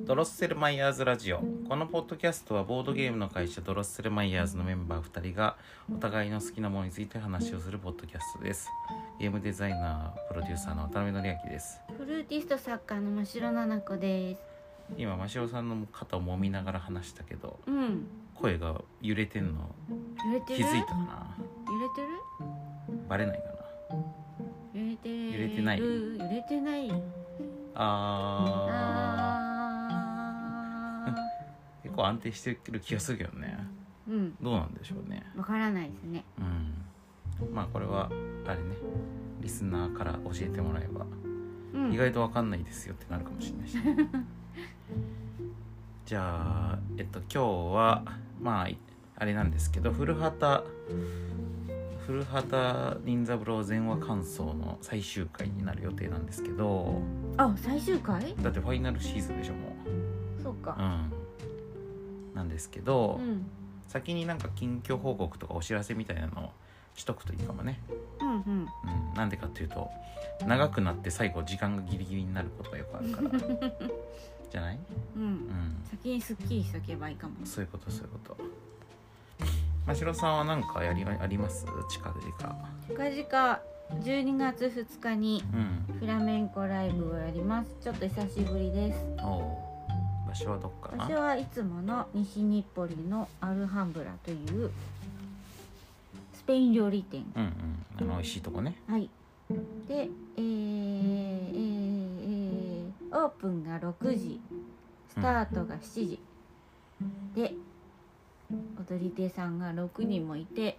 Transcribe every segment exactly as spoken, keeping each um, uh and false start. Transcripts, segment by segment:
ドロッセルマイヤーズラジオ。このポッドキャストはボードゲームの会社ドロッセルマイヤーズのメンバーふたりがお互いの好きなものについて話をするポッドキャストです。ゲームデザイナープロデューサーの渡辺則明です。 フルーティスト作家の真城奈々子です。 今真城さんの肩を揉みながら話したけど、 うん、 声が揺れてんの揺れてる気づいたかな。 揺れてるバレないかな。 揺れてる揺れてない揺れてないああー結構安定してる気がするけどね。 ーうんどうなんでしょうね。 わからないですね。 うんまあこれはあれね、リスナーから教えてもらえば、 うん、 意外とわかんないですよってなるかもしれないし、ね、じゃあえっと今日はまああれなんですけど、古畑古畑任三郎前話感想の最終回になる予定なんですけど、 あ、最終回だってファイナルシーズンでしょもう。うそうか、 んなんですけど、 うん、 先になんか近況報告とかお知らせみたいなのをしとくといいかもね。 うんうんうん、なんでかっていうと長くなって最後時間がギリギリになることがよくあるからじゃない？ うん、 うん、 先にスッキリしとけばいいかも。 そういうことそういうこと。真城さんは何かやりあります？近々 近々じゅうにがつふつかにうんフラメンコライブをやります。ちょっと久しぶりです。 お場所はどっかな？ 場所はいつもの西日暮里のアルハンブラというスペイン料理店。 うんうんあの美味しいとこね。 はい。で、えーえーえー、オープンがろくじ、スタートがしちじ、うん、で踊り手さんがろくにんもいて、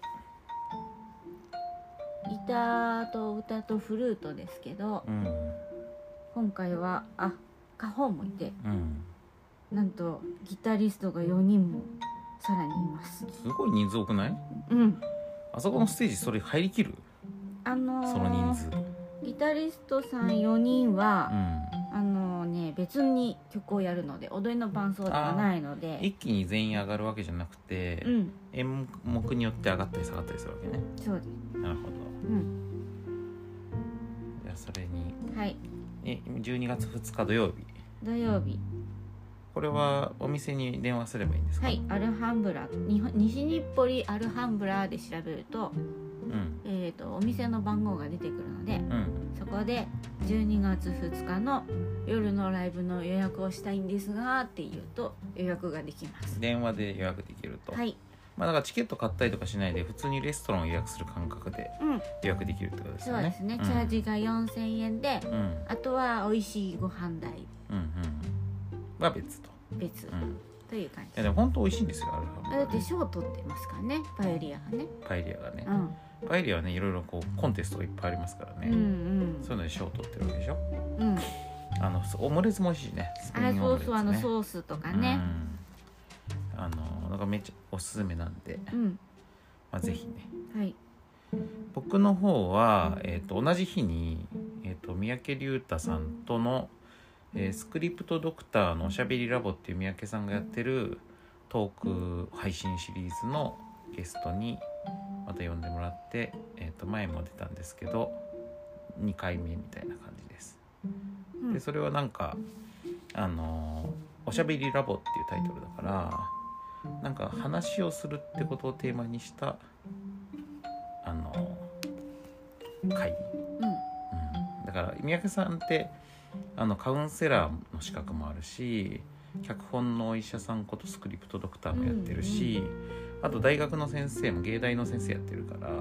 ギターと歌とフルートですけど、 うん今回はあカホンもいて、 うんなんとギタリストがよにんもさらにいます。 すごい人数多くない？ うんあそこのステージそれ入りきる？ あのー、 その人数。 ギタリストさんよにんは、 うんあのー、ね別に曲をやるので踊りの伴奏ではないので、 一気に全員上がるわけじゃなくて、 うん、 演目によって上がったり下がったりするわけね。 そうです。 なるほど。 うんじゃあそれにはいえじゅうにがつふつか土曜日。 土曜日、 これはお店に電話すればいいんですか？ はいアルハンブラ日本西日暮里アルハンブラで調べると、 うんえーとお店の番号が出てくるので、 うんそこでじゅうにがつふつかの夜のライブの予約をしたいんですがって言うと予約ができます。 電話で予約できると。 はい、 まあだからチケット買ったりとかしないで普通にレストランを予約する感覚でうん、 予約できるってことですよね。 そうですね、 うん、 チャージがよんせんえんで、 うんあとは美味しいご飯代うんうんは別と。 別、 うん、 という感じ。 いやでも本当美味しいんですよ。アルハンブラだって賞取ってますからね、パエリアがね。 パエリアがね、 うん、 パエリアはねいろいろこうコンテストがいっぱいありますからね、 うんうんそういうので賞を取ってるわけでしょ。 うん、 あのオムレツも美味しいね。スペイあンオムレツね。 そうそう、あのソースとかね、 うん、あのなんかめっちゃおすすめなんで、 うん、 まあ、ぜひね。 はい、 僕の方は、えー、と同じ日に、えー、と三宅龍太さんとの、えー、スクリプトドクターのおしゃべりラボっていう三宅さんがやってるトーク配信シリーズのゲストにまた呼んでもらって、えー、と前も出たんですけどにかいめみたいな感じです。 うん、 でそれはなんかあのー、おしゃべりラボっていうタイトルだからなんか話をするってことをテーマにしたあのー、会、 うんうん、だから三宅さんってあのカウンセラーの資格もあるし脚本のお医者さんことスクリプトドクターもやってるし、うんうん、あと大学の先生も芸大の先生やってるから、うん、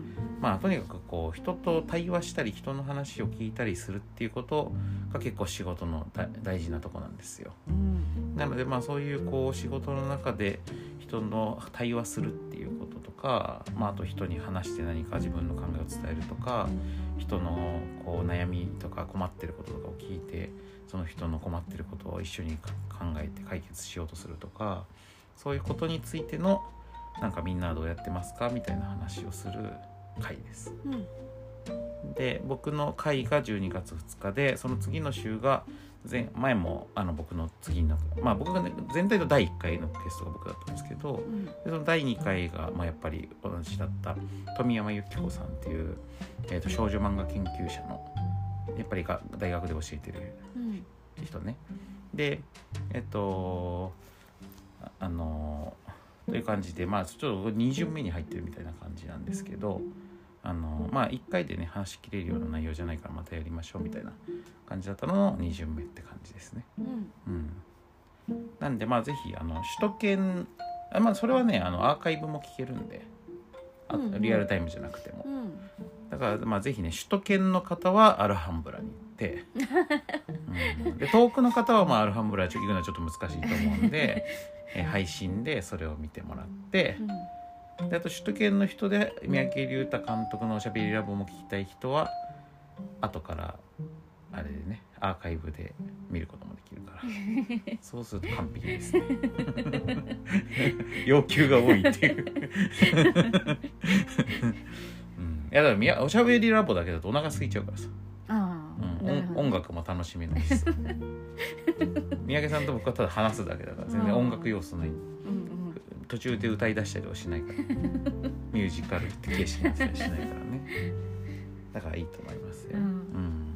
まあとにかくこう人と対話したり人の話を聞いたりするっていうことが結構仕事の大事なとこなんですよ、うん、なのでまあそういうこう仕事の中で人の対話するっていうこととか、まあ、あと人に話して何か自分の考えを伝えるとか人のこう悩みとか困ってることとかを聞いてその人の困ってることを一緒に考えて解決しようとするとかそういうことについてのなんかみんなはどうやってますかみたいな話をする会です、うん、で僕の会がじゅうにがつふつかでその次の週が前, 前もあの僕の次のまあ僕が、ね、全体のだいいっかいのゲストが僕だったんですけど、うん、でそのだいにかいが、まあ、やっぱり同じだった富山由紀子さんっていう、えー、と少女漫画研究者のやっぱりが大学で教えてる人ね、うん、で、 えっとあのという感じで、まあちょっとに巡目に入ってるみたいな感じなんですけど、あのまあいっかいでね話しきれるような内容じゃないからまたやりましょうみたいな感じだったののに巡目って感じですね。 うんうん、なんでまあぜひあの首都圏あ、まあそれはねあのアーカイブも聞けるんで、あうんうんリアルタイムじゃなくても、 うんだからまあぜひね首都圏の方はアルハンブラに行って、うん、で遠くの方はまあアルハンブラ行くのはちょっと難しいと思うんでえ配信でそれを見てもらって、であと首都圏の人で三宅龍太監督のおしゃべりラボも聞きたい人は後からあれでねアーカイブで見ることもできるからそうすると完璧ですね要求が多いっていう、うん、いやだからおしゃべりラボだけだとお腹空いちゃうからさ、 あうん、音楽も楽しめないしさ三宅さんと僕はただ話すだけだから全然音楽要素ない、途中で歌い出したりはしないからミュージカルって形式になったりしないからねだからいいと思いますよ、うんうん、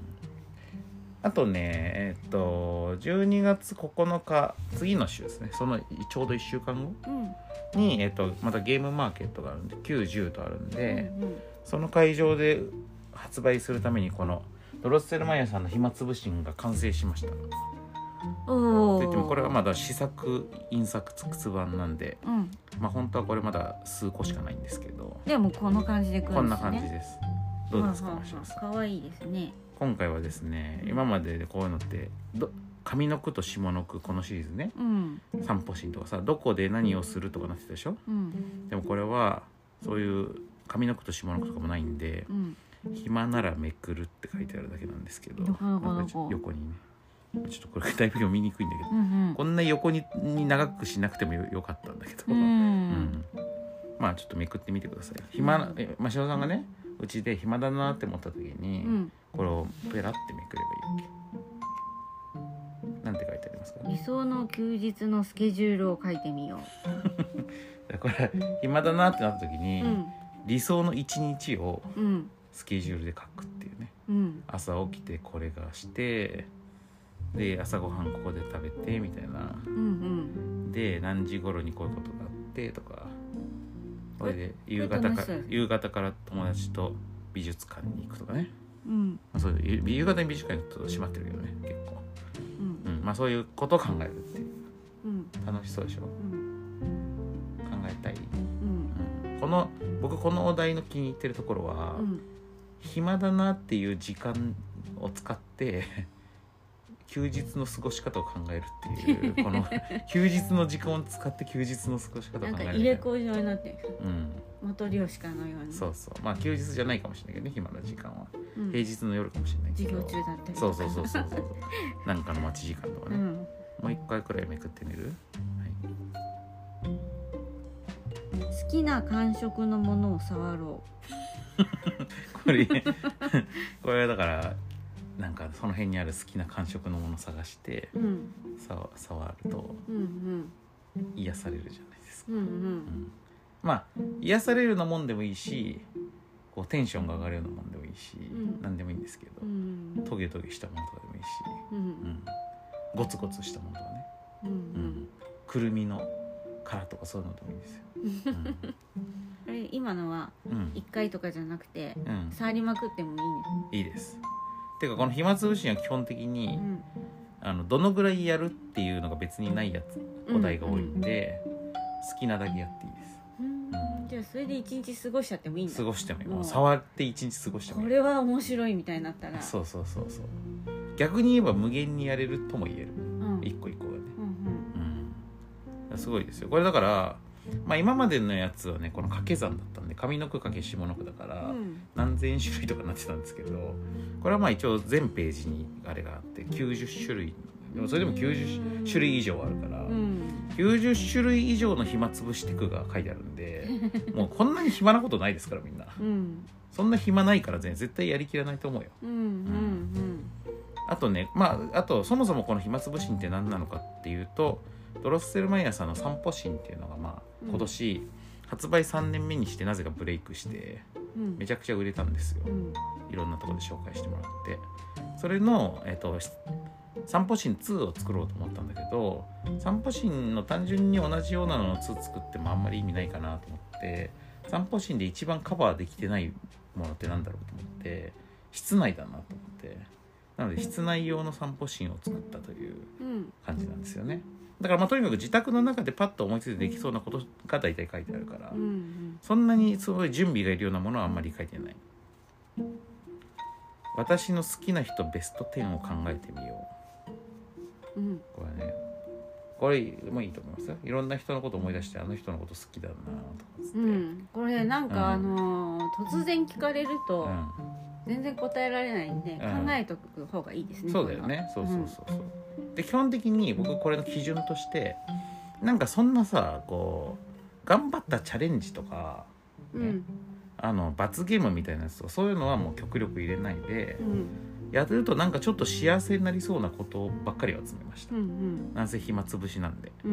あとねえっとじゅうにがつここのか次の週ですね、そのちょうどいっしゅうかんごに、うんえっと、またゲームマーケットがあるんできゅう、じゅうとあるんで、うんうん、その会場で発売するためにこのドロッセルマイヤーさんの暇つぶしんが完成しました。 おといってもこれはまだ試作印刷つ版なんで、うん、まあ本当はこれまだ数個しかないんですけど、 でもこの感じで来るんですね。 こんな感じです。どうですか、マシュルさん。 かわいいですね。 今回はですね、今まででこういうのってど上の句と下の句このシリーズね、うん、散歩シーンとかさどこで何をするとかなってたでしょ、うん、でもこれはそういう上の句と下の句とかもないんで、うん、暇ならめくるって書いてあるだけなんですけど、横にねちょっとこれだいぶ読みにくいんだけど、うんうん、こんな横にに長くしなくても よ, よかったんだけど、うんうん、まあちょっとめくってみてください。暇なえ真汐さんがねうちで暇だなって思った時に、うん、これをペラってめくればいいわけ。なんて書いてありますか？ 理想の休日のスケジュールを書いてみようこれ暇だなってなった時に、うん、理想の一日をスケジュールで書くっていうね、うん、朝起きてこれがしてで朝ごはんここで食べてみたいな、うんうん、で何時頃にこういうことがあってとか、それで夕方か夕方から友達と美術館に行くとかね、うん、そういう夕方に美術館に行くと閉まってるけどね結構、うんうん、まあそういうことを考えるっていう、うん、楽しそうでしょ、うん、考えたい、うんうん、この僕このお題の気に入ってるところは、うん、暇だなっていう時間を使って休日の過ごし方を考えるっていうこの休日の時間を使って休日の過ごし方を考えるなんか入れ子状になってる、うん、元漁師かのように。 そうそう、まあ休日じゃないかもしれないけどね暇な時間は、うん、平日の夜かもしれないけど授業中だったりそうそうそうそうそうなんかの待ち時間とかね、うん、もう一回くらいめくってみる、 はい、好きな感触のものを触ろうこれこれはだからなんかその辺にある好きな感触のものを探して、うん、さ触ると癒されるじゃないですか、うんうんうん、まあ癒されるようなもんでもいいしこうテンションが上がるようなもんでもいいし、うん、何でもいいんですけど、うん、トゲトゲしたものとかでもいいし、うんうん、ゴツゴツしたものとかね、うんうん、くるみの殻とかそういうのでもいいですよ、 うん、あれ今のはいっかいとかじゃなくて、うん、触りまくってもいいね。 いいですてかこの暇つぶしは基本的に、うん、あのどのぐらいやるっていうのが別にないやつお題が多いんで、うんうん、好きなだけやっていいです、 うんうん、じゃあそれで一日過ごしちゃってもいいんだ。 過ごしてもいい、もう触って一日過ごしてもいい。 これは面白いみたいになったらそうそうそうそう逆に言えば無限にやれるとも言える、うん、一個一個がね、うんうんうん、すごいですよこれだから。まあ、今までのやつはねこの掛け算だったんで上の句掛け下の句だから、うん、何千種類とかなってたんですけどこれはまあ一応全ページにあれがあってきゅうじゅっしゅるいでもそれでもきゅうじゅっしゅるい以上あるから、うん、きゅうじゅっしゅるい以上の暇つぶしテクが書いてあるんでもうこんなに暇なことないですからみんな、うん、そんな暇ないからね絶対やりきらないと思うよ、うんうんうん、あとねまああとそもそもこの暇つぶしって何なのかっていうとドロッセルマイヤーさんの散歩シーンっていうのがまあ今年発売さんねんめにしてなぜかブレイクしてめちゃくちゃ売れたんですよ、うん、いろんなところで紹介してもらってそれの、えーと、 散歩神ツーを作ろうと思ったんだけど、散歩神の単純に同じようなのをツー作ってもあんまり意味ないかなと思って、散歩神で一番カバーできてないものってなんだろうと思って、室内だなと思って、なので室内用の散歩神を作ったという感じなんですよね。だからまあとにかく自宅の中でパッと思いついてできそうなことが大体書いてあるから、 うんうん、 そんなにすごい準備がいるようなものはあんまり書いてない。私の好きな人ベストじゅうを考えてみよう、うん、これね、これもいいと思いますよ。いろんな人のこと思い出して、あの人のこと好きだなとかつって、うん、 これなんか、うん、あの突然聞かれると、うん、全然答えられないんで、うん、考えとく方がいいですね。 そうだよね。そうそうそうそう、うん、で基本的に僕これの基準としてなんかそんなさこう頑張ったチャレンジとか、ね、うん、あの罰ゲームみたいなやつとかそういうのはもう極力入れないで、うん、やるとなんかちょっと幸せになりそうなことばっかり集めました、うんうん、なんせ暇つぶしなんで、うん、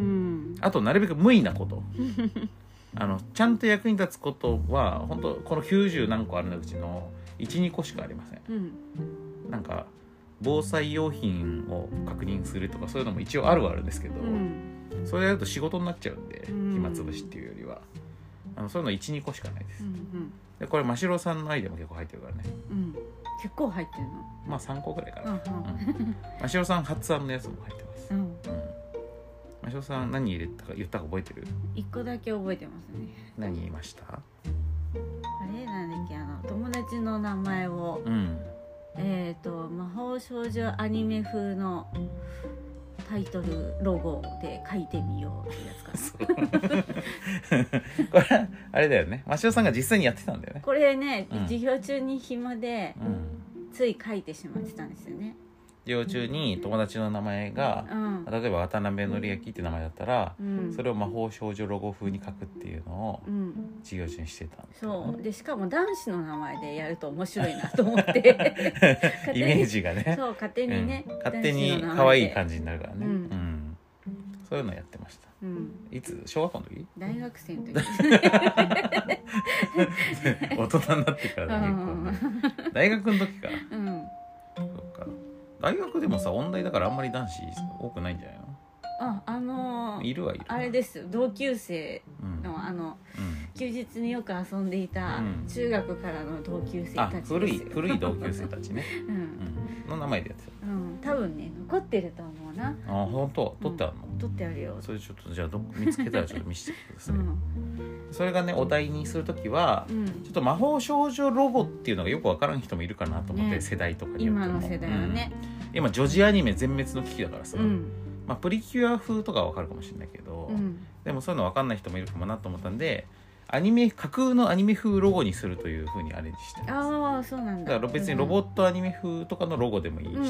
あとなるべく無意なことあのちゃんと役に立つことは本当このきゅうじゅう何個あるうちの いち,に 個しかありません、うん、なんか防災用品を確認するとかそういうのも一応あるはあるんですけど、うん、それやると仕事になっちゃうんで、うん、暇つぶしっていうよりはあのそういうの いち,に 個しかないです、うんうん、でこれ真城さんのアイデアも結構入ってるからね、うん、 結構入ってるのまあさんこぐらいかな、うんうん、真城さん発案のやつも入ってます、うんうん、真城さん何入れたか言ったか覚えてる？ いっこだけ覚えてますね。 何言いました？ あれなんだっけ、あの友達の名前を、うん、えっ、ー、と魔法少女アニメ風のタイトルロゴで書いてみようってやつかなこれあれだよね、真城さんが実際にやってたんだよね。 これね、うん、授業中に暇で、うん、つい書いてしまってたんですよね。 授業中に友達の名前が、うん、例えば渡辺則明って名前だったら、うん、それを魔法少女ロゴ風に書くっていうのを授業中にしてたんですよ、 ね、そうでしかも男子の名前でやると面白いなと思ってイメージがね、 そう勝手にね、 うん、勝手に可愛い感じになるからね、うんうん、そういうのやってました、うん、いつ小学校の時？ 大学生の時大人になってからね、結構ね大学の時か、うん、そうか。大学でもさ音大だからあんまり男子多くないんじゃないの？ あ、あのー、 いるはいる。 あれですよ、同級生の、うん、あの、うん、休日によく遊んでいた中学からの同級生たちですよ、 うん、あ、古い古い同級生たちね、うんうん、の名前でやってた、 うん、多分ね残ってると思うな。 あ、本当？取ってあるの？ うん、取ってあるよ。 それちょっとじゃあど見つけたらちょっと見せてください、うん、それがねお題にするときは、うん、ちょっと魔法少女ロゴっていうのがよくわからん人もいるかなと思って、ね、世代とかによっても今の世代はね、 うん、今女児アニメ全滅の危機だからさ、うん、まあ、プリキュア風とかはわかるかもしれないけど、うん、でもそういうのわかんない人もいるかもなと思ったんで、アニメ架空のアニメ風ロゴにするという風にアレンジしてます。 ああ、そうなんだ。 だから別にロボットアニメ風とかのロゴでもいいし、うんうん、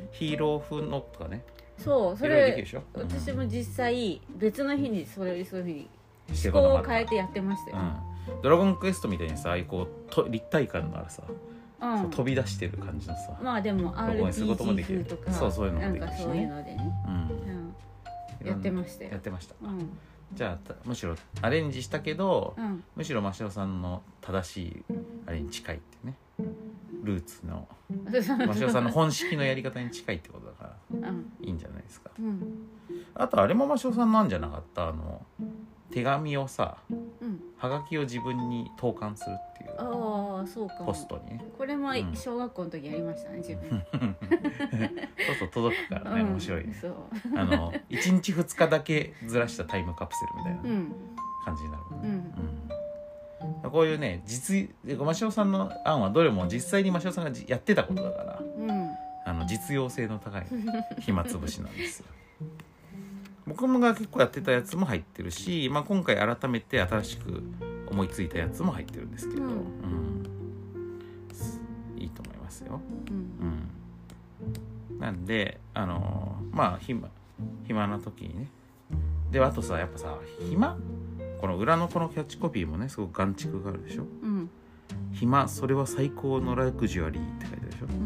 ヒーロー風のとかね、 そうそれ私も実際別の日にそれそういう風に思考を変えてやってましたよ、 うん、ドラゴンクエストみたいにさ、こうと立体感のあるさ、うん、飛び出してる感じのさ、 まあでも アールピージー 風とかそうそういうのもできるし、ね、 なんかそういうのでね、うんうん、やってましたよ。 やってました、うん、じゃあむしろアレンジしたけど、うん、むしろ真城さんの正しいあれに近いってね、ルーツの真城さんの本式のやり方に近いってことだから、うん、いいんじゃないですか、うん、あとあれも真城さんなんじゃなかった、あの手紙をさ、うん、はがきを自分に投函するっていう、 ああそうか、 ポストにね、 これも小学校の時やりましたね、自分そうそう届くからね、面白いね、そうあのいちにちふつかだけずらしたタイムカプセルみたいな感じになるもんね、うんうん、こういうね、実真城さんの案はどれも実際に真城さんがやってたことだから、うん、あの実用性の高い暇つぶしなんですよ僕もが結構やってたやつも入ってるし、まあ、今回改めて新しく思いついたやつも入ってるんですけど、うんうん、いいと思いますよ、うんうん、なんであのー、まあ暇暇な時にね、であとさ、やっぱさ、暇この裏のこのキャッチコピーもねすごく眼蓄があるでしょ、うん、暇それは最高のラグジュアリーって書いてあるでしょ、うん、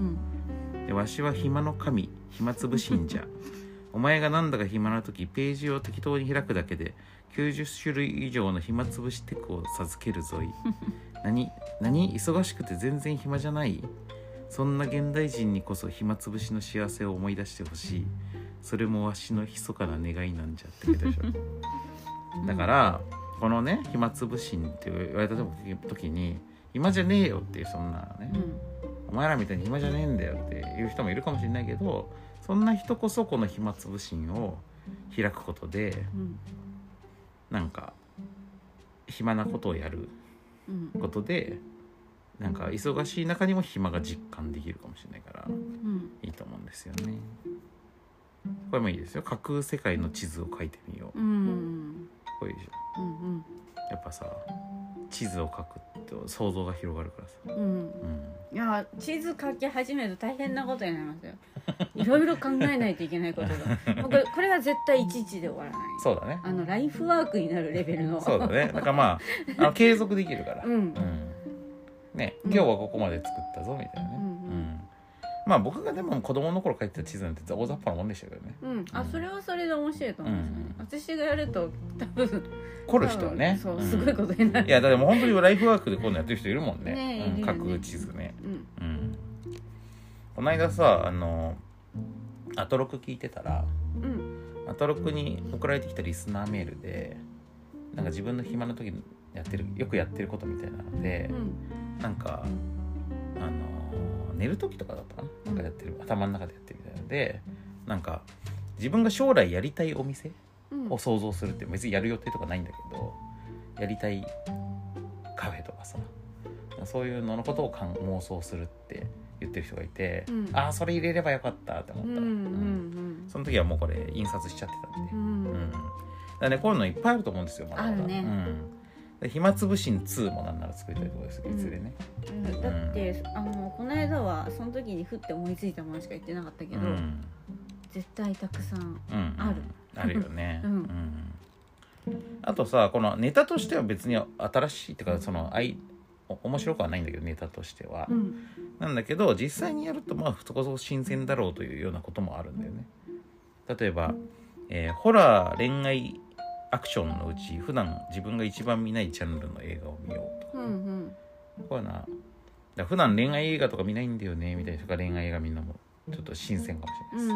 でわしは暇の神暇つぶ信者お前がなんだか暇な時ページを適当に開くだけできゅうじゅっしゅるい以上の暇つぶしテクを授けるぞい何何忙しくて全然暇じゃない、 そんな現代人にこそ暇つぶしの幸せを思い出してほしい。それもわしの密かな願いなんじゃって書いてあるでしょだからこのね暇つぶしって言われた時に暇じゃねえよっていう、そんなね、うん、お前らみたいに暇じゃねえんだよっていう人もいるかもしれないけど、そんな人こそこの暇つぶしを開くことで、うん、なんか暇なことをやることで、うん、なんか忙しい中にも暇が実感できるかもしれないから、うん、いいと思うんですよね。これもいいですよ。架空世界の地図を描いてみよう、うん、これいいでしょ、うんうん、やっぱさ地図を描くと想像が広がるからさ、うんうん、 いや地図描き始めると大変なことになりますよいろいろ考えないといけないことがこれ、これは絶対いちいちで終わらない。 そうだね、 あのライフワークになるレベルのそうだね。だからまあ、あの継続できるから、うんうん、ね、今日はここまで作ったぞみたいなね、うんうん、まあ僕がでも子供の頃描いてた地図なんて大雑把なもんでしたけどね、 うん、あ、それはそれで面白いと思うんですよね、うん、私がやると多分凝る人はね、 そう、すごいことになる、 うん、いやだからもう本当にライフワークでこういうのやってる人いるもんね、 ね、 うん、架空地図ね、うんうん、この間さあのアトロク聞いてたら、うん、アトロクに送られてきたリスナーメールでなんか自分の暇な時にやってるよくやってることみたいなので、うん、なんかあの寝る時とかだったかな、なんかやってる、うん、頭の中でやってるみたいなので、なんか自分が将来やりたいお店を想像するって、別にやる予定とかないんだけど、やりたいカフェとかさ、そういうののことを妄想するって言ってる人がいて、うん、ああそれ入れればよかったって思った、うんうんうん、その時はもうこれ印刷しちゃってたんで、うんうん、だからねこういうのいっぱいあると思うんですよ、まだまだ。あるね、うん、暇つぶしんツーもなんなら作りたいところですけど、いずれね、 うん、だって、うん、あのこの間はその時にふって思いついたものしか言ってなかったけど、うん、絶対たくさんある、 うん、あるよね、うんうん、あとさこのネタとしては別に新しいっていうかその愛面白くはないんだけどネタとしては、うん、なんだけど実際にやるとまあそこそこ新鮮だろうというようなこともあるんだよね。例えば、えー、ホラー恋愛アクションのうち普段自分が一番見ないジャンルの映画を見ようとか、うんうん、こういうなだ普段恋愛映画とか見ないんだよねみたいな人が恋愛映画みんなもちょっと新鮮かもしれないです、うん、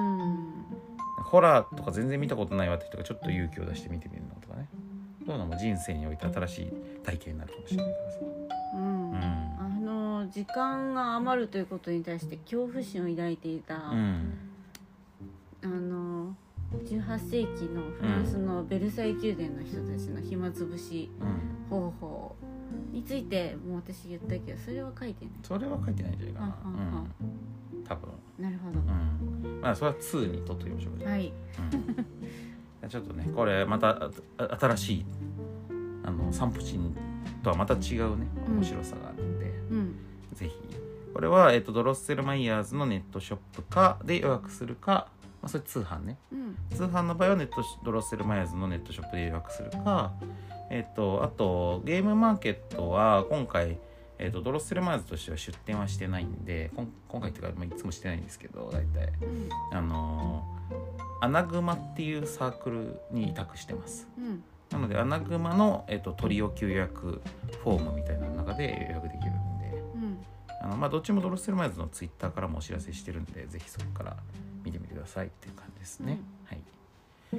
ホラーとか全然見たことないわって人がちょっと勇気を出して見てみるのとかね、そういうのも人生において新しい体験になるかもしれないからさ、 うんうん、あの時間が余るということに対して恐怖心を抱いていた、うん、あのじゅうはっせいきのフランスのベルサイユ宮殿の人たちの暇つぶし方法についてもう私言ったけどそれは書いてない。 それは書いてないんじゃないかな、うん、多分。 なるほど、 うん、まあそれはツーにとってみましょうか。はい、うん、ちょっとねこれまた新しいあのサンプチンとはまた違うね面白さがあるんで、うん、ぜひこれは、えーと、ドロッセルマイヤーズのネットショップかで予約するか、まあ、それ通販ね、うん、通販の場合はネットドロッセルマイヤーズのネットショップで予約するか、えーと、あとゲームマーケットは今回、えーと、ドロッセルマイヤーズとしては出店はしてないんで今回っていうか、まあ、いつもしてないんですけど大体、うん、あのー、アナグマっていうサークルに委託してます、うん、なのでアナグマの、えーと、トリオ級予約フォームみたいなの中で予約できるんで、うん、あのまあ、どっちもドロッセルマイヤーズのツイッターからもお知らせしてるんでぜひそこから見てみてくださいっていう感じですね、うん、はい、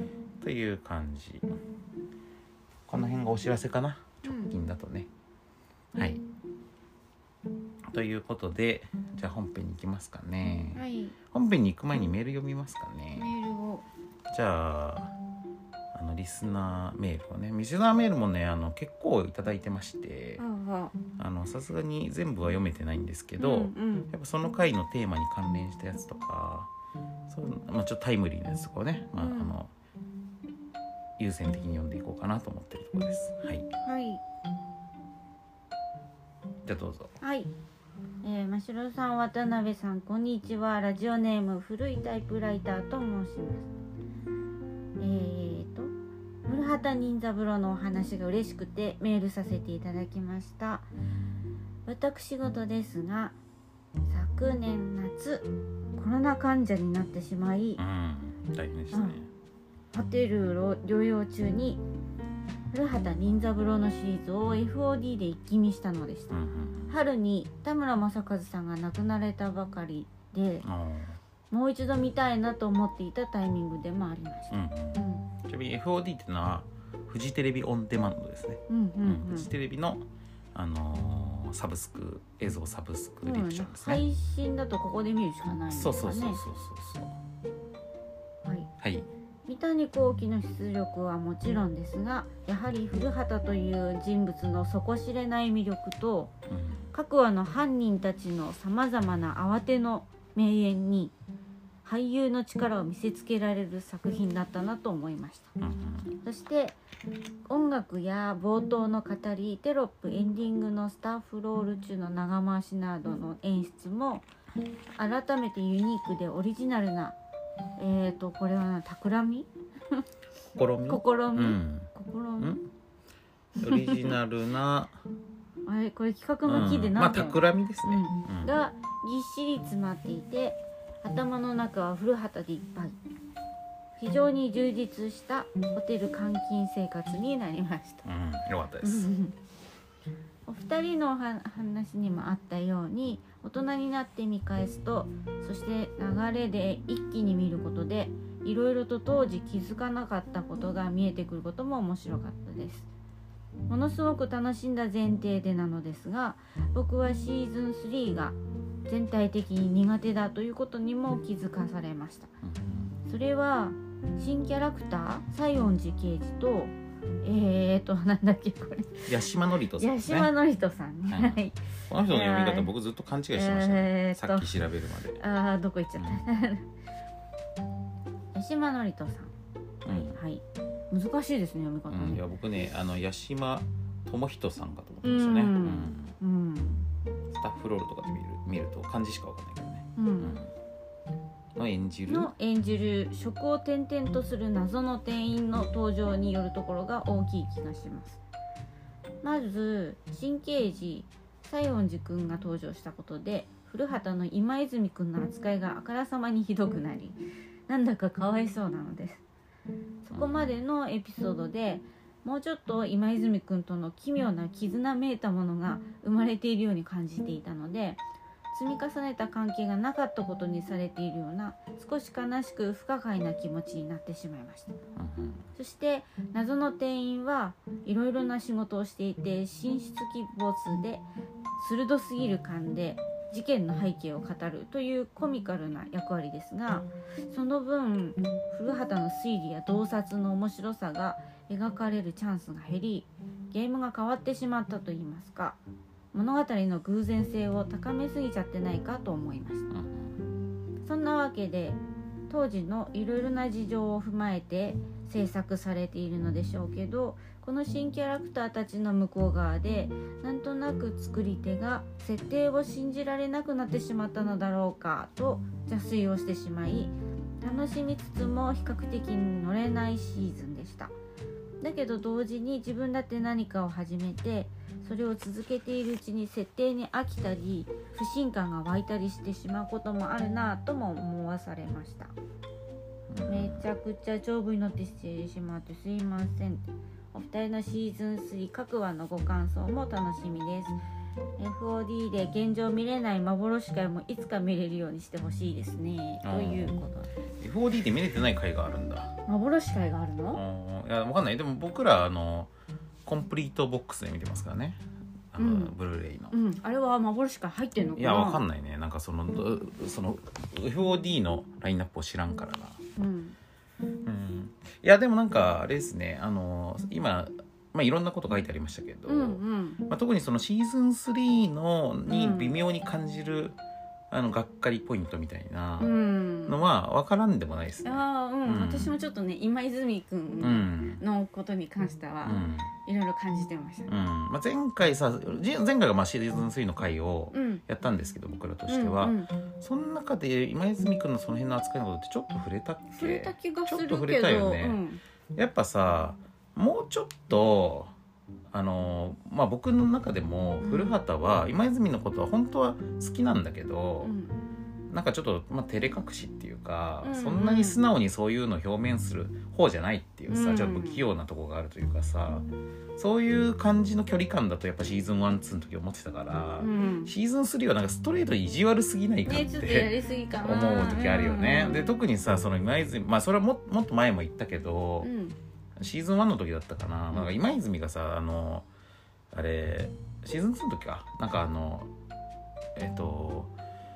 という感じ。この辺がお知らせかな直近だとね、うん、はい、ということでじゃあ本編に行きますかね、はい、本編に行く前にメール読みますかね。 メールをじゃああのリスナーメールをねリスナーメールもねあの結構いただいてましてさすがに全部は読めてないんですけど、うんうん、やっぱその回のテーマに関連したやつとかそう、まあ、ちょっとタイムリーなやつとかをね、まあ、うん、あの優先的に読んでいこうかなと思ってるところです。はい、はい、じゃあどうぞ。 はい、えー、真城さん渡辺さんこんにちは。ラジオネーム古いタイプライターと申します。えーと古畑任三郎のお話が嬉しくてメールさせていただきました。私事ですが昨年夏コロナ患者になってしまい、 うん、大変でしたね。 ホテル療養中に古畑任三郎のシリーズを エフオーディー で一気見したのでした、 うんうん、 春に田村正和さんが亡くなられたばかりで、もう一度見たいなと思っていたタイミングでもありました、 うんうん、ちなみに エフオーディー ってのはフジテレビオンデマンドですね、 うんうんうんうん、フジテレビの、あのー、サブスク映像サブスクリプションですね、 配信だとここで見るしかないんですかね。 そうそうそうそうそうはい、 はい、 三谷幸喜の出力はもちろんですが、やはり古畑という人物の底知れない魅力と、うん、各話の犯人たちのさまざまな慌ての名演に俳優の力を見せつけられる作品だったなと思いました、うん、そして音楽や冒頭の語り、テロップ、エンディングのスタッフロール中の長回しなどの演出も改めてユニークでオリジナルな、えーとこれはな企み試み試み、うん、 試みオリジナルなあれこれ企画の木で何て、 うん、まあ企みですね、 うんうん、がぎっしり詰まっていて、頭の中は古畑でいっぱい、非常に充実したホテル監禁生活になりました、 うん、よかったですお二人の話にもあったように、大人になって見返すと、そして流れで一気に見ることでいろいろと当時気づかなかったことが見えてくることも面白かったです。ものすごく楽しんだ前提でなのですが、僕はシーズンスリーが全体的に苦手だということにも気づかされました。それは新キャラクター西園寺刑事とえーとなんだっけこれ八島智人さんですね。 八島智人さんね、はい、 この人の読み方僕ずっと勘違いしてましたね、えー、さっき調べるまで。 あーどこ行っちゃった、うん、八島智人さん、うん、はい、はい、難しいですね読み方ね、 うん、いや僕ねあの八島智人さんかと思ってましたね、うんうん、スタッフロールとかで見る、見ると漢字しかわかんないけどね、うんうん、の演じるの演じる職を転々とする謎の店員の登場によるところが大きい気がします。まず新刑事西園寺くんが登場したことで、古畑の今泉くんの扱いがあからさまにひどくなり、なんだかかわいそうなのです。そこまでのエピソードでもうちょっと今泉くんとの奇妙な絆めいたものが生まれているように感じていたので、積み重ねた関係がなかったことにされているような少し悲しく不可解な気持ちになってしまいました、うんうん、そして謎の店員はいろいろな仕事をしていて、神出鬼没で鋭すぎる勘で事件の背景を語るというコミカルな役割ですが、その分古畑の推理や洞察の面白さが描かれるチャンスが減り、ゲームが変わってしまったといいますか、物語の偶然性を高めすぎちゃってないかと思いました、うん、そんなわけで当時のいろいろな事情を踏まえて制作されているのでしょうけど、この新キャラクターたちの向こう側でなんとなく作り手が設定を信じられなくなってしまったのだろうかと邪推をしてしまい、楽しみつつも比較的に乗れないシーズンでした。だけど同時に自分だって何かを始めて、それを続けているうちに設定に飽きたり不信感が湧いたりしてしまうこともあるなとも思わされました。めちゃくちゃ長文に乗ってしてしまってすいません。お二人のシーズンスリー各話のご感想も楽しみです。 エフオーディー で現状見れない幻回もいつか見れるようにしてほしいですね、ということで。 エフオーディー で見れてない回があるんだ。 幻回があるの？ いやわかんない。でも僕らあのコンプリートボックスで見てますからね、あの、うん、ブルーレイの、 うん、あれは幻回入ってんのかな。 いやわかんないね。なんかそのその エフオーディー のラインナップを知らんからな、うんうん、いやでもなんかあれですね、あの今、まあ、いろんなこと書いてありましたけど、うんうんまあ、特にそのシーズンスリーのに微妙に感じる、うん、あのがっかりポイントみたいなのは分からんでもないですね、うんあうんうん、私もちょっとね今泉くんのことに関してはいろいろ感じてました、ねうんまあ、前回さ前回がまあシーズンスリーの回をやったんですけど、うん、僕らとしては、うんうん、その中で今泉くんのその辺の扱いのことってちょっと触れたっけ。 触れた気がするけどちょっと触れたよね、うん、やっぱさもうちょっとあのまあ、僕の中でも古畑は今泉のことは本当は好きなんだけど、うん、 なんかちょっと、まあ、照れ隠しっていうか、 うんうん、 そんなに素直にそういうのを表面する方じゃないっていうさ、うん、ちょっと不器用なとこがあるというかさ、そういう感じの距離感だとやっぱシーズンワン、ツーの時思ってたから、うん、シーズンスリーはなんかストレートに意地悪すぎないかって、ね、 ちょっとやりすぎかな思う時あるよね、うん、で特にさその今泉、まあそれは も, もっと前も言ったけど、うん、シーズンワンの時だったかな、うん、なんか今泉がさあのあれシーズンツーの時かなんかあのえっと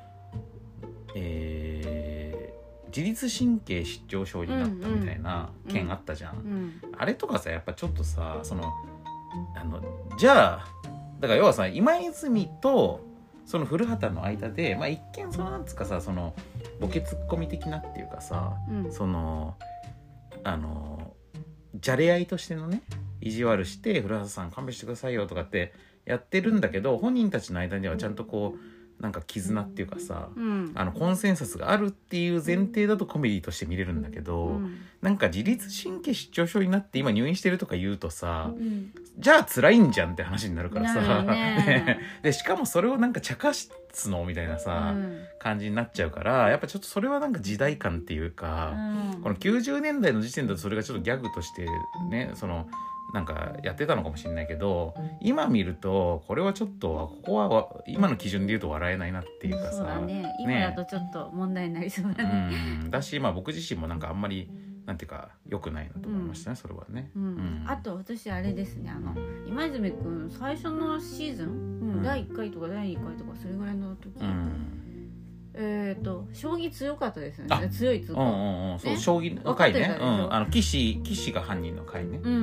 えー、自律神経失調症になったみたいな件あったじゃん、うんうん、あれとかさやっぱちょっとさそのあのじゃあだから要はさ今泉とその古畑の間で、まあ、一見そのなんつうかさそのボケツッコミ的なっていうかさ、うん、そのあのじゃれ合いとしてのね意地悪して古畑さん勘弁してくださいよとかってやってるんだけど本人たちの間にはちゃんとこうなんか絆っていうかさ、うん、あのコンセンサスがあるっていう前提だとコメディとして見れるんだけど、うん、なんか自律神経失調症になって今入院してるとか言うとさ、うん、じゃあ辛いんじゃんって話になるからさ、ね、でしかもそれをなんか茶化すのみたいなさ、うん、感じになっちゃうからやっぱちょっとそれはなんか時代感っていうか、うん、このきゅうじゅうねんだいの時点だとそれがちょっとギャグとしてねそのなんかやってたのかもしれないけど今見るとこれはちょっとここは今の基準で言うと笑えないなっていうかさ、 そうだね、今だとちょっと問題になりそうだね、 うん、だし、まあ、僕自身もなんかあんまりなんていうか良くないなと思いましたね、うん、それはね、うんうん、 あと私あれですねあの今泉くん最初のシーズン、うん、だいいっかいとかだいにかいとかそれぐらいの時、うんえーと将棋強かったですよね。強い強か、うんうんうん、そう、ね、将棋の回ね、うん、あの棋士棋士が犯人の回ね、うんうん、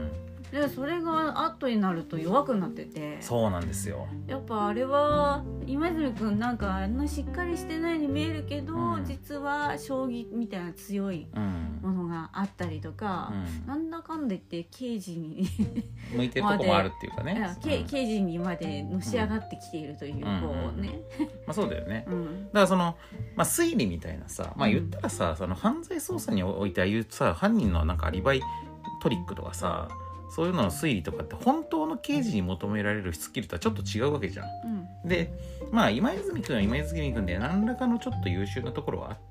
でそれが後になると弱くなってて、 そうなんですよ。 やっぱあれは今泉くんなんかあんなしっかりしてないように見えるけど、うん、実は将棋みたいな強いものがあったりとか、うん、なんだかんだ言って刑事に向いてるとこもあるっていうかね、 うん、刑事にまでのし上がってきているという、うん、こうね、 まあそうだよね、うん、だからその、まあ、推理みたいなさ、まあ、言ったらさ、うん、その犯罪捜査においてああいうさ犯人のなんかアリバイトリックとかさそういうのの推理とかって本当の刑事に求められるスキルとはちょっと違うわけじゃん、うん、でまあ今泉君は今泉君で何らかのちょっと優秀なところはあって、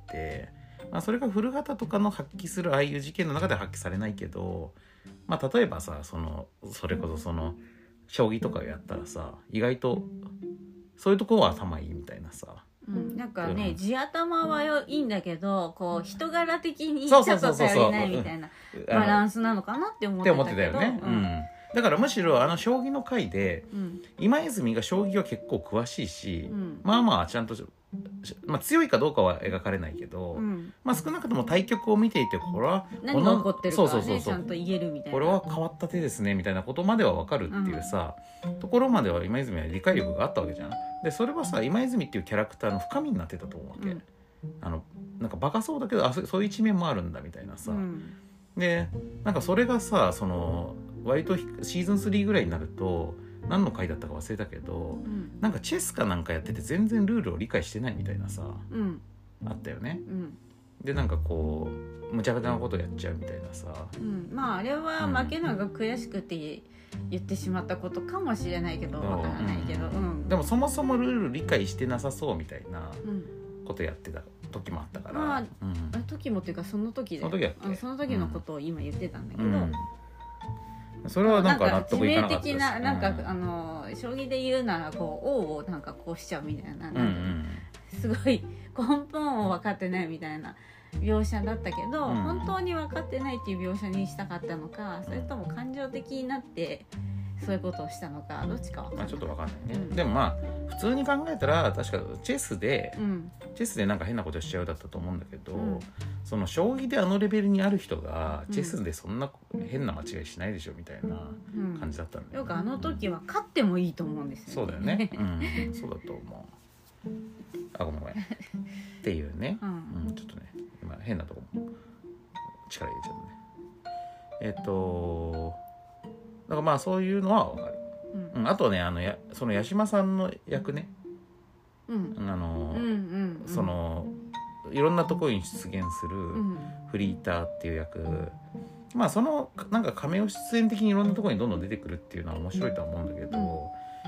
まあ、それが古畑とかの発揮するああいう事件の中では発揮されないけど、まあ、例えばさそのそれこそその将棋とかをやったらさ意外とそういうところは頭いいみたいなさ、 うん、なんかね、うん、地頭はいいんだけどこう人柄的にちょっと頼りないみたいなバランスなのかなって思ってたけど、って思ってたよね、うんうん、 だからむしろあの将棋の回で、うん、今泉が将棋は結構詳しいし、うん、まあまあちゃんと、まあ、強いかどうかは描かれないけど、うん、まあ少なくとも対局を見ていてこれは何が起こってるかね、そうそうそうそうちゃんと言えるみたいな、 これは変わった手ですねみたいなことまでは分かるっていうさ、うん、ところまでは今泉は理解力があったわけじゃん。でそれはさ今泉っていうキャラクターの深みになってたと思うわけ、うん、あのなんかバカそうだけどあそそういう一面もあるんだみたいなさ、うん、でなんかそれがさその割とシーズンスリーぐらいになると何の回だったか忘れたけど、うん、なんかチェスかなんかやってて全然ルールを理解してないみたいなさ、うん、あったよね、うん、でなんかこう無茶苦茶なことやっちゃうみたいなさ、 うん、まああれは負けるのが悔しくて言ってしまったことかもしれないけどわからないけど、うん、 でもそもそもルール理解してなさそうみたいなことやってた時もあったから、まあうん、時もっていうかその時でその時だっけ、 その時のことを今言ってたんだけど、 うんうん、それはなんか納得いかなかったです。 致命的ななんか、うん、あの将棋で言うならこう王をなんかこうしちゃうみたいな、なんか、うんうん、すごい根本を分かってないみたいな描写だったけど、うん、本当に分かってないっていう描写にしたかったのか、それとも感情的になってそういうことをしたのかどっちか分かんない、 まあ、ちょっと分かんないね、うん、でもまあ普通に考えたら確かチェスで、うん、チェスでなんか変なことしちゃうだったと思うんだけど、うん、その将棋であのレベルにある人がチェスでそんな変な間違いしないでしょみたいな感じだったんだよね、 よくあの時は勝ってもいいと思うんですよね。 そうだよね、うん、そうだと思う。あごめんごめんっていうね、うんうん、ちょっとね今変なとこも力入れちゃうね。えっとだからまあそういうのは分かる、うんうん、あとねあのやその八島さんの役ね、うん、あの、うんうんうん、そのいろんなところに出現するフリーターっていう役、うん、まあそのなんかカメオ出演的にいろんなところにどんどん出てくるっていうのは面白いとは思うんだけど、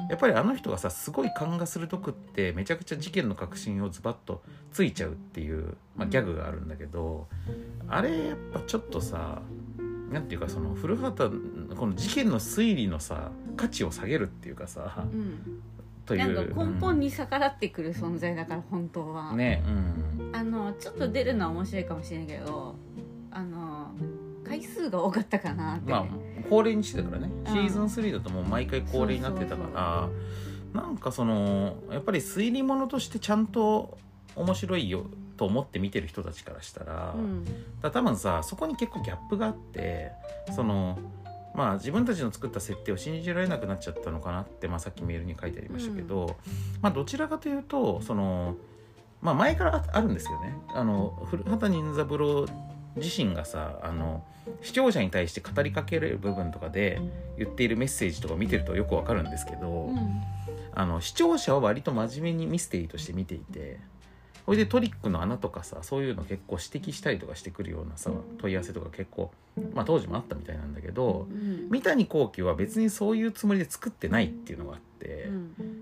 やっぱりあの人がさすごい勘が鋭くってめちゃくちゃ事件の核心をズバッとついちゃうっていう、まあ、ギャグがあるんだけど、あれやっぱちょっとさなんていうかその古畑この事件の推理のさ価値を下げるっていうかさ、 うん、 というなんか根本に逆らってくる存在だから本当は、 うん、ね、うん、 あのちょっと出るのは面白いかもしれないけどあの回数が多かったかなって、 まあ恒例にしてたからね、 うん、 シーズンスリーだともう毎回恒例になってたから、そうそうそう、なんかそのやっぱり推理物としてちゃんと面白いよと思って見てる人たちからしたら、うん、だ多分さそこに結構ギャップがあって、そのまあ自分たちの作った設定を信じられなくなっちゃったのかなって、まあ、さっきメールに書いてありましたけど、うん、まあどちらかというとそのまあ前からあるんですよね。あの古畑任三郎自身がさあの視聴者に対して語りかける部分とかで言っているメッセージとか見てるとよくわかるんですけど、うん、あの視聴者は割と真面目にミステリーとして見ていて、それでトリックの穴とかさそういうの結構指摘したりとかしてくるようなさ問い合わせとか結構、まあ、当時もあったみたいなんだけど、うん、三谷幸喜は別にそういうつもりで作ってないっていうのがあって、うん、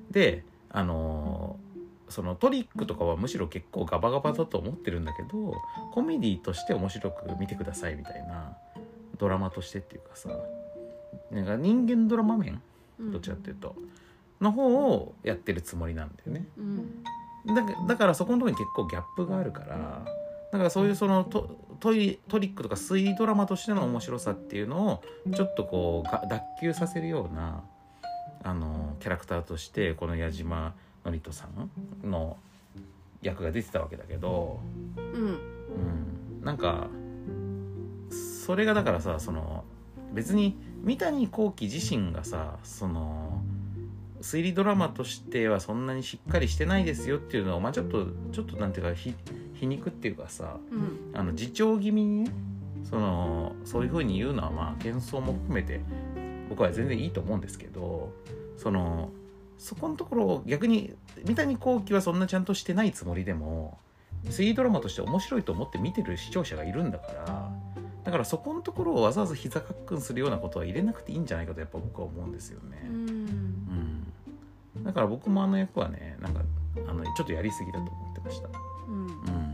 であのーそのトリックとかはむしろ結構ガバガバだと思ってるんだけどコメディとして面白く見てくださいみたいなドラマとしてっていうかさ、なんか人間ドラマ面どっちかっていうと、うん、の方をやってるつもりなんだよね、うん、だ, だからそこのところに結構ギャップがあるから、だからそういうその ト, ト, リトリックとか推理ドラマとしての面白さっていうのをちょっとこう脱臼させるようなあのキャラクターとしてこの矢島のりとさんの役が出てたわけだけど、うん、うん、なんかそれがだからさその別に三谷幸喜自身がさその推理ドラマとしてはそんなにしっかりしてないですよっていうのをまあちょっとちょっとなんていうかひ皮肉っていうかさ、うん、あの自重気味にねそのそういう風に言うのはまあ幻想も含めて僕は全然いいと思うんですけど、そのそこのところを逆に三谷幸喜はそんなちゃんとしてないつもりでも推理ドラマとして面白いと思って見てる視聴者がいるんだから、だからそこのところをわざわざ膝かっくんするようなことは入れなくていいんじゃないかとやっぱ僕は思うんですよね。うん、うん、だから僕もあの役はねなんかあのちょっとやりすぎだと思ってました。うん、うん、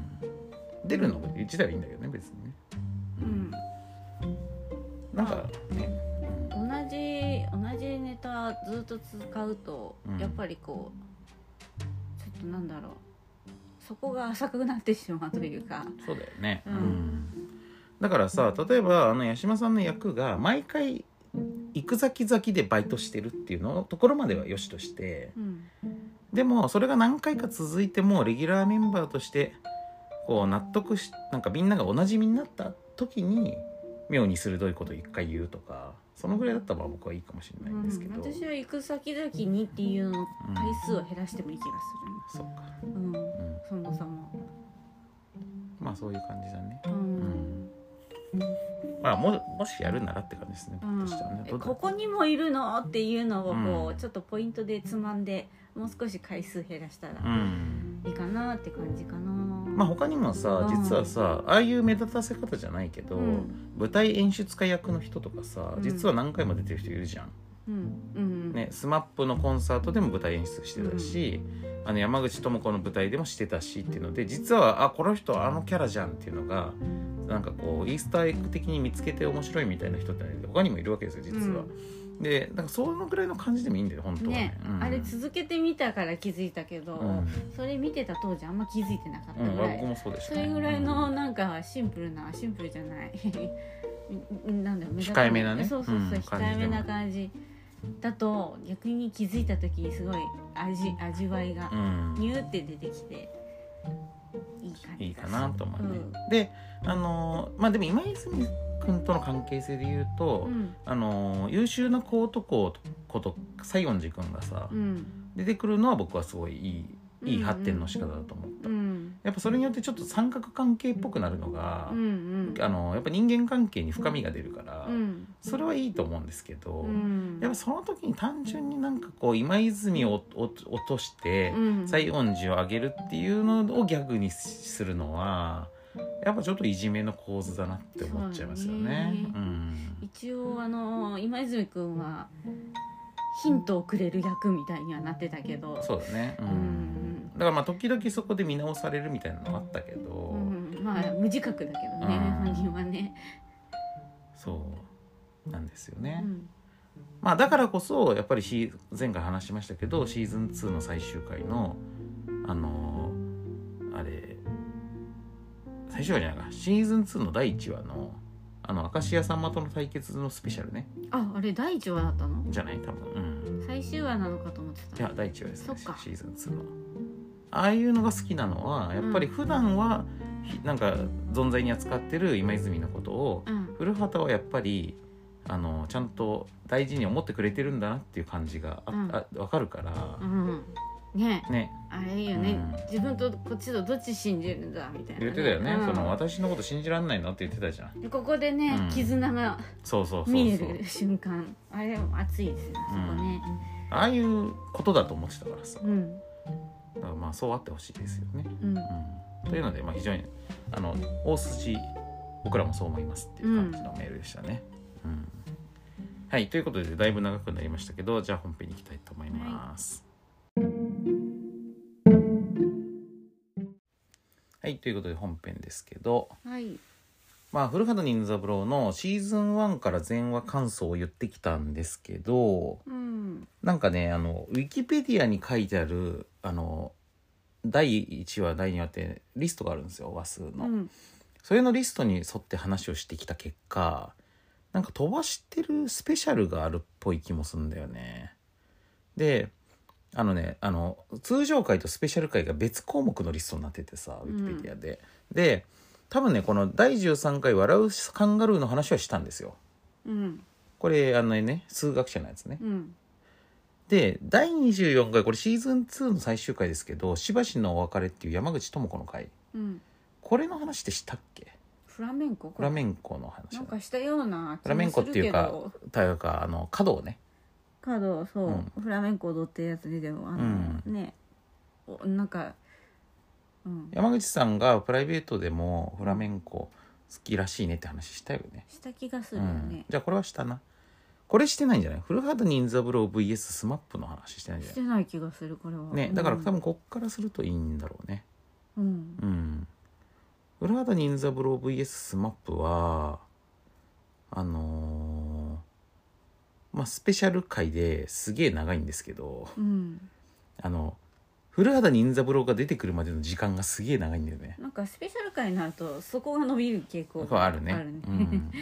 出るの自体はいいんだけどね別にね。うん、なんかね。 同じ同じネタずっと使うと、うん、やっぱりこうちょっとなんだろうそこが浅くなってしまうというか。 そうだよね、うんうん、だからさ例えばあの八島さんの役が毎回行く先々でバイトしてるっていうのところまではよしとして、うん、でもそれが何回か続いてもレギュラーメンバーとしてこう納得しなんかみんながおなじみになった時に妙に鋭いことを一回言うとかそのぐらいだったら僕はいいかもしれないんですけど、うん、 私は行く先々にっていうの回数を減らしてもいい気がする、 うん、そうか、 うんうん、そもそもまあそういう感じだね、うんうん、まあ も, もしやるならって感じですね、うん、としてはね。 ここにもいるのっていうのをこう、うん、ちょっとポイントでつまんでもう少し回数減らしたらいいかなって感じかな、うん、 まあ他にもさ実はさああいう目立たせ方じゃないけど、うん、舞台演出家役の人とかさ実は何回も出てる人いるじゃん、うんうんね、スマップのコンサートでも舞台演出してたし、うん、あの山口智子の舞台でもしてたしっていうので実はあこの人あのキャラじゃんっていうのがなんかこうイースターエッグ的に見つけて面白いみたいな人って他にもいるわけですよ実は、うん、でなんかそのぐらいの感じでもいいんだよ本当は ね, ね、うん、 あれ続けてみたから気づいたけど、うん、それ見てた当時あんま気づいてなかったぐらい、 うん、僕もそうでした、 ね、それぐらいのなんかシンプルなシンプルじゃないなんだろう控えめなねそうそうそう、うん、控えめな感じだと逆に気づいた時にすごい 味, 味わいがニューって出てきて、いい感じいいかなと思うね、うん、であのまあでも今泉君との関係性で言うと、うん、あの優秀な子男こと西園寺君がさ、うん、出てくるのは僕はすごいいいいい発展の仕方だと思った、うん、やっぱそれによってちょっと三角関係っぽくなるのが、うんうん、あのやっぱ人間関係に深みが出るから、うん、それはいいと思うんですけど、うん、やっぱその時に単純になんかこう今泉を落として西園寺を上げるっていうのをギャグにするのはやっぱちょっといじめの構図だなって思っちゃいますよね。うん、 一応あの今泉くんはヒントをくれる役みたいにはなってたけど、 そうだね、うんうんだからまあ時々そこで見直されるみたいなのあったけど、 うん、まあ無自覚だけどね、 うん本人はね、 そうなんですよね、 うんまあだからこそやっぱりシー前回話しましたけどシーズンツーの最終回のあのー、あれ最終回じゃないかシーズンツーのだいいちわのあの明石家さんまとの対決のスペシャルねああれだいいちわだったの？ じゃない多分うん最終話なのかと思ってた。 じゃあだいいちわですねそっかシーズンツーのああいうのが好きなのはやっぱり普段は、うん、なんか存在に扱ってる今泉のことを、 うん、 古畑はやっぱりあのちゃんと大事に思ってくれてるんだなっていう感じがあ、うん、あ分かるから、 うんねねあれいいよね、 うん、 自分とこっちとどっち信じるんだみたいな、ね、 言ってたよね、 うん、 その私のこと信じられないのって言ってたじゃんここでね、うん、絆が見える瞬間あれ熱いですよね、うん、そこねああいうことだと思ってたからさ、 うん、 だからまあそうあってほしいですよね、 うんうん、というので、まあ、非常にあの大筋僕らもそう思いますっていう感じのメールでしたね、うんうん、はいということでだいぶ長くなりましたけどじゃあ本編に行きたいと思います、はいはい、ということで本編ですけど、 はい、 まあ古畑任三郎のシーズンワンから全話感想を言ってきたんですけど、 うん、 なんかねあのウィキペディアに書いてあるあのだいいちわだいにわってリストがあるんですよ話数の、うん、それのリストに沿って話をしてきた結果なんか飛ばしてるスペシャルがあるっぽい気もするんだよね。であのねあの通常回とスペシャル回が別項目のリストになっててさウィキペディアで、うん、で多分ねこのだいじゅうさんかい笑うカンガルーの話はしたんですよ、 うん、 これあのね数学者のやつね、 うん、 でだいにじゅうよんかいこれシーズンツーの最終回ですけどしばしのお別れっていう山口智子の回、 うん、 これの話ってしたっけ？ フラメンコフラメンコの話なんかしたようなフラメンコっていうかというかあの華道ね華道そう、うん、フラメンコ踊ってるやつででもあの、うん、ねなんか、 うん、山口さんがプライベートでもフラメンコ好きらしいねって話したよね。 した気がするよね、うん、 じゃあこれはしたな。これしてないんじゃない？古畑任三郎 ブイエス スマップの話してないんじゃない？ してない気がするこれはねだから多分こっからするといいんだろうね。 うん、 うん、古畑任三郎 ブイエス スマップはあのーまあ、スペシャル回ですげえ長いんですけど、 うん、 あの古畑任三郎が出てくるまでの時間がすげえ長いんだよね。 なんかスペシャル回になるとそこが伸びる傾向があるね。あるね、うん、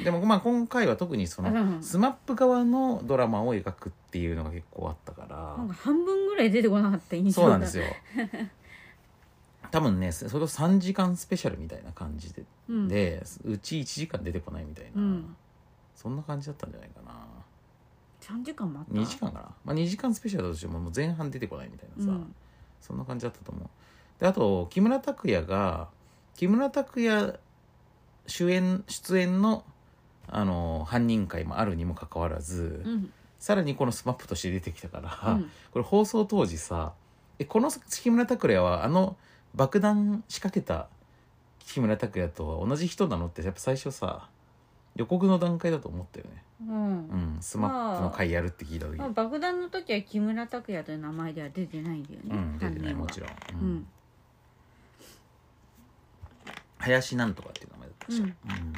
でもまあ今回は特にそのスマップ側のドラマを描くっていうのが結構あったからなんか半分ぐらい出てこなかった印象だ。 そうなんですよ多分ねそれこそさんじかんスペシャルみたいな感じで、うん、でうちいちじかん出てこないみたいな、うん、そんな感じだったんじゃないかな。 さんじかんもあったにじかんかな、まあ、にじかんスペシャルだとしてももう前半出てこないみたいなさ、うん、そんな感じだったと思う。であと木村拓哉が木村拓哉主演出演のあの犯人会もあるにもかかわらず、うん、さらにこのスマップとして出てきたから、うん、これ放送当時さえこの木村拓哉はあの爆弾仕掛けた木村拓哉とは同じ人なのってやっぱ最初さ予告の段階だと思ったよね。 うん、うん、 スマップの回やるって聞いた時、 まあ、爆弾の時は木村拓哉という名前では出てないんだよね、 うん、出てないもちろん、うんうん、林なんとかっていう名前だったし、うんうん、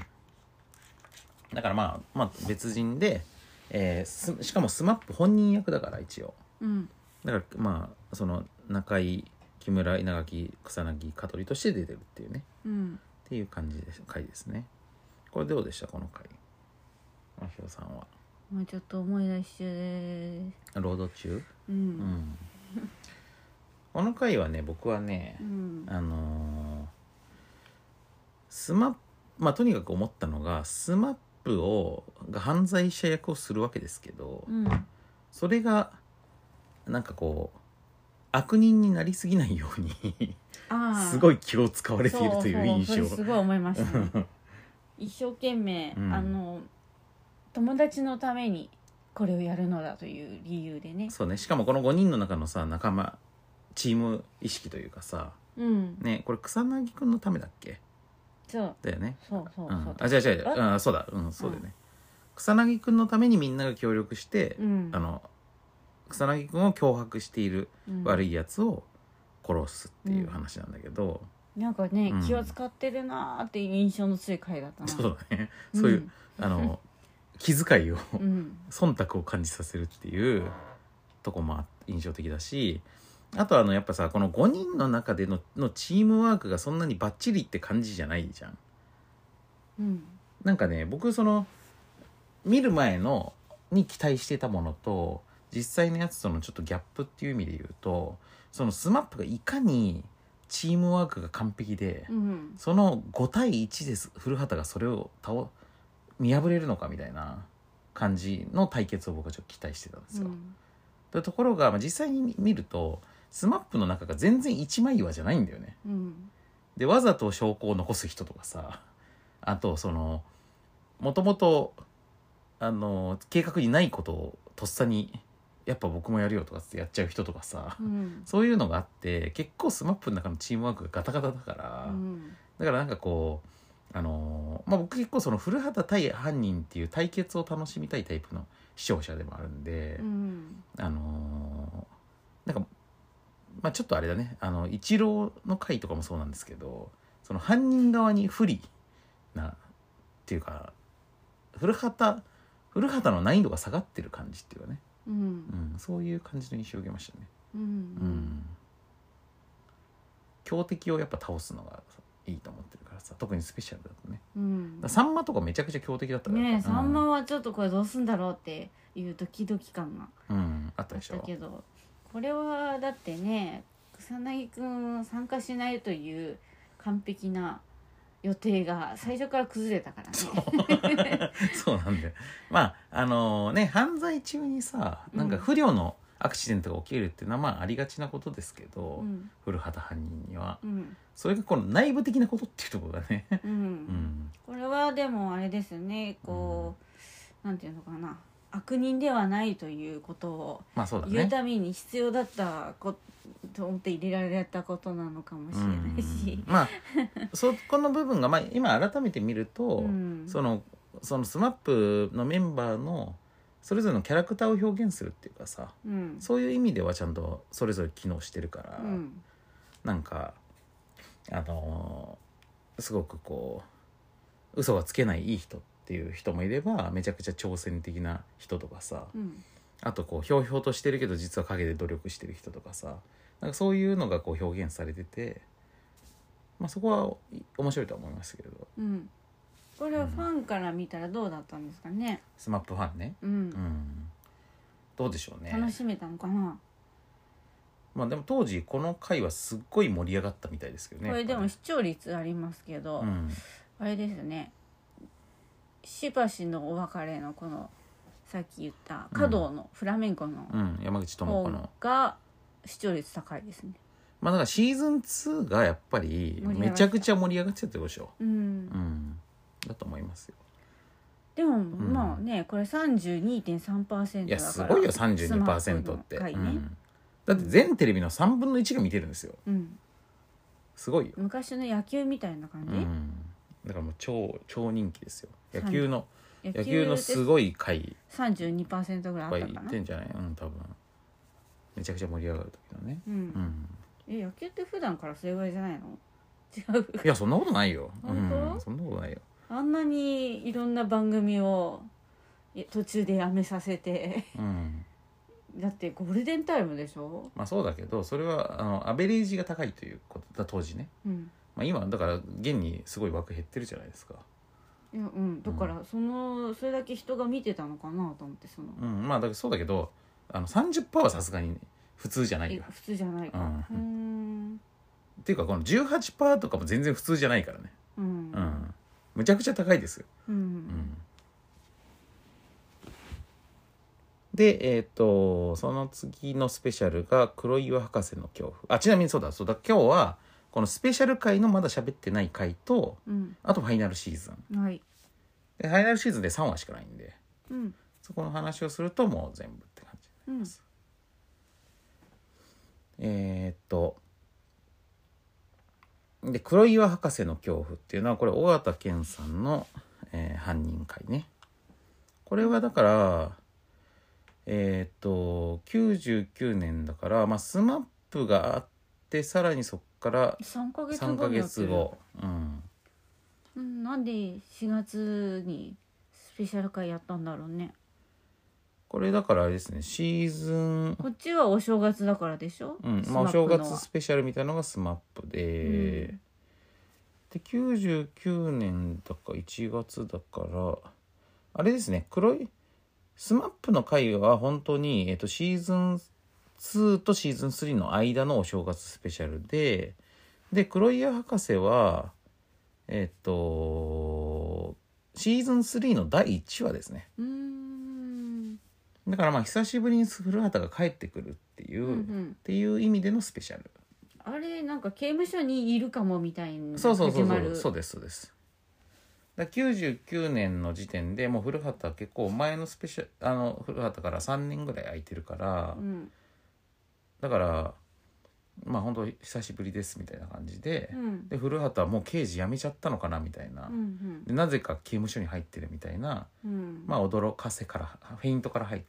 だからまあ、まあ、別人で、えー、しかもスマップ本人役だから一応、 うん、 だからまあその中井木村稲垣草薙香取として出てるっていうね、 うん、 っていう感じで回ですね。これどうでしたこの回？真帆さんは。 まあちょっと思い出し中です。 ロード中？ うん。うん、 この回はね僕はね、 うん、 あのー、スマップまあとにかく思ったのがスマップをが犯罪者役をするわけですけど、 うん、 それがなんかこう悪人になりすぎないようにすごい気を使われているという印象。 そうそうそれすごい思いましたね。一生懸命、うん、あの友達のためにこれをやるのだという理由でね。 そうね。しかもこのごにんの中のさ仲間チーム意識というかさ、 うん、 ねこれ草薙くんのためだっけ？ そうだよね。 そうそうそう、 うん、あ違う違う違う、うん、そうだうんそうだよね、うん、草薙くんのためにみんなが協力して、 うん、 あの草薙くんを脅迫している悪いやつを殺すっていう話なんだけど、 うん、なんかね、 うん、 気を使ってるなーっていう印象の強い回だったな。 そうだね、そういう、うん、あの気遣いを、 うん、 忖度を感じさせるっていうとこも印象的だし、あとあのやっぱさ、このごにんの中で の, のチームワークがそんなにバッチリって感じじゃないじゃん。 うん、 なんかね、僕その見る前のに期待してたものと実際のやつとのちょっとギャップっていう意味で言うと、そのスマップがいかにチームワークが完璧で、 うん、そのごたいいちです古畑がそれを倒見破れるのかみたいな感じの対決を僕はちょっと期待してたんですよ。うん、とところが、まあ、実際に見るとスマップの中が全然一枚岩じゃないんだよね。 うん、 でわざと証拠を残す人とかさ、あとそのもともとあの計画にないことをとっさにやっぱ僕もやるよとかってやっちゃう人とかさ、 うん、 そういうのがあって結構スマップの中のチームワークがガタガタだから、 うん、 だからなんかこうあのまあ僕結構その古畑対犯人っていう対決を楽しみたいタイプの視聴者でもあるんで、 うん、 あのなんかまあちょっとあれだね、あの一郎の回とかもそうなんですけど、その犯人側に不利なっていうか古畑古畑の難易度が下がってる感じっていうかね、 うんうん、そういう感じの印象を受けましたね。 うんうん、 強敵をやっぱ倒すのがいいと思ってるからさ、特にスペシャルだとね、 うん、 だサンマとかめちゃくちゃ強敵だったからねえ、 うん、 サンマはちょっとこれどうすんだろうっていうドキドキ感がうん、あっあったでしょ。 たけど、これはだってね、草薙くん参加しないという完璧な予定が最初から崩れたからね。 そうなんだよ。まああのね、犯罪中にさ、なんか不慮のアクシデントが起きるっていうのはまあありがちなことですけど、うん、古畑犯人には、うん、それがこの内部的なことっていうところがね、 うんうん、これはでもあれですよね、こう、うん、なんていうのかな、悪人ではないということを言うために必要だったこと思って入れられたことなのかもしれないし、 まあそこの部分が、まあ、今改めて見ると、うん、そのそのスマップのメンバーのそれぞれのキャラクターを表現するっていうかさ、うん、そういう意味ではちゃんとそれぞれ機能してるから、うん、なんかあのー、すごくこう嘘がつけないいい人っていう人もいれば、めちゃくちゃ挑戦的な人とかさ、うん、あとこうひょうひょうとしてるけど実は陰で努力してる人とかさ、なんかそういうのがこう表現されてて、まあ、そこは面白いとは思いますけれど、 うん、これはファンから見たらどうだったんですかね。 スマップファンね、うんうん、どうでしょうね。 楽しめたのかな。 まあでも当時この回はすっごい盛り上がったみたいですけどね。 これでも視聴率ありますけど、うん、あれですね、しばしのお別れのこのさっき言った華道のフラメンコの、 うんうん、山口智子のが視聴率高いですね。 まあだからシーズンツーがやっぱりめちゃくちゃ盛り上がってたってことでしょ。うん、うん、だと思いますよ。 でも、うん、まあね、これ さんじゅうにてんさんパーセント だから、 いやすごいよ さんじゅうにパーセント って、ね、うん、だって全テレビのさんぶんのいちが見てるんですよ、うん、すごいよ。 昔の野球みたいな感じ、うん、 だからもう超超人気ですよ。野球の野球のすごい回さんじゅうにパーセント ぐらいあったかな。 いってんじゃない、うん、多分めちゃくちゃ盛り上がる時のね、うんうん、 え野球って普段からそれぐらいじゃないの？違う？ いやそんなことないよ。 本当？ うん、そんなことないよ。 あんなにいろんな番組を途中でやめさせて、うん、だってゴールデンタイムでしょ。 まあそうだけど、それはあのアベレージが高いということだ当時ね、うん、まあ、今だから現にすごい枠減ってるじゃないですか。 いや、うん、だからその、うん、それだけ人が見てたのかなと思って、その、 うん、まあだからそうだけど、あの さんじゅっパーセント はさすがに普通じゃないよ。 普通じゃないか、うん、うーんっていうかこの じゅうはちパーセント とかも全然普通じゃないからね、うん、うん、むちゃくちゃ高いですよ、うんうん、でえっ、ー、とその次のスペシャルが黒岩博士の恐怖。あ、ちなみにそうだそうだ、今日はこのスペシャル回のまだ喋ってない回と、うん、あとファイナルシーズン、はい、でファイナルシーズンでさんわしかないんで、うん、そこの話をするともう全部って感じになります、うん、えー、っとで黒岩博士の恐怖っていうのはこれ尾形健さんの、えー、犯人会ね。これはだからえっ、ときゅうじゅうきゅうねんだから、まあ、スマップがあってさらにそっからさんかげつさんかげつご、うん、 うん、なんでしがつにスペシャル回やったんだろうね。 これだからあれですね、シーズン、 こっちはお正月だからでしょ、 うんまあ、お正月スペシャルみたいなのがスマップで、 うんできゅうじゅうきゅうねんだかいちがつだからあれですね、黒いスマップの回は本当に、えっと、シーズンツーとシーズンスリーの間のお正月スペシャルで、で黒イヤ博士はえっとシーズンスリーのだいいちわですね。 うーんだからまあ久しぶりに古畑が帰ってくるっていう、 うんうん、 っていう意味でのスペシャル。 あれなんか刑務所にいるかもみたいなそうそうそうそ始まる。 うそうですそうです。だきゅうじゅうきゅうねんの時点でもう古畑は結構前のスペシャルあの古畑からさんねんぐらい空いてるから、 うん、 だからまあ本当久しぶりですみたいな感じで、 うん、 で古畑はもう刑事辞めちゃったのかなみたいな、 うんうんでなぜか刑務所に入ってるみたいな、 うんまあ驚かせからフェイントから入って、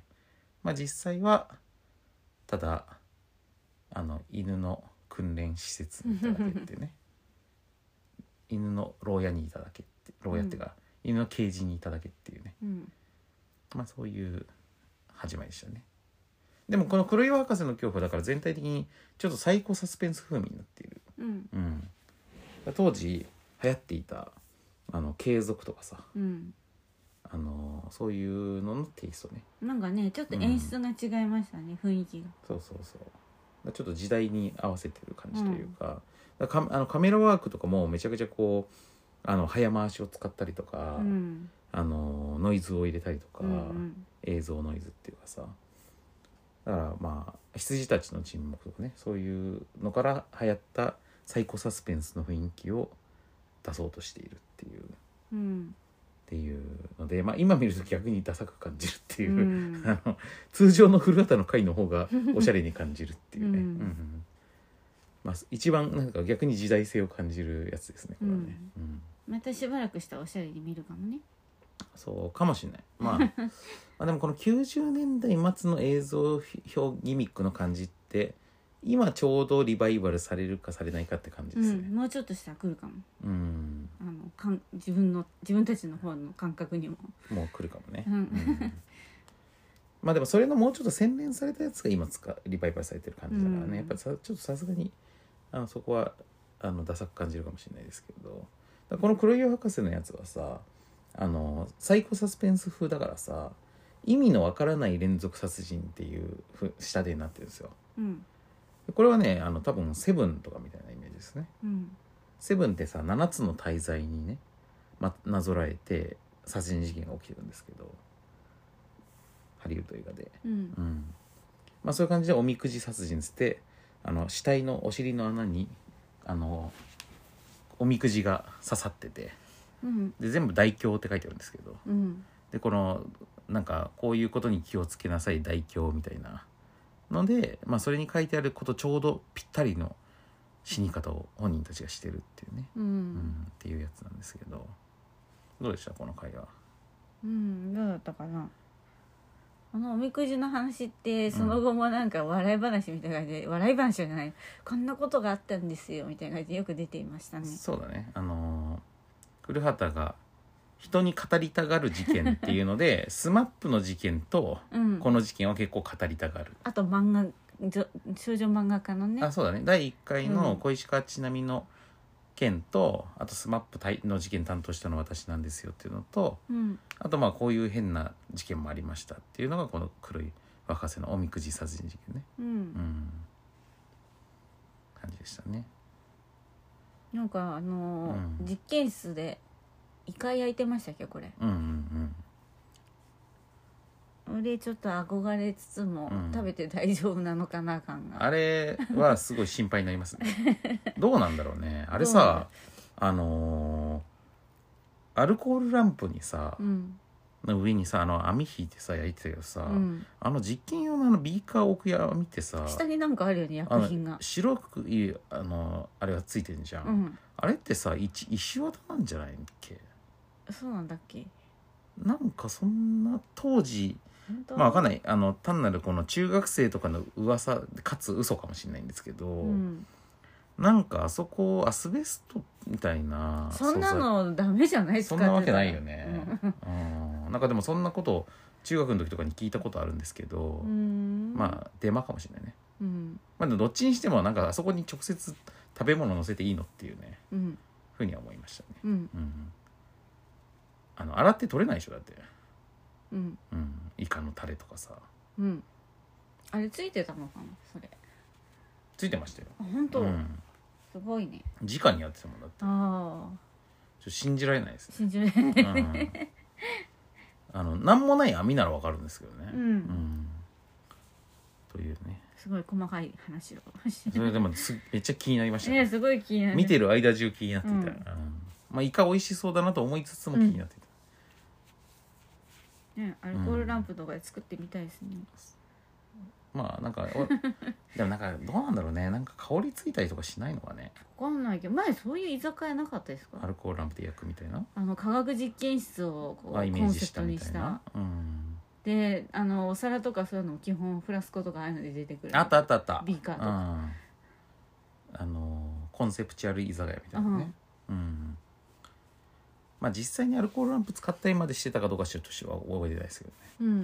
まあ実際はただあの犬の訓練施設にいただけってね犬の牢屋にいただけって牢屋っていうか、うん、犬のケージにいただけっていうね、 うん、 まあそういう始まりでしたね。でもこの黒岩博士の恐怖だから全体的にちょっとサイコサスペンス風味になっている、 うんうん、当時流行っていたあの継続とかさ、 うん、 あのそういうののテイストね。 なんかねちょっと演出が違いましたね、うん、雰囲気が。 そうそうそうちょっと時代に合わせてる感じというか、うん、だからあのカメラワークとかもめちゃくちゃこうあの早回しを使ったりとか、うん、あのノイズを入れたりとか、うんうん、映像ノイズっていうかさ、だからまあ羊たちの沈黙とかね、そういうのから流行ったサイコサスペンスの雰囲気を出そうとしているっていう、 うん、 っていうので、まあ、今見ると逆にダサく感じるっていう、うん、あの通常の古畑の回の方がおしゃれに感じるっていうね、うんうん、まあ、一番なんか逆に時代性を感じるやつですねこれはね、うんうん、 またしばらくしたらおしゃれに見るかもね。 そうかもしれない、まあ、まあでもこのきゅうじゅうねんだい末の映像表ギミックの感じって今ちょうどリバイバルされるかされないかって感じですね、 うん、もうちょっとしたら来るかも、 うん、 あのかん自分の自分たちの方の感覚にももう来るかもね、 うんうん、まあでもそれのもうちょっと洗練されたやつが今使リバイバルされてる感じだからね、うん、やっぱりさちょっとさすがにあのそこはあのダサく感じるかもしれないですけど、だこの黒岩博士のやつはさあのサイコサスペンス風だからさ意味のわからない連続殺人っていう仕立てになってるんですよ、うん、これはねあの多分セブンとかみたいなイメージですね、うん、セブンってさななつの大罪にね、ま、なぞらえて殺人事件が起きてるんですけどハリウッド映画で、うんうんまあ、そういう感じでおみくじ殺人つってあの死体のお尻の穴にあのおみくじが刺さってて、うん、で全部大凶って書いてあるんですけど、うん、でこのなんかこういうことに気をつけなさい大凶みたいなので、まあ、それに書いてあることちょうどぴったりの死に方を本人たちがしてるっていうね、うんうん、っていうやつなんですけど、どうでしたこの回は。 うんどうだったかな。あのおみくじの話ってその後もなんか笑い話みたいな感じで、うん、笑い話じゃないこんなことがあったんですよみたいな感じでよく出ていましたね。 そうだね、あのー、古畑が人に語りたがる事件っていうのでスマップの事件とこの事件は結構語りたがる、うん、 あと漫画少女漫画家のね、 あそうだねだいいっかいの小石川ちなみの件と、うん、あとスマップの事件担当したのは私なんですよっていうのと、うん、あとまあこういう変な事件もありましたっていうのがこの黒い博士のおみくじ殺人事件ね、うんうん、感じでしたね。 なんかあのーうん、実験室でイカ焼いてましたっけこれ、うんうんうん俺ちょっと憧れつつも、うん、食べて大丈夫なのかな感があれはすごい心配になりますねどうなんだろうねあれさあのー、アルコールランプにさ、うん、の上にさあの網引いてさ焼いてたけどさ、うん、あの実験用のあのビーカー置くや見てさ下になんかあるよね薬品が白くいいあのあれがついてるじゃん、うん、あれってさ石石綿なんじゃないっけ。 そうなんだっけ。 なんかそんな当時本当まあわかんない、あの単なるこの中学生とかの噂かつ嘘かもしれないんですけど、 うん、 なんかあそこアスベストみたいなそんなのダメじゃない素材そんなわけないよ使ってね、 たらうん、なんかでもそんなこと中学の時とかに聞いたことあるんですけど、 うん、 まあデマかもしれないね。 うん、 まあでもどっちにしてもなんかあそこに直接食べ物乗せていいのっていうねうんふうには思いましたね。 うん、 うんあの洗って取れないでしょだって、 うんうん、イカのタレとかさうん、あれついてたのかなそれ。 ついてましたよ。 あ本当、 うんすごいね。 直にやってたもんだってちょああっと信じられないですね。 信じられない、 うんあの何もない網ならわかるんですけどね、 うんうんというね。 すごい細かい話をそれでもすめっちゃ気になりましたね。 ねすごい気になる。 見てる間中気になっていた、 うんうんまあイカ美味しそうだなと思いつつも気になっていた、 ね、アルコールランプとかで作ってみたいですね。 まあなんかおでもなんかどうなんだろうね、なんか香りついたりとかしないのかね。 わかんないけど前そういう居酒屋なかったですか？ アルコールランプで焼くみたいなあの科学実験室をこうあイメコンセプージしたトにしたみたいな、うん、 であのお皿とかそういうのも基本フラスコとかああいうので出てくる。 あったあったあったビーカーとか、 うん、あのコンセプチュアル居酒屋みたいなね、うん、うん、まあ実際にアルコールランプ使ったりまでしてたかどうかちょっとは覚えてないですけどね、 うん、 うん、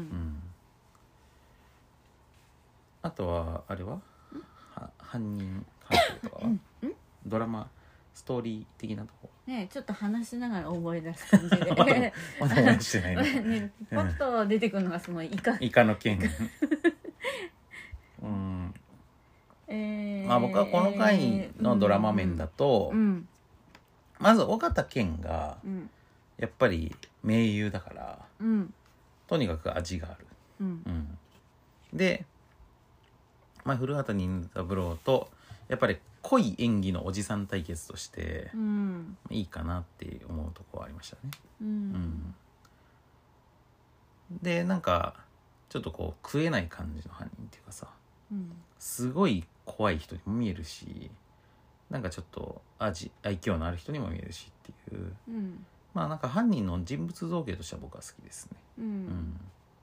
あとはあれはは犯人関係とかはドラマストーリー的なとこねちょっと話しながら覚え出す感じでまだまだ思いしてないねねパッと出てくるのがそのイカ、 イカの件うんえー、 まあ僕はこの回のドラマ面だと、 うんうんまず尾形健がうんやっぱり名優だからうんとにかく味がある、 うんうん、で、まあ、古畑任三郎とやっぱり濃い演技のおじさん対決としてうんいいかなって思うところはありましたね、 ううんん、でなんかちょっとこう食えない感じの犯人っていうかさうんすごい怖い人にも見えるしなんかちょっと味愛嬌のある人にも見えるしっていううんまあなんか犯人の人物造形としては僕は好きですね。 ううんん。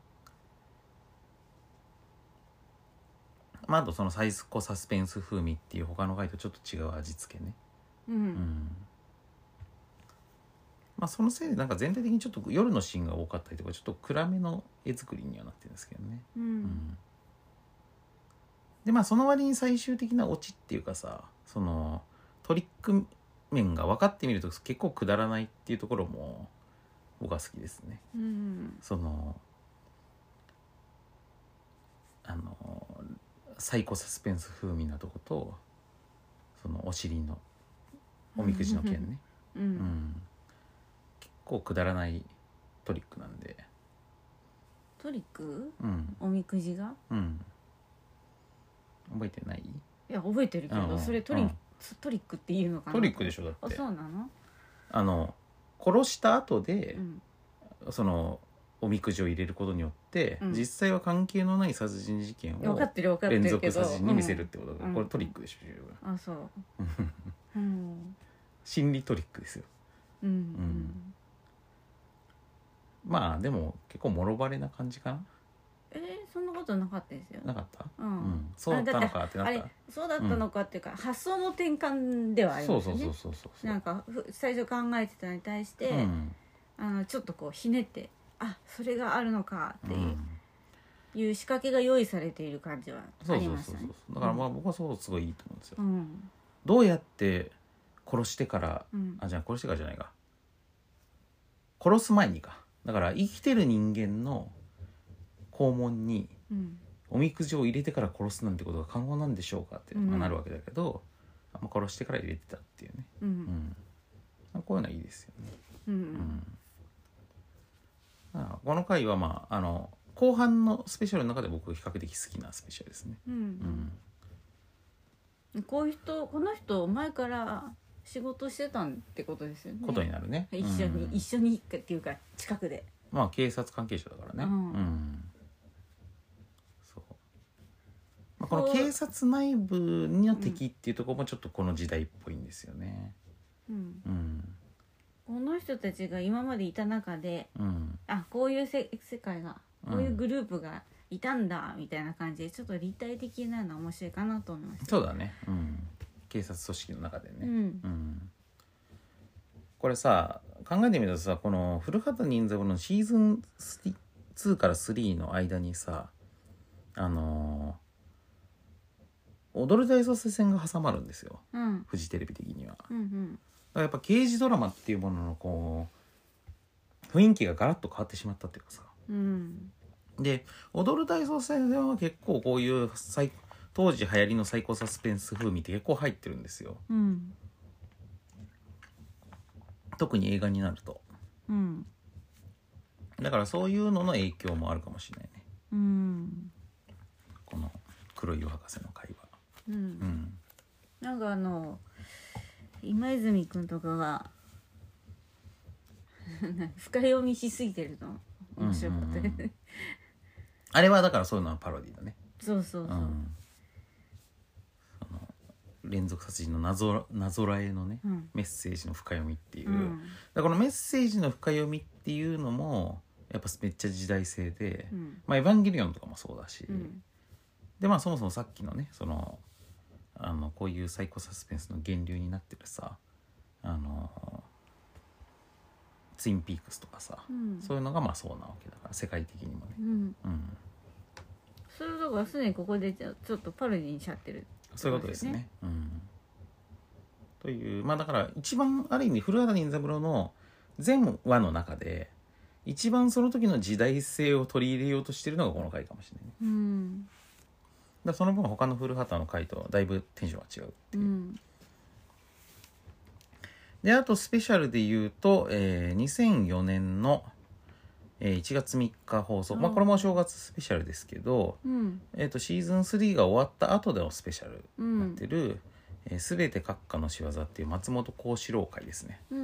まああとそのサイコサスペンス風味っていう他の回とちょっと違う味付けね。 ううんん。まあそのせいでなんか全体的にちょっと夜のシーンが多かったりとかちょっと暗めの絵作りにはなってるんですけどね。 ううんん。でまあその割に最終的なオチっていうかさそのトリック面が分かってみると結構くだらないっていうところも僕は好きですね。 うんそのあのサイコサスペンス風味なとことそのお尻のおみくじの件ね、 ううんん、結構くだらないトリックなんで、 トリックうんおみくじがうん、覚えてない？ いや覚えてるけどうんそれトリ,、 うんトリックっていうのかな。 トリックでしょだっあてそうなの？ あの殺した後でう、んそのおみくじを入れることによって、 うん実際は関係のない殺人事件を分かってる分かって連るけど続殺人に見せるってことだから、 うんこれトリックでしょ、 うんあそううん心理トリックですよ。 うんんまあでも結構もろバレな感じかな。 えー、そんなことなかったですよ。 なかった？ ううんん、そうだったのかってなあれった。 そうだったのかっていうか、発想の転換ではありますよね。 そうそうそうそうそう。 なんかふ最初考えてたのに対して、 うんあのちょっとこうひねってあそれがあるのかってうんいう仕掛けが用意されている感じはあそうそうそうりましたね。 そう。だからまあ僕はそうすごいいいと思うんですよ。 うんどうやって殺してからうんあじゃあ殺してからじゃないか。殺す前にか。だから生きてる人間の肛門にうんおみくじを入れてから殺すなんてことが可能なんでしょうかってうんなるわけだけど、あんま殺してから入れてたっていうね。 ううんん。こういうのはいいですよね。 うんうんあこの回はまああの後半のスペシャルの中で僕比較的好きなスペシャルですね。 ううんん、 うんこういう人この人前から仕事してたんってことですよね。 ことになるね。 一緒に、 うん一緒にっていうか近くで。 まあ警察関係者だからね。 うんうんそうまあ、この警察内部の敵っていうところもちょっとこの時代っぽいんですよね。 うんうんこの人たちが今までいた中でうんあこういうせ世界がこういうグループがいたんだみたいな感じでちょっと立体的なの面白いかなと思いました。 そうだね、うん、警察組織の中でね、 うんうん、これさ考えてみるとさ、この古畑任三郎のシーズンツーからスリーの間にさ、あのー、踊る大捜査線が挟まるんですよ、 うん、 フジテレビ的には、 うんうん、 だからやっぱ刑事ドラマっていうもののこう雰囲気がガラッと変わってしまったっていうかさ、 うん、 で踊る大捜査線は結構こういう最当時流行りのサイコサスペンス風味って結構入ってるんですよ、 うん、 特に映画になると、 うん、 だからそういうのの影響もあるかもしれないね、 うん、 この黒い湯博士の会話、 うん、 うん、 なんかあの今泉くんとかが深読みしすぎてるの面白かった、うんうんうん、 あれはだからそういうのはパロディだね。 そうそうそう、うん、 その連続殺人のなぞなぞらえのね、 うん、 メッセージの深読みっていう、 うん、 だからこのメッセージの深読みっていうのもやっぱめっちゃ時代性で、うん、まあエヴァンゲリオンとかもそうだし、うん、でまあそもそもさっきのねそのあのこういうサイコサスペンスの源流になってるさ、あのツインピークスとかさ、うん、そういうのがまあそうなわけだから世界的にもね、うんうん、 それだからすでにここでちょっとパロディにしちゃってる、ね、 そういうことですね、うん、というまあだから一番ある意味古畑任三郎の全話の中で一番その時の時代性を取り入れようとしてるのがこの回かもしれないね、うん、だからその分他の古畑の回とだいぶテンションが違うっていう、うん、であとスペシャルで言うと、えー、にせんよねんの、えー、いちがつみっか放送、まあこれもお正月スペシャルですけど、うん、えー、とシーズンスリーが終わった後でのスペシャルになってる、うんえー、全て閣下の仕業っていう松本幸四郎回ですね、うんうん、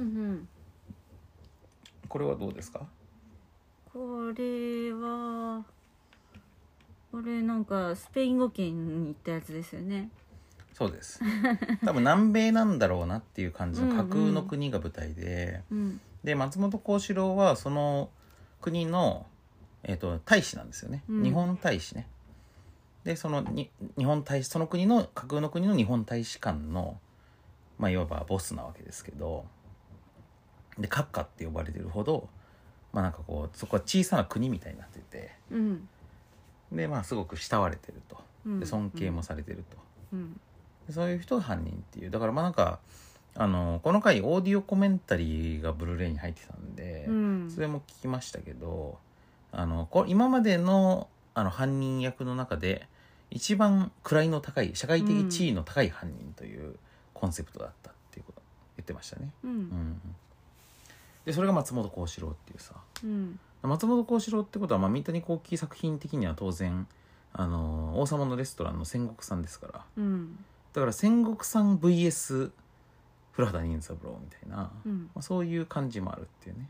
これはどうですか？ これはこれなんかスペイン語圏に行ったやつですよね。 そうです多分南米なんだろうなっていう感じの架空の国が舞台で、うんうん、で松本幸四郎はその国の、えーと、大使なんですよね、うん、日本大使ね。でそのに日本大使その国の架空の国の日本大使館のまあいわばボスなわけですけど、で閣下って呼ばれてるほどまあなんかこうそこは小さな国みたいになってて、うん、でまあすごく慕われてると、で尊敬もされてると、うんうん、でそういう人が犯人っていう。だからまあなんかあのこの回オーディオコメンタリーがブルーレイに入ってたんで、うん、それも聞きましたけど、あのこ今までのあの犯人役の中で一番位の高い社会的地位の高い犯人というコンセプトだったっていうことを言ってましたね、うんうん、でそれが松本幸四郎っていうさ、うん、松本幸四郎ってことは、まあ、三谷幸喜作品的には当然あの王様のレストランの戦国さんですから、うん、だから戦国さん ブイエス 古畑任三郎みたいな、うんまあ、そういう感じもあるっていうね。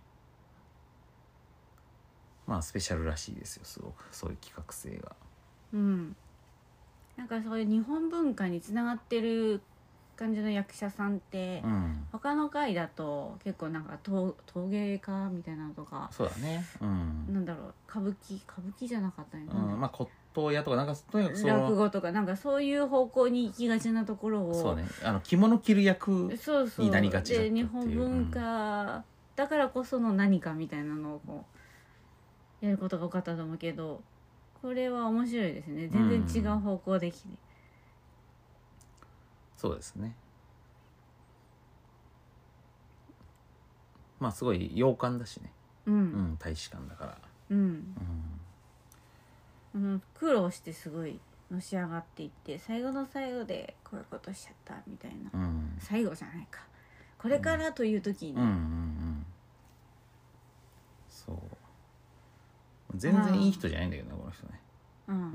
まあスペシャルらしいですよ、すごくそういう企画性が。うん。 なんかそういう日本文化につながってる感じの役者さんって、うん、他の回だと結構なんか陶芸家みたいなのとか、 そうだね、うん、 なんだろう歌舞伎歌舞伎じゃなかったね、 うん、まあ骨董屋とかなんかとにかくその落語とかなんかそういう方向に行きがちなところを、 そうね、あの着物着る役になりがちだったっていう。そうそうで日本文化だからこその何かみたいなのをこうやることが多かったと思うけど、これは面白いですね。全然違う方向できて、うん、 そうですね。まあすごい洋館だしね、うんうん、大使館だから、うんうん、うん、苦労してすごいのし上がっていって最後の最後でこういうことしちゃったみたいな、うん、最後じゃないかこれからという時に、うんうんうんうん、 そう全然いい人じゃないんだけどねこの人ね、うんうん、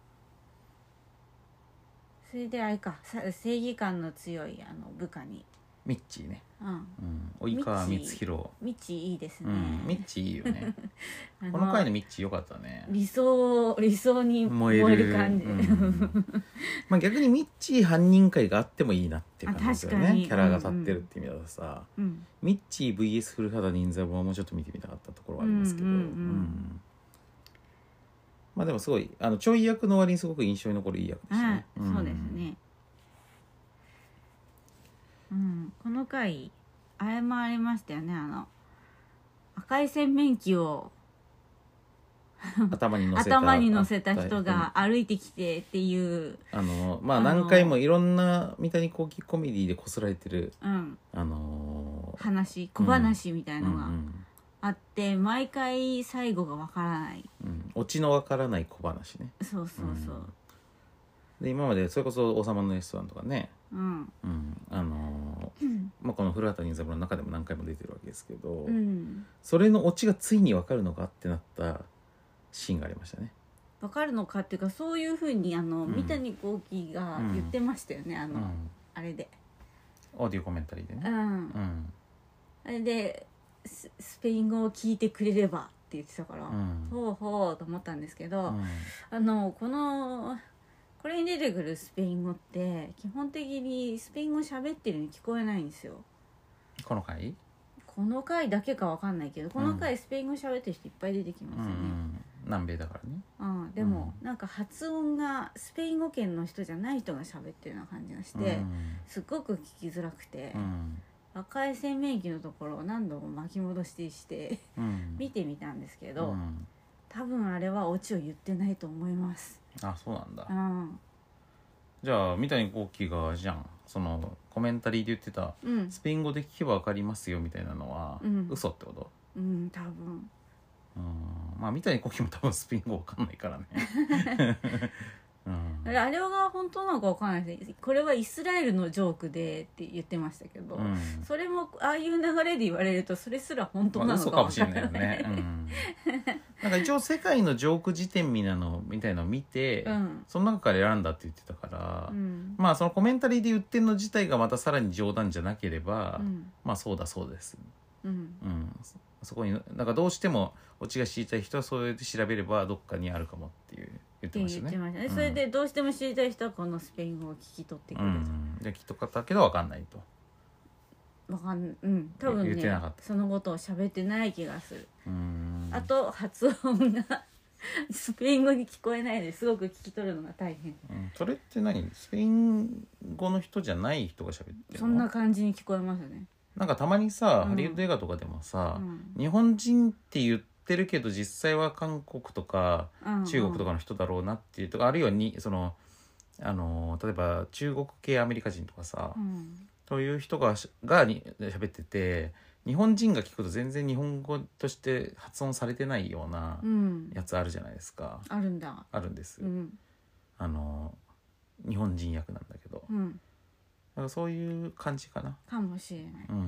それであれか正義感の強いあの部下にミッチーね、うんうん、及川光弘ミッチーいいですね、 うん、ミッチーいいよねこの回のミッチーよかったね。 理想理想に燃える感じ、うん、 まあ逆にミッチー犯人会があってもいいなっていう感じですよね。キャラが立ってるって意味だとさ、うんうん、ミッチー ブイエス 古畑任三郎もちょっと見てみたかったところはありますけど、うんうんうんうん、 まあでもすごいあのちょい役の割にすごく印象に残るいい役でしたね、 はい、そうですね。うん、この回あれもありましたよね、あの赤い洗面器を頭に乗せた頭に乗せた人が歩いてきてっていう、 あのまあ何回もいろんな三谷幸喜コメディでこすられてる、 うん、 あのー、 話小話みたいのがうんあって、うん、毎回最後がわからない、 うん、オチのわからない小話ね。 そうそうそう、うん、 で今までそれこそ王様のレストランとかね、 うんうん、あのーうんまあ、この古畑任三郎の中でも何回も出てるわけですけど、うん、それのオチがついにわかるのかってなったシーンがありましたね。 わかるのかっていうか、そういうふうにあの、うん、三谷幸喜が言ってましたよね、あの、うん、あれでオーディオコメンタリーでね、 うんうん、あれでス, スペイン語を聞いてくれればって言ってたから、うん、ほうほうと思ったんですけど、うん、あのこのこれに出てくるスペイン語って基本的にスペイン語喋ってるように聞こえないんですよ。 この回この回だけかわかんないけど、この回スペイン語喋ってる人いっぱい出てきますよね、うん、 南米だからね、 うん、でも、うん、なんか発音がスペイン語圏の人じゃない人が喋ってるような感じがして、うん、すっごく聞きづらくて、うん、赤い洗面器のところを何度も巻き戻してして、うん、見てみたんですけど、うん、多分あれはオチを言ってないと思います。 あ、そうなんだ、 うん、 じゃあ三谷幸喜がじゃんそのコメンタリーで言ってた、うん、スペイン語で聞けば分かりますよみたいなのは、うん、嘘ってこと？ うん、多分。 うん、まあ三谷幸喜も多分スペイン語分かんないからね、 うん、あれは本当なのか分かんないですね。これはイスラエルのジョークでって言ってましたけど、うん、それもああいう流れで言われるとそれすら本当なのか分かんない、まあ、嘘かもしれないよね、うん、なんか一応世界のジョーク辞典みたいなのみたいなのを見て、うん、その中から選んだって言ってたから、うん、まあそのコメンタリーで言ってるの自体がまたさらに冗談じゃなければ、うん、まあそうだそうです、うんうん、そこになんかどうしてもオチが知りたい人はそれで調べればどっかにあるかもっていう言ってましたね。言ってましたね、うん、 それでどうしても知りたい人はこのスペイン語を聞き取ってくれる、うん、 で聞き取ったけど分かんないと分かんうん多分ねそのことを喋ってない気がする。うん、あと発音がスペイン語に聞こえないですごく聞き取るのが大変、 うん、それって何スペイン語の人じゃない人が喋ってるの？ そんな感じに聞こえますよね。 なんかたまにさ、うん、ハリウッド映画とかでもさ、うん、日本人って言ってるけど実際は韓国とか中国とかの人だろうなっていうとか、うんうん、あるいはにそのあの例えば中国系アメリカ人とかさ、うん、そういう人ががに喋ってて日本人が聞くと全然日本語として発音されてないようなやつあるじゃないですか、 うん、あるんだあるんです、うん、あの日本人役なんだけど、うんだからそういう感じかなかもしれない、うんうん、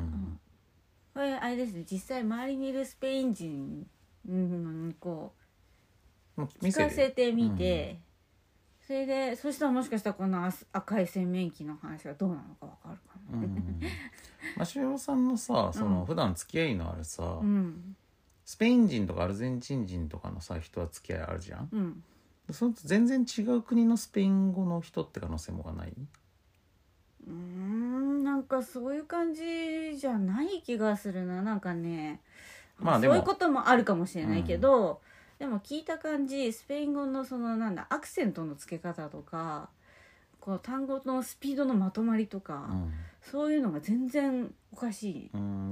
これあれですね実際周りにいるスペイン人にこう聞かせてみて、うん、それでそしたらもしかしたらこの赤い洗面器の話がどうなのか分かるかも、ねうんまあ、しおさんのさその普段付き合いのあるさ、うん、スペイン人とかアルゼンチン人とかのさ人は付き合いあるじゃん、うん、その全然違う国のスペイン語の人って可能性もがない？ うーんなんかそういう感じじゃない気がするな。なんかね、まあ、そういうこともあるかもしれないけど、うん、でも聞いた感じスペイン語のそのなんだアクセントの付け方とかこう単語のスピードのまとまりとか、うん、そういうのが全然おかしい、 うん、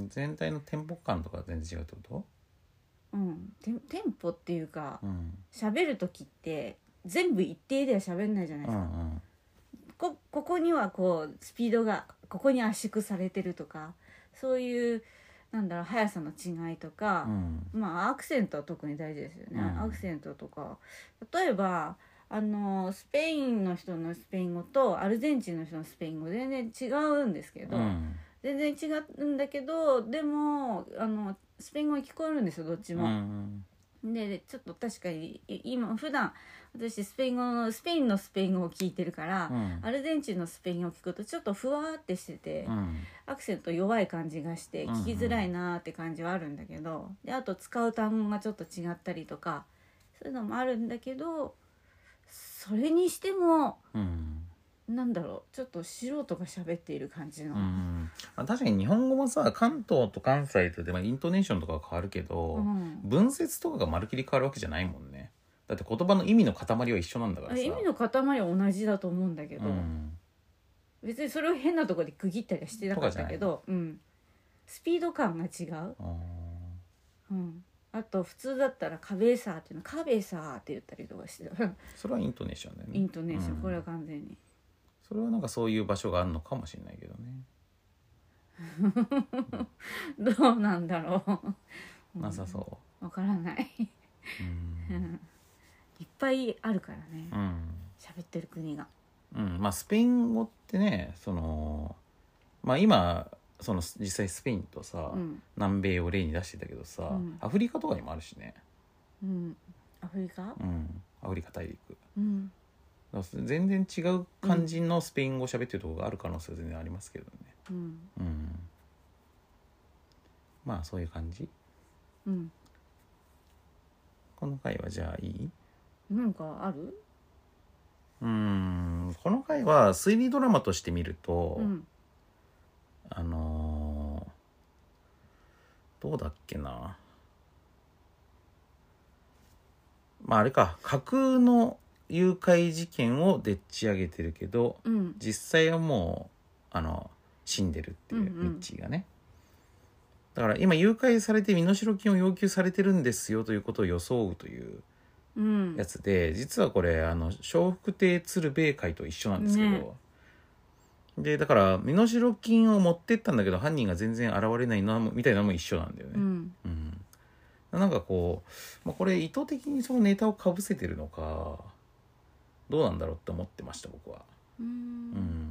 全体のテンポ感とか全然違うってこと？ うん、テン、テンポっていうか喋、うん、る時って全部一定では喋んないじゃないですか、うんうんこ, ここにはこうスピードがここに圧縮されてるとかそういうなんだろう速さの違いとか、うん、まあアクセントは特に大事ですよね、うん、アクセントとか例えばあのスペインの人のスペイン語とアルゼンチンの人のスペイン語全然違うんですけど、うん、全然違うんだけどでもあのスペイン語に聞こえるんですよどっちも、うんでちょっと確かに今普段私スペイン語のスペインのスペイン語を聞いてるから、うん、アルゼンチンのスペイン語を聞くとちょっとふわーってしてて、うん、アクセント弱い感じがして聞きづらいなーって感じはあるんだけど、うんうん、であと使う単語がちょっと違ったりとかそういうのもあるんだけどそれにしても、うん、なんだろうちょっと素人が喋っている感じの、うん、 確かに日本語もさ関東と関西とで、まあ、イントネーションとかは変わるけど、うん、文節とかがまるきり変わるわけじゃないもんね。 だって言葉の意味の塊は一緒なんだからさ。 意味の塊は同じだと思うんだけど、 うん、 別にそれを変なところで区切ったりはしてなかったけど、うん、スピード感が違う、 あ、 うん、あと普通だったらカベーサーっていうのカベーサーって言ったりとかしてそれはイントネーションだよね。 イントネーション、 うん、 これは完全にそれはなんかそういう場所があるのかもしれないけどねどうなんだろうなさそう、わからない、 う、うん、 いっぱいあるからね、 うん喋ってる国が、 うん、まあスペイン語ってね、そのまあ今その実際スペインとさ、 うん、 南米を例に出してたけどさ、 うん、 アフリカとかにもあるしね、 うん、アフリカ、 うん、アフリカ大陸、 うん、 だから全然違う感じのスペイン語を喋ってるところがある可能性は全然ありますけどね、 うんうん、まあそういう感じ。 うん、 この回はじゃあいい？ なんかある？ うーん、この回は推理ドラマとして見ると、 うん、 あのー、どうだっけな、まああれか、架空の誘拐事件をでっち上げてるけど、 うん、 実際はもうあの死んでるっていう、 うんうんミッチーがね。だから今誘拐されて身代金を要求されてるんですよということを装うといううん、 やつで、実はこれあの笑福亭鶴瓶会と一緒なんですけど、 ね、 でだから身代金を持ってったんだけど犯人が全然現れないのみたいなのも一緒なんだよね、 うんうん、なんかこう、まあ、これ意図的にそのネタをかぶせてるのかどうなんだろうって思ってました僕は。 うん、 うん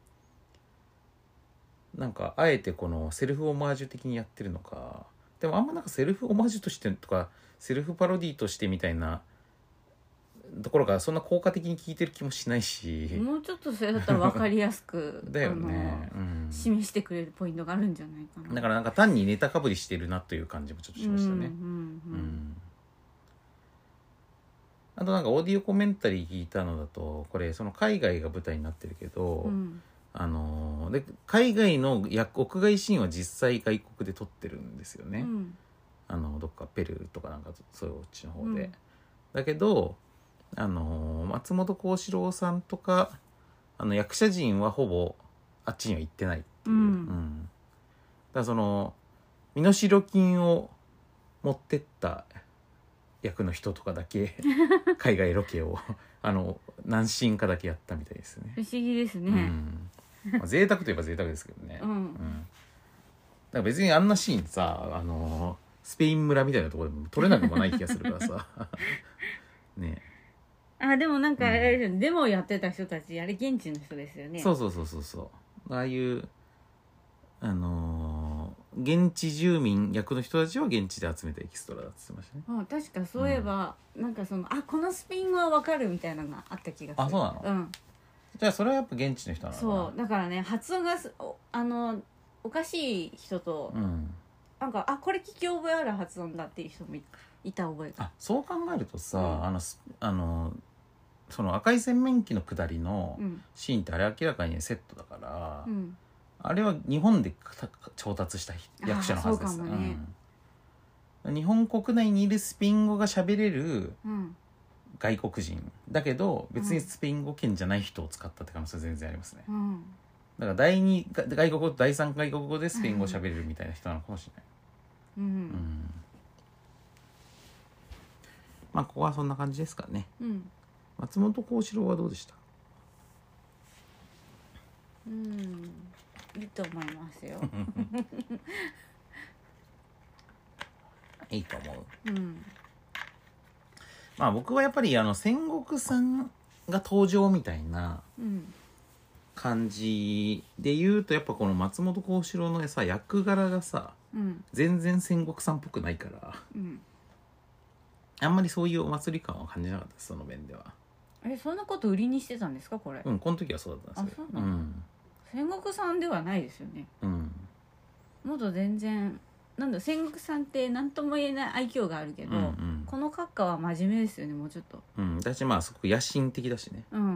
なんかあえてこのセルフオマージュ的にやってるのか、でもあんまなんかセルフオマージュとしてとかセルフパロディとしてみたいなところがそんな効果的に効いてる気もしないし、 もうちょっとそれだったら分かりやすくだよね、 あの、 うん、 示してくれるポイントがあるんじゃないかな。 だからなんか単にネタかぶりしてるなという感じもちょっとしましたね、 うんうんうんうんあとなんかオーディオコメンタリー聞いたのだとこれその海外が舞台になってるけど、 うんあので海外の屋外シーンは実際外国で撮ってるんですよね、 うん、 あのどっかペルーとかなんかそういうこっちの方で、 うん、 だけどあの松本幸四郎さんとかあの役者陣はほぼあっちには行ってないっていう、 うんうん、だからその身代金を持ってった役の人とかだけ海外ロケをあの何シーンかだけやったみたいですね。 不思議ですね、 うんまあ、贅沢といえば贅沢ですけどね、 うんうん、だから別にあんなシーンさあのスペイン村みたいなところでも撮れなくもない気がするからさねあでもなんかあれですよね、うん、デモやってた人たちあれ現地の人ですよね。 そうそうそうそうそうああいうあのー、現地住民役の人たちを現地で集めたエキストラだって言ってましたね。 あ確かそういえば、うん、なんかそのあこのスペイン語は分かるみたいなのがあった気がする。 あそうなの、 うん、 じゃあそれはやっぱ現地の人なのかな。 そうだからね発音がすおあのおかしい人と、 うん、 なんかあこれ聞き覚えある発音だっていう人もいいた覚えが。 あそう考えるとさ、 うん、 あのあのその赤い洗面器の下りのシーンってあれ明らかにセットだから、 うん、 あれは日本で調達した役者のはずです。 そうかもね、 うん、日本国内にいるスペイン語が喋れる外国人だけど別にスペイン語圏じゃない人を使ったって可能性全然ありますね、 うん、 だから第二外国語と第三外国語でスペイン語を喋れるみたいな人なのかもしれない、 うんうん、まあここはそんな感じですかね、 うん、 松本幸四郎はどうでした？ うんいいと思いますよいいと思う、 うん、 まあ僕はやっぱりあの戦国さんが登場みたいな感じで言うとやっぱこの松本幸四郎のさ役柄がさ、うん、全然戦国さんっぽくないから、うん、あんまりそういうお祭り感は感じなかったですその面では。 えそんなこと売りにしてたんですかこれ？ うんこの時はそうだったんですよ。 あそうなの、うん、戦国さんではないですよね。うん。もっと全然なんだ戦国さんって何とも言えない愛嬌があるけど、うんうん、この閣下は真面目ですよねもうちょっと。 うん私まあすごく野心的だしね。うん。うん、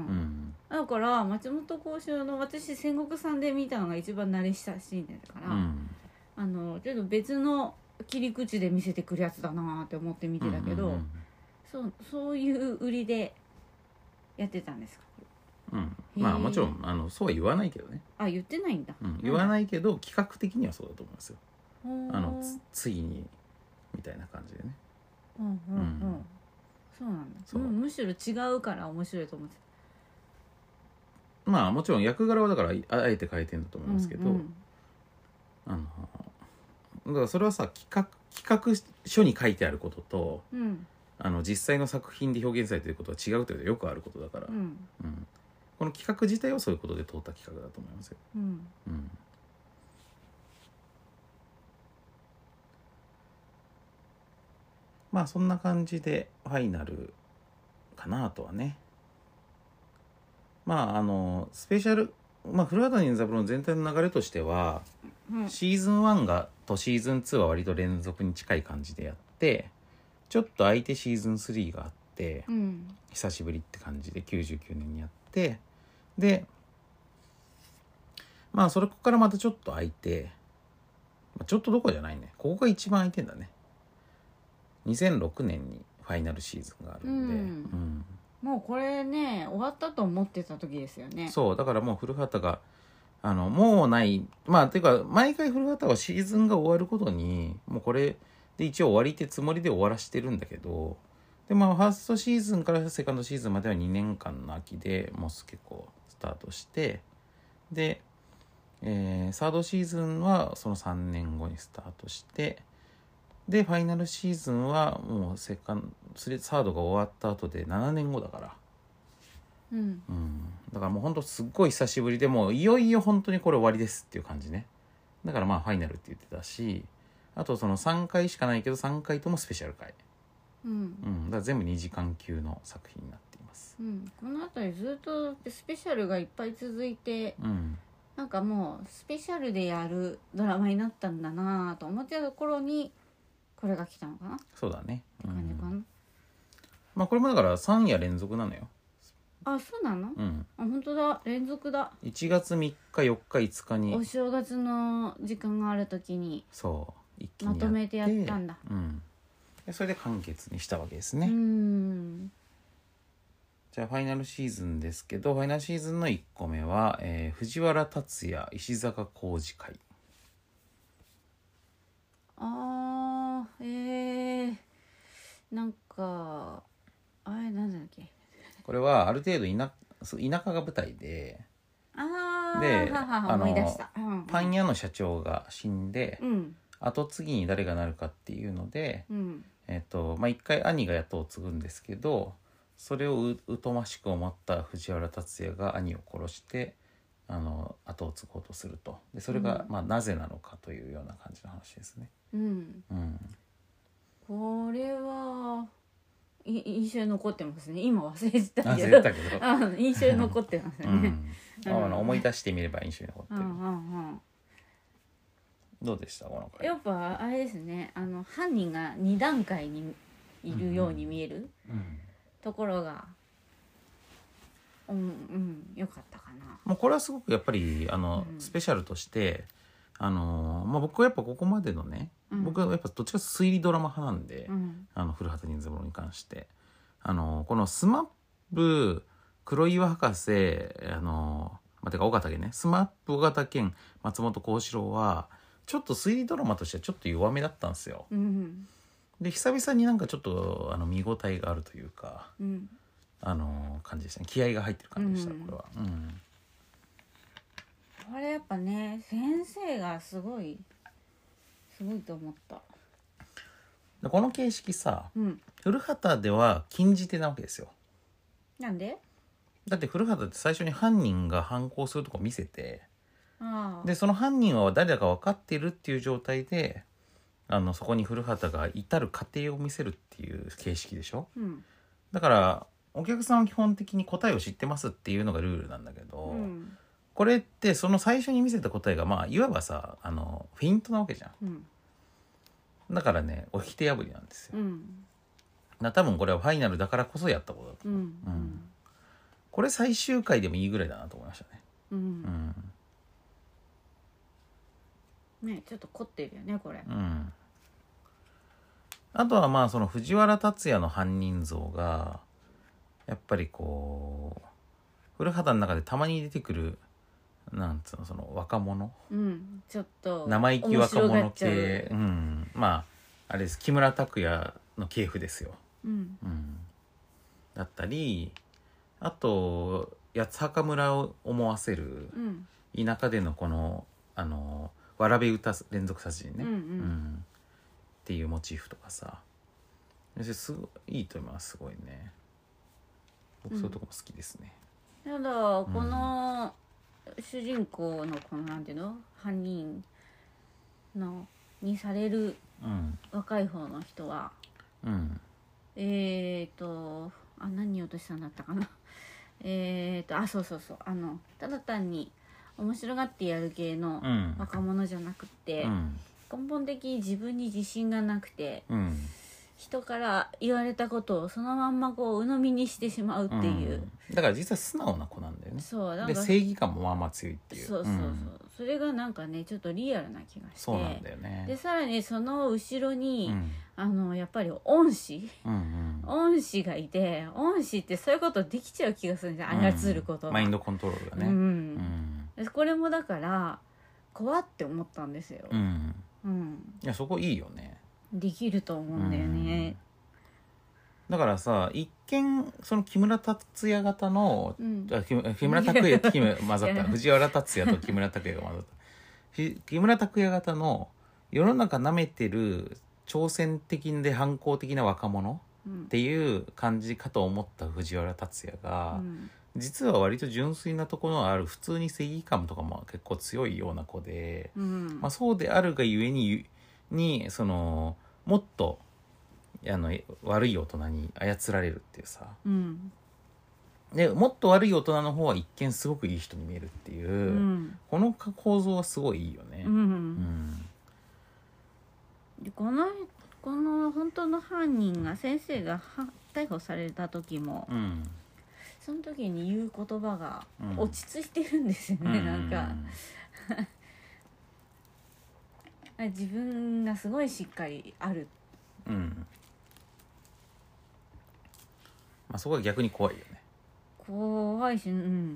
だから松本幸四郎の私戦国さんで見たのが一番慣れ親しんでたから、うん、あのちょっと別の切り口で見せてくるやつだなって思って見てたけど、うんうんうん、 そうそういう売りでやってたんですか？ うん、まあもちろんあのそうは言わないけどね、 あ、言ってないんだ、 うん、言わないけど企画的にはそうだと思いますよ。 ほーあのつついにみたいな感じでね。 うんうんうん、 うんそうなんだ。 そううん、むしろ違うから面白いと思ってまあもちろん役柄はだからああえて変えてんだと思た。 いますけど、 うんうんあのだからそれはさ企画企画書に書いてあることとうんあの実際の作品で表現されていることは違うというのはよくあることだから、 うんうんこの企画自体はそういうことで通った企画だと思いますよ。 うんうんまあそんな感じでファイナルかなとはね。まああのスペシャルまあ古畑任三郎の全体の流れとしては、 うんシーズンワンがとシーズンツーは割と連続に近い感じでやってちょっと空いてシーズンスリーがあってうん久しぶりって感じできゅうじゅうきゅうねんにやってでまあそれここからまたちょっと空いて、まあ、ちょっとどころじゃないねここが一番空いてんだね。にせんろくねんにファイナルシーズンがあるんで、 うんうんもうこれね終わったと思ってた時ですよね。 そうだからもう古畑があのもうないまあていうか毎回古畑はシーズンが終わることにもうこれで一応終わりってつもりで終わらしてるんだけどでまあファーストシーズンからセカンドシーズンまではにねんかんの秋でもう結構スタートしてで、えー、サードシーズンはそのさんねんごにスタートしてでファイナルシーズンはもうセカンドサードが終わった後でななねんごだからうんうんだからもうほんとすっごい久しぶりでもういよいよ本当にこれ終わりですっていう感じね。だからまあファイナルって言ってたしあとそのさんかいしかないけどさんかいともスペシャル回、 うんうん、だから全部にじかん級の作品になっています。 うんこの辺りずっとスペシャルがいっぱい続いてうんなんかもうスペシャルでやるドラマになったんだなと思ってたところにこれが来たのかなってそうだね、う感じかな、 ん、まあこれもだからさん夜連続なのよ。 あ、そうなの、 うんあ、本当だ、連続だ。 いちがつみっかよっかいつかにお正月の時間がある時にそう一気にやってまとめてやったんだ。 うんでそれで完結にしたわけですうね。 んじゃあファイナルシーズンですけどファイナルシーズンのいっこめは、えー藤原竜也石坂浩二会。 あーえー、なんかあれなんだっけこれはある程度田そう田舎が舞台であでーはははあの思い出した、うんパン屋の社長が死んで、 うん後継ぎに誰がなるかっていうので、 うんえっとまあ、一回兄が雇を継ぐんですけどそれを う, うとましく思った藤原竜也が兄を殺してあの後を継ごうとするとでそれが、 うんまあ、なぜなのかというような感じの話ですね。 うんうん、 これはい印象に残ってますね。今忘れてたあけど絶対けど、 あ印象に残ってますうね、 ん、あの思い出してみれば印象に残ってる。 うんうんうんどうでしたこの回？ やっぱあれですね、あの犯人がに段階にいるように見えるうんところがうんうん良かったかな。 もうこれはすごくやっぱりあの、 うんスペシャルとしてあのーまあ、僕はやっぱここまでのね、 うん僕はやっぱどっちかというと推理ドラマ派なんで、 うんあの古畑任三郎に関してあのーこのスマップ黒岩博士あのーまあ、てか尾形健ねスマップ尾形健松本幸四郎はちょっと推理ドラマとしてはちょっと弱めだったんですよ。 うんで久々になんかちょっとあの見応えがあるというかうんあのー感じでしたね。気合が入ってる感じでした、 うんこれは。うんこれやっぱね先生がすごいすごいと思った。 でこの形式さうん古畑では禁じ手なわけですよ。 なんでだって古畑って最初に犯人が犯行するとこ見せてああでその犯人は誰だか分かってるっていう状態であのそこに古畑が至る過程を見せるっていう形式でしょ。 うんだからお客さんは基本的に答えを知ってますっていうのがルールなんだけど、 うんこれってその最初に見せた答えがまあいわばさあのフェイントなわけじゃん。 うんだからねおきて破りなんですよ。 うんな多分これはファイナルだからこそやったことだとうんう思う。うんこれ最終回でもいいぐらいだなと思いましたね。 うんうんねちょっと凝ってるよねこれ。 うん、 あとはまあその藤原竜也の犯人像がやっぱりこう古畑の中でたまに出てくるなんつうのその若者、 うん、ちょっと生意気若者系、 う、 うん、まああれです木村拓哉の系譜ですよ、 うんうん、だったりあと八幡村を思わせるうん田舎でのこのあのわらべ歌連続殺人ね、 うんうんっていうモチーフとかさすごいいいと思いますすごいね僕そういうとこも好きですね、 ただこの主人公のこのなんていうの犯人のにされるうん若い方の人はうんえーとあ何言おうとしたんだったかなえーとあそうそうそうあのただ単に面白がってやる系のうん若者じゃなくて、 うん根本的に自分に自信がなくてうん人から言われたことをそのまんまこう鵜呑みにしてしまうっていう、 うん、だから実は素直な子なんだよねそうなんかで正義感もまあまあ強いっていうそうそうそう、 んそれがなんかねちょっとリアルな気がしてそうなんだよねでさらにその後ろに、 うんあのやっぱり恩師うんうん恩師がいて恩師ってそういうことできちゃう気がするんですよ操ることが、 うんマインドコントロールがねううんんでこれもだから怖って思ったんですよ、 うんうん、 いやそこいいよねできると思うんだよね、 だからさ一見その木村達也型の、 うんあ木木村拓哉と木村混ざった藤原竜也と木村拓哉が混ざったひ木村拓哉型の世の中舐めてる挑戦的で反抗的な若者うんっていう感じかと思った藤原竜也が、 うん実は割と純粋なところのある普通に正義感とかも結構強いような子で、 うんまあ、そうであるがゆえににそのもっとあの悪い大人に操られるっていうさうんでもっと悪い大人の方は一見すごくいい人に見えるっていう、 うんこの構造はすごいいいよね。 うんうんでこのこの本当の犯人が先生がは逮捕された時もうんその時に言う言葉がうん落ち着いてるんですよね、なんか自分がすごいしっかりある。 うん、うんまあ、そこは逆に怖いよね。 怖いし、うん、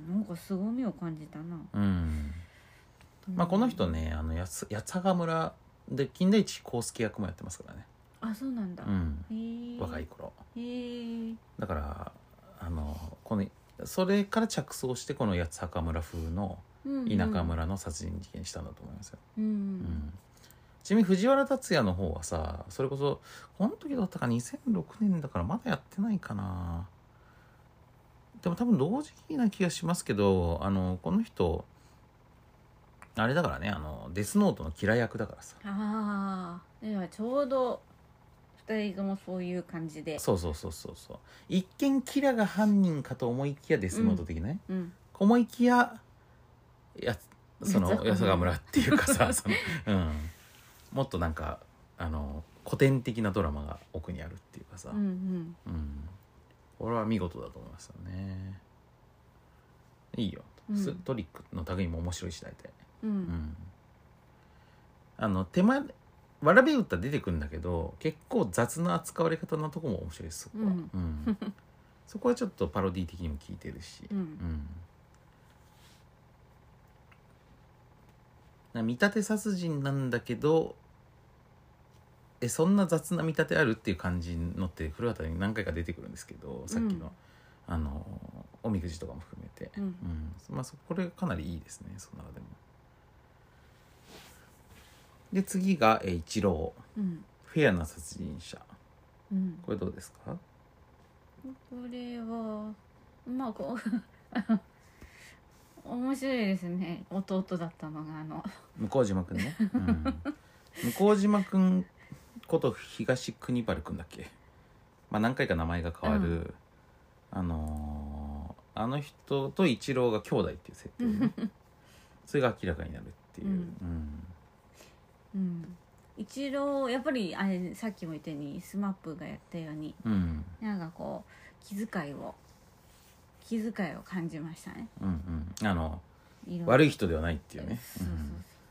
なんか凄みを感じたな。 うんまあ、この人ねあのやつ八幡村で金田一耕助役もやってますからね、 あ、そうなんだ。 うん、 へえ。 若い頃へえ。 だからあのこのそれから着想してこの八幡村風の田舎村の殺人事件にしたんだと思いますよ、 うん。ううんん。 ちなみに藤原竜也の方はさそれこそこの時だったかにせんろくねんだからまだやってないかな。でも多分同時期な気がしますけどあのこの人あれだからねあのデスノートのキラ役だからさああ、ではちょうど二人ともそういう感じで。 そうそうそうそうそう一見キラが犯人かと思いきやデスノート的ね、 うん。 思いきややその八幡村八幡村っていうかさその、うん、もっとなんかあの古典的なドラマが奥にあるっていうかさ、 うんうん。 うんこれは見事だと思いますよね。いいよ、 うんストリックの類も面白いし大体、 う。 うんん、あの手間わらべ歌出てくるんだけど結構雑な扱われ方のとこも面白いですそこは、 うんうんそこはちょっとパロディ的にも効いてるし、 うん。 うんな見立て殺人なんだけどえそんな雑な見立てあるっていう感じのって古畑に何回か出てくるんですけどさっきの、 うんあのおみくじとかも含めて、 うんうんまあ、そこれかなりいいですねその中でも。で次が、えー、一郎うん。 フェアな殺人者うん。 これどうですか？ これはまあこう面白いですね。弟だったのがあの向島くんね、うん、向島くんこと東国原くんだっけ、まあ、何回か名前が変わる、 うんあのー、あの人と一郎が兄弟っていう設定で、ね、それが明らかになるっていう、 うんうんうん一郎やっぱりあれさっきも言ったようにスマップがやったようにうんなんかこう気遣いを気遣いを感じましたね。 うんうんあのいろいろ悪い人ではないっていうね、 そうそうそう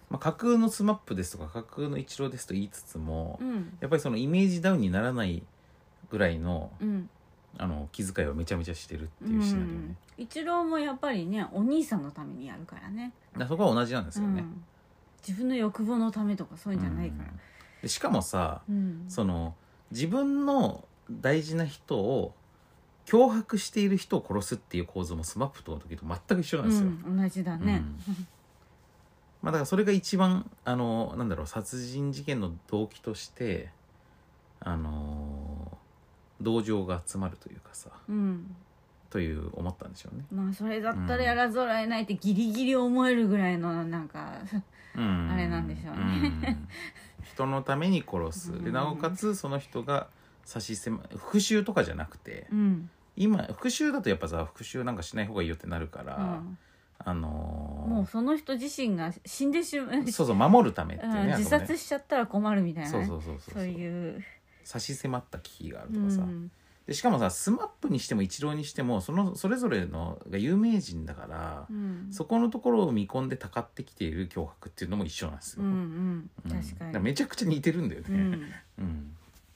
まあ、架空のスマップですとか架空のイチローですと言いつつも、 うんやっぱりそのイメージダウンにならないぐらいの、 うんあの気遣いをめちゃめちゃしてるっていうシナリオね、 イチローもやっぱりねお兄さんのためにやるからね。 だからそこは同じなんですよね、 うん自分の欲望のためとかそういうんじゃないから、 うんでしかもさ、 うんその自分の大事な人を脅迫している人を殺すっていう構造もスマップとの時と全く一緒なんですよ、 うん、同じだね、 まあ、だからそれが一番あのなんだろう殺人事件の動機としてあの同情が集まるというかさうんという思ったんでしょうね。 まあそれだったらやらざるを得ないってギリギリ思えるぐらいのなんかうんあれなんでしょうねうん人のために殺すでなおかつその人が差し迫復讐とかじゃなくて、 うん今復讐だとやっぱさ復讐なんかしない方がいいよってなるから、 うんあのーもうその人自身が死んでしまうそうそう守るためっていうね、 うん自あとね殺しちゃったら困るみたいなね、 そうそうそうそうそういう差し迫った危機があるうとかさ、 んでしかもさスマップにしてもイチローにしてもそのそれぞれのが有名人だから、 うんそこのところを見込んでたかってきている脅迫っていうのも一緒なんですよ、 うんうんうん確かに、 だらめちゃくちゃ似てるんだよね、 うんうん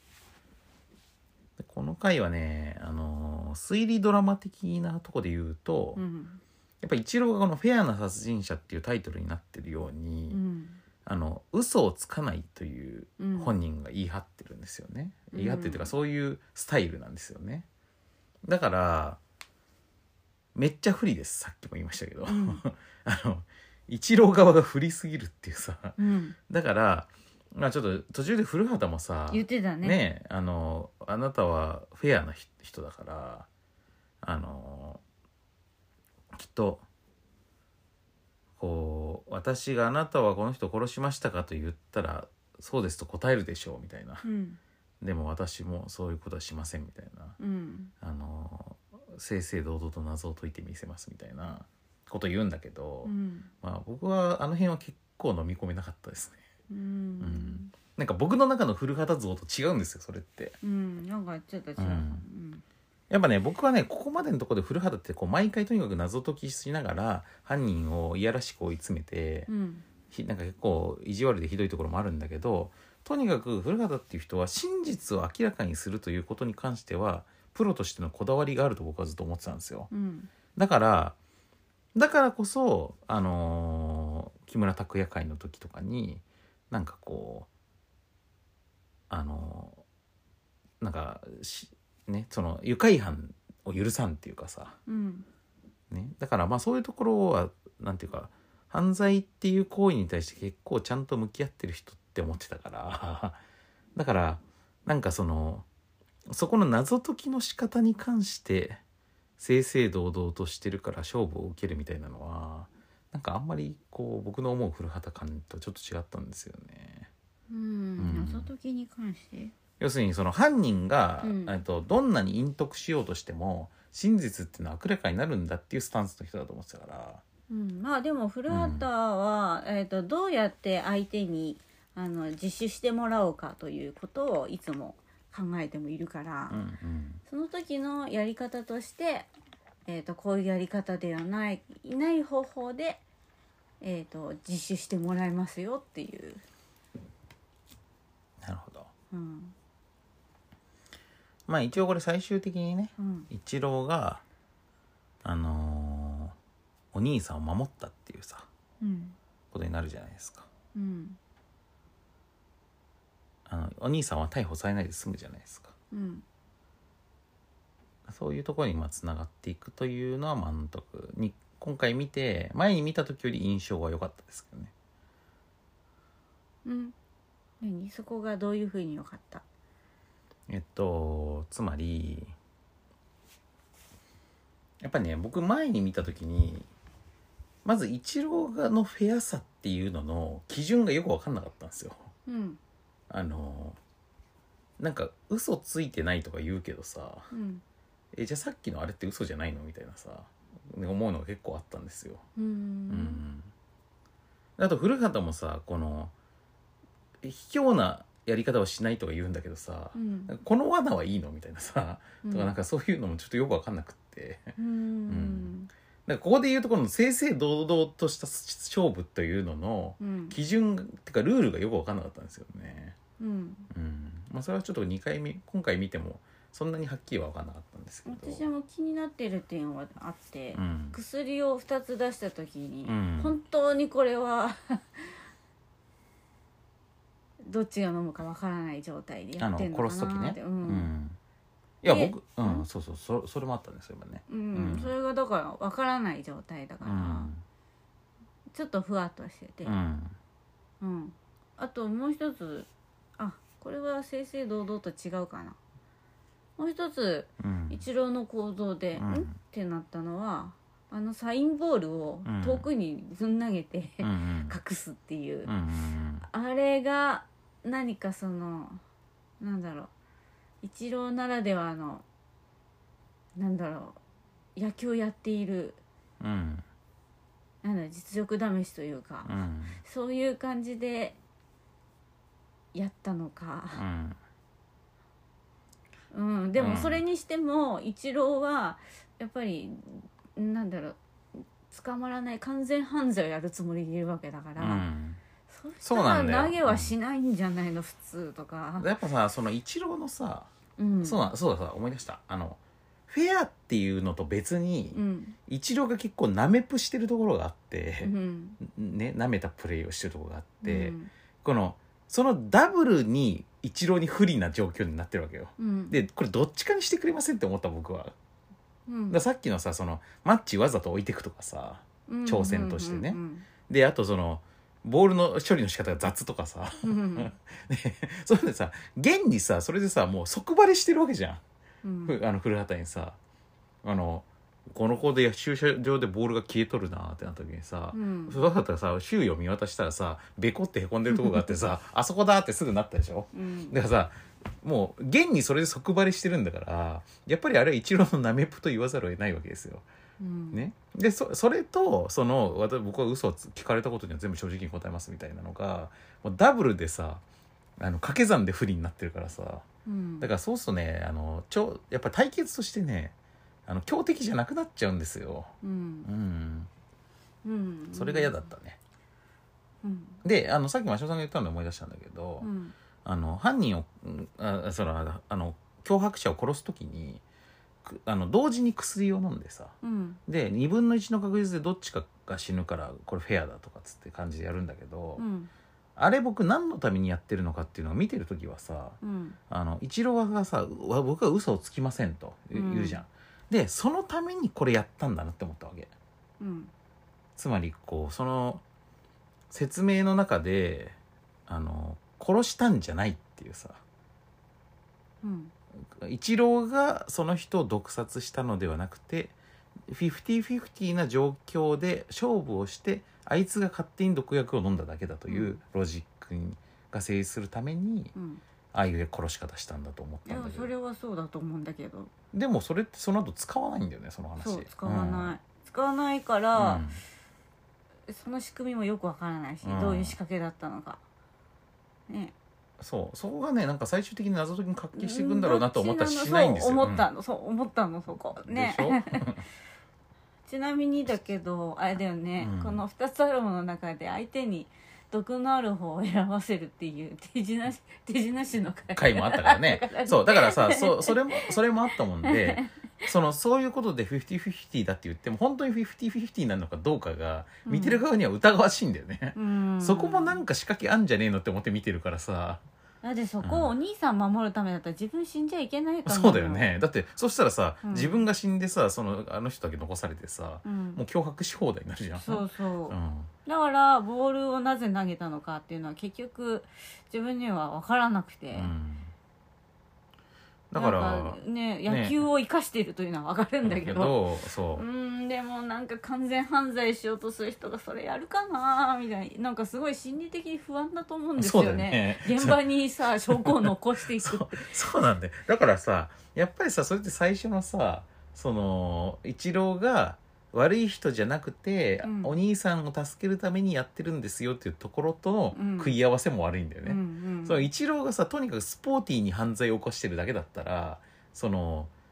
でこの回はね、あのー推理ドラマ的なとこで言うと、 うんやっぱイチローがこの「フェアな殺人者」っていうタイトルになってるように、 うんあの嘘をつかないといううん本人が言い張ってるんですよね、 うん言い張ってるというかそういうスタイルなんですよね。だからめっちゃ不利です。さっきも言いましたけど、 うんあのイチロー側が不利すぎるっていうさ、 うんだからまあちょっと途中で古畑もさ言ってたねねえあのあなたはフェアな人だからあのきっとこう私があなたはこの人を殺しましたかと言ったらそうですと答えるでしょうみたいな、 うんでも私もそういうことはしませんみたいな、 うんあの正々堂々と謎を解いてみせますみたいなことを言うんだけど、 うんまあ僕はあの辺は結構飲み込めなかったですね。 ううんんなんか僕の中の古畑像と違うんですよそれって。 うんなんかちょっと違ううんやっぱね僕はねここまでのところで古畑ってこう毎回とにかく謎解きしながら犯人をいやらしく追い詰めて、 うんひなんか結構意地悪でひどいところもあるんだけど、とにかく古畑っていう人は真実を明らかにするということに関してはプロとしてのこだわりがあると僕はずっと思ってたんですよ。 うんだからだからこそあのー木村拓哉会の時とかになんかこうあのーなんかしねその愉快犯を許さんっていうかさ、 うんね、だからまあそういうところはなんていうか犯罪っていう行為に対して結構ちゃんと向き合ってる人って思ってたからだからなんかそのそこの謎解きの仕方に関して正々堂々としてるから勝負を受けるみたいなのはなんかあんまりこう僕の思う古畑感とちょっと違ったんですよね。 ううんん謎解きに関して要するにその犯人が、 うんえっとどんなに隠匿しようとしても真実っていうのは明らかになるんだっていうスタンスの人だと思ってたからうんまあでも古畑はえーとどうやって相手にあの自首してもらおうかということをいつも考えてもいるからうんうんその時のやり方としてえーとこういうやり方ではないいない方法でえーと自首してもらいますよっていうなるほど。 うんまあ一応これ最終的にねうん一郎があのーお兄さんを守ったっていうさうんことになるじゃないですか。 うんあのお兄さんは逮捕されないで済むじゃないですか。 うんそういうところにまあつながっていくというのは満足に今回見て前に見た時より印象は良かったですけどね。 うん何そこがどういうふうに良かった？ えっとつまりやっぱりね僕前に見た時にまずイチローがのフェアさっていうのの基準がよく分かんなかったんですよ。 うんあのなんか嘘ついてないとか言うけどさうんえじゃあさっきのあれって嘘じゃないのみたいなさ思うのが結構あったんですよ。 ううんんあと古畑もさこの卑怯なやり方をしないとか言うんだけどさ、 うんこの罠はいいのみたいなさ、 うんとかなんかそういうのもちょっとよく分かんなくってうんからここで言うとこの正々堂々とした勝負というののうん基準ってかルールがよく分かんなかったんですよね。 うんうんまあ、それはちょっとにかいめ今回見てもそんなにはっきりは分かんなかったんですけど、 私も気になってる点はあって、 うん薬をふたつ出した時に、 うん本当にこれはどっちが飲むかわからない状態でやあのってんのかな殺す時ね、 ううんん、いやで僕、うんうんそうそうそそれもあったんですよ今ね。 うんうんそれがだからわからない状態だから、 うんちょっとふわっとしてて、 うんうんあともう一つ、あこれは正々堂々と違うかな。もう一つうん一郎の行動で、 うんんってなったのは、あのサインボールを遠くにぶん投げて、 うんうん隠すっていう、 うんうんあれが何かそのなんだろう、一郎ならではのなんだろう、野球やっているうんなんだ実力試しというか、 うんそういう感じでやったのか、 うんうん、でうんもそれにしても一郎はやっぱりなんだろう、捕まらない完全犯罪をやるつもりでいるわけだから、 うんそしそうたなんだよら投げはしないんじゃないの、普通とか、 やっぱさそのイチローのさ、 うん、 そうだそうださ思い出した、あのフェアっていうのと別に、 うんイチローが結構なめぷしてるところがあってう、んねなめたプレーをしてるところがあって、 うんこのそのダブルにイチローに不利な状況になってるわけよ。 うんでこれどっちかにしてくれませんって思った僕は。だかうんらさっきのさそのマッチわざと置いていくとかさ、挑戦としてねであとそのボールの処理の仕方が雑とかさうんうんでそれでさ現にさそれでさもう即バレしてるわけじゃん、 うんふあの古畑にさあのこの子で駐車場でボールが消えとるなってなった時にさ、 うんそうだったらさ周囲を見渡したらさベコってへこんでるとこがあってさあそこだってすぐなったでしょ。 うんだからさもう現にそれで即バレしてるんだからやっぱりあれはイチローのなめっぷと言わざるを得ないわけですよ。 うんね、で そ, それとその私僕は嘘をつ聞かれたことには全部正直に答えますみたいなのがもうダブルでさあの掛け算で不利になってるからさうんだからそうするとねあのちょやっぱ対決としてねあの強敵じゃなくなっちゃうんですよ。 ううんんうんそれが嫌だったね。 うんであのさっき真汐さんが言ったので思い出したんだけど、 うんあの犯人をうんあそのあの脅迫者を殺す時にくあの同時に薬を飲んでさうんでにぶんのいちの確率でどっちかが死ぬからこれフェアだとかっつって感じでやるんだけど、 うんあれ僕何のためにやってるのかっていうのを見てる時はさうんあのイチローがさうわ僕は嘘をつきませんと言う言うじゃん、でそのためにこれやったんだなって思ったわけ。 うんつまりこうその説明の中であの殺したんじゃないっていうさうんイチローがその人を毒殺したのではなくてフィフティフィフティな状況で勝負をしてあいつが勝手に毒薬を飲んだだけだというロジックが成立するためにうんああいう殺し方したんだと思っいやたんだけどそれはそうだと思うんだけど、 でもそれってその後使わないんだよねその話。 そう使わない、使わないかうんら、その仕組みもよくわからないし、 うんどういう仕掛けだったのかね。 そうそこがねなんか最終的に謎解きに発揮していくんだろうなと思ったらしないんですよ。 そう思ったの、そう思ったのそこね。 でしょちなみにだけどあれだよね、 うんこのふたつあるものの中で相手に毒のある方を選ばせるっていう手品し手品師の会回もあったからねそうだからさそそれもそれもあったもんでそのそういうことでフィフティフィフティだって言っても本当にフィフティフィフティなのかどうかが見てる側には疑わしいんだよね、 うんそこもなんか仕掛けあんじゃねえのって思って見てるからさだってそこをお兄さん守るためだったら自分死んじゃいけないからそうだよねだってそしたらさ、 うん自分が死んでさそのあの人だけ残されてさ、 うんもう脅迫し放題になるじゃんそうそう、 うんだからボールをなぜ投げたのかっていうのは結局自分には分からなくて、 うんだからなんかね野球を生かしているというのは分かるんだけど、 そうう、 んでもなんか完全犯罪しようとする人がそれやるかなみたいな、なんかすごい心理的に不安だと思うんですそうだよねよね現場にさ証拠を残していくそうってそうなんだよだからさやっぱりさそれって最初のさそのイチローが悪い人じゃなくて、 うんお兄さんを助けるためにやってるんですよっていうところとのうん食い合わせも悪いんだよね、 うんうんそのイチローがさとにかくスポーティーに犯罪を起こしてるだけだったらその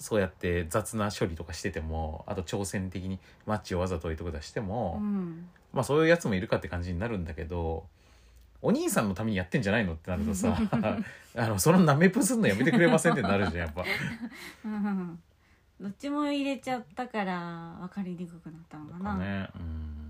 そうやって雑な処理とかしてても、あと挑戦的にマッチをわざと置いとくとしても、 うん、 まあそういうやつもいるかって感じになるんだけど、お兄さんのためにやってんじゃないのってなるとさあのそのなめぷすんのやめてくれませんってなるじゃんやっぱうん、どっちも入れちゃったから分かりにくくなったのかな。 ね、うん、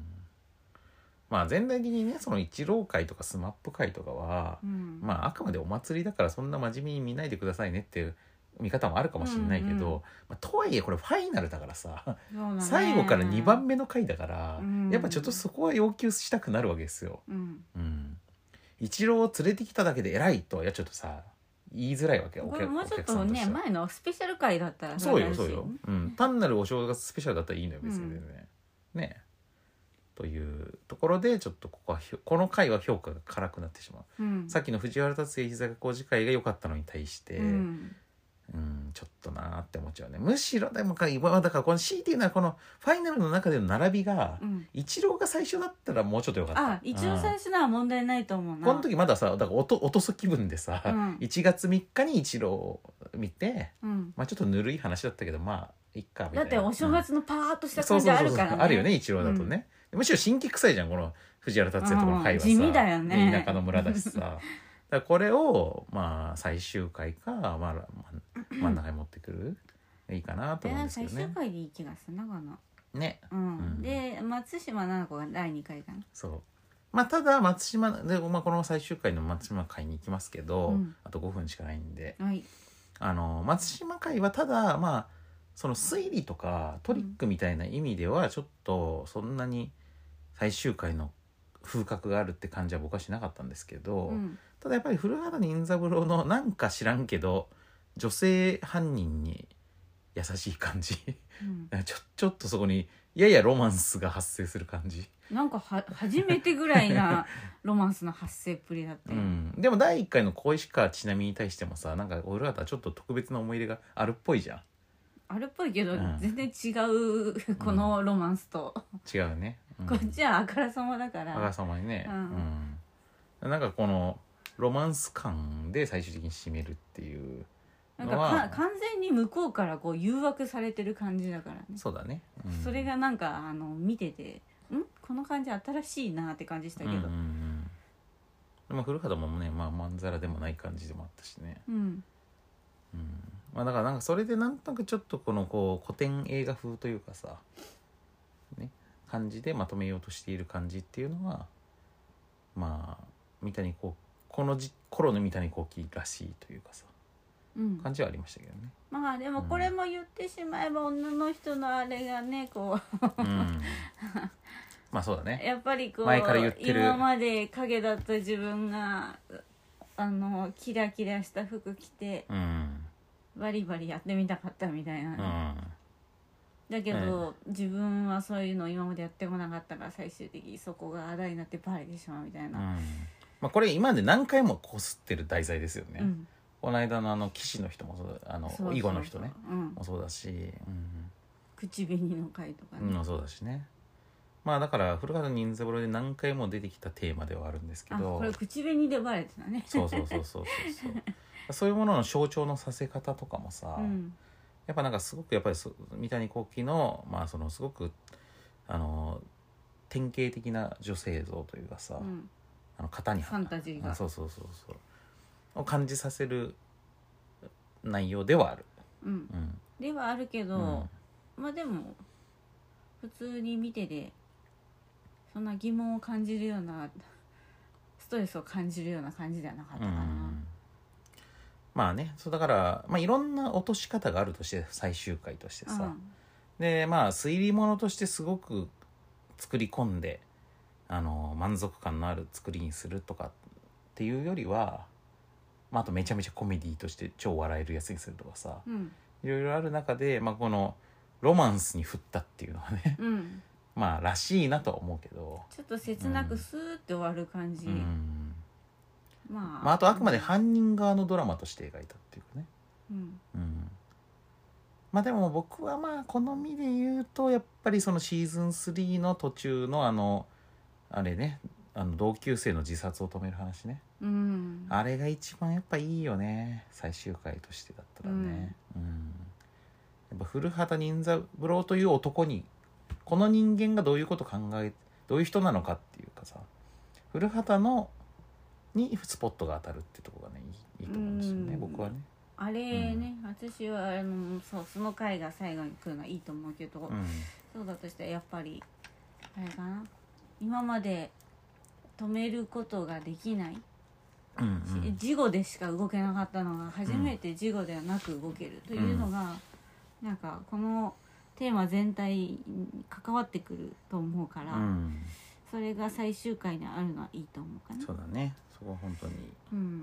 まあ全体的にね、その一郎会とかスマップ会とかは、 うん、 まああくまでお祭りだからそんな真面目に見ないでくださいねっていう見方もあるかもしれないけど、 うんうん、 まあ、とはいえこれファイナルだからさ、 そうだね、 最後からにばんめの回だから、 うん、 やっぱちょっとそこは要求したくなるわけですよ。 うんうん、一郎を連れてきただけで偉いとはやちょっとさ言いづらいわけ。お客もうちょっとね前のスペシャル回だったらそうよそうよ、うん、単なるお正月スペシャルだったらいいのよ別にね、うん、ねというところでちょっとここはこの回は評価が辛くなってしまう、うん、さっきの藤原竜也膝が工事会が良かったのに対して、うんうん、ちょっとなーって思っちゃうね。むしろでもかだからこの 強いて言うのはこのファイナルの中での並びが、うん、イチローが最初だったらもうちょっとよかった。 あイチロー最初なら問題ないと思うな。 この時まださだから落と落とす気分でさ、うん、いちがつみっかにイチローを見て、うん、まあちょっとぬるい話だったけどまあいっかみたいな。 だってお正月のパーッとした感じあるからね。 あるよねイチローだとね、うん、むしろ新規臭いじゃんこの藤原竜也とこの回はさ、 地味だよね田舎の村だしさだからこれをまあ最終回か、まあ、真ん中に持ってくるいいかなと思うんですけどね。 最終回でいい気がするなかなね、 うんうん、で松島菜々子がだいにかいかな。 そうまあただ松島で、まあ、この最終回の松島回に行きますけど、うん、あとごふんしかないんで、はい、あの松島回はただまあその推理とかトリックみたいな意味ではちょっとそんなに最終回の風格があるって感じは僕はしなかったんですけど、うん、ただやっぱり古畑任三郎のなんか知らんけど女性犯人に優しい感じ、うん、ちょ、ちょっとそこにややロマンスが発生する感じなんかは初めてぐらいなロマンスの発生っぷりだったよ、うん、 でもだいいっかいの小石川ちなみに対してもさなんか古畑はちょっと特別な思い入れがあるっぽいじゃん。 あるっぽいけど、うん、全然違うこのロマンスと、 うん、違うね、 うん、こっちはあからさまだからあからさまにね、うんうん、なんかこのロマンス感で最終的に締めるっていうなんかか完全に向こうからこう誘惑されてる感じだからね。 そうだね、 うん、それがなんかあの見ててんこの感じ新しいなって感じしたけど、うんうんうん、 でも古畑もねまあまんざらでもない感じでもあったしね、うんうんまあ、だからなんかそれでなんとなくちょっとこのこう古典映画風というかさね感じでまとめようとしている感じっていうのはまあ三谷幸このじ頃の三谷幸喜らしいというかさ、うん、感じはありましたけどね。 まあでもこれも言ってしまえば女の人のあれがねこう、うん、 まあそうだねやっぱりこう前から言ってる今まで影だった自分があのキラキラした服着て、うん、バリバリやってみたかったみたいな、ねうん、だけど、うん、自分はそういうのを今までやってこなかったから最終的にそこがあだになってバレてしまうみたいな、うんまあ、これ今まで何回もこすってる題材ですよね、うん、この間のあの騎士の人もそうあの囲碁の人ね、うん、もそうだし、うん、 口紅の回とかね、 うん、そうだしねまあだから古畑任三郎で何回も出てきたテーマではあるんですけどあこれ口紅でバレてたねそうそうそうそうそうそうそういうものの象徴のさせ方とかもさ、うん、やっぱなんかすごくやっぱり三谷幸喜のまあそのすごくあの典型的な女性像というかさ、うんあの型にファンタジーがそうそうそうそうを感じさせる内容ではある、 うんうん、ではあるけど、うん、まあでも普通に見ててそんな疑問を感じるようなストレスを感じるような感じではなかったかな、うん、 まあねそうだから、まあ、いろんな落とし方があるとして最終回としてさ、うん、でまあ推理物としてすごく作り込んであの満足感のある作りにするとかっていうよりは、まあ、あとめちゃめちゃコメディとして超笑えるやつにするとかさ、うん、いろいろある中で、まあ、このロマンスに振ったっていうのはね、うん、まあらしいなとは思うけどちょっと切なくスーって終わる感じ、うんまあ、まああとあくまで犯人側のドラマとして描いたっていうかね、うんうん、まあでも僕はまあ好みで言うとやっぱりそのシーズンスリーの途中のあのあれねあの同級生の自殺を止める話ね、うん、あれが一番やっぱいいよね最終回としてだったらね、うんうん、 っぱ古畑任三郎という男にこの人間がどういうことを考えどういう人なのかっていうかさ、古畑のにスポットが当たるってとこがねいい、いいと思うんですよね、僕はね。 あれね、うん、私はあのそうその回が最後に来るのはいいと思うけど、うん、そうだとしたらやっぱりあれかな、今まで止めることができない、うんうん、事後でしか動けなかったのが初めて事後ではなく動けるというのが、うん、なんかこのテーマ全体に関わってくると思うから、うん、それが最終回にあるのはいいと思うかな。 そうだね、そこは本当に、うんうん、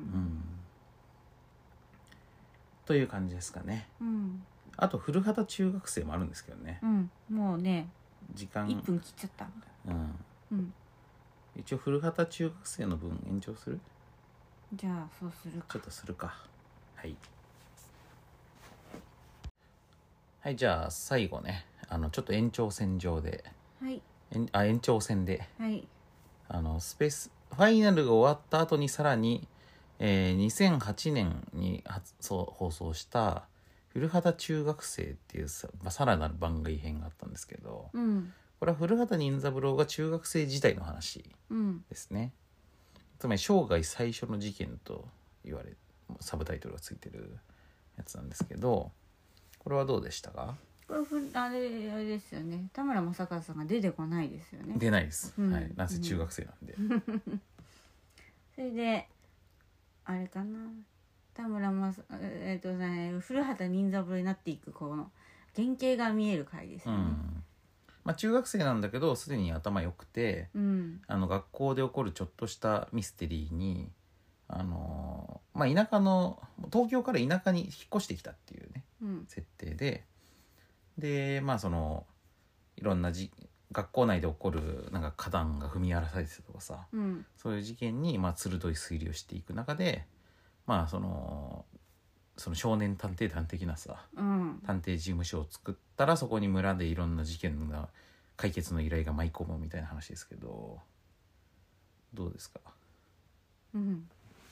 という感じですかね、うん、あと古畑中学生もあるんですけどね、 うん、もうね時間いっぷん切っちゃった、うんうん、一応古畑中学生の分延長する？ じゃあそうするか。 ちょっとするか。はいはい、じゃあ最後ね、あのちょっと延長線上で、はい、あ延長線で、はい、あのスペースファイナルが終わった後にさらに、えー、にせんはちねんに発送放送した古畑中学生っていうさ、まあ、さらなる番外編があったんですけど、うん、これは古畑任三郎が中学生時代の話ですね、うん、つまり生涯最初の事件と言われサブタイトルがついてるやつなんですけど、これはどうでしたか？ これあれあれですよね、田村正和さんが出てこないですよね。 出ないです、うん、はい、なぜ中学生なんで、うん、 それであれかな、田村正えっ、ー、とね古畑任三郎になっていくこの原型が見える回ですよね、うん、 まあ、中学生なんだけどすでに頭良くて、うん、あの学校で起こるちょっとしたミステリーにあのまあ、田舎の東京から田舎に引っ越してきたっていうね、うん、設定ででまあそのいろんなじ学校内で起こるなんか花壇が踏み荒らされてたとかさ、うん、そういう事件にまあ鋭い推理をしていく中でまあそのその少年探偵団的なさ、うん、探偵事務所を作ったらそこに村でいろんな事件が解決の依頼が舞い込むみたいな話ですけど、どうですか？うん、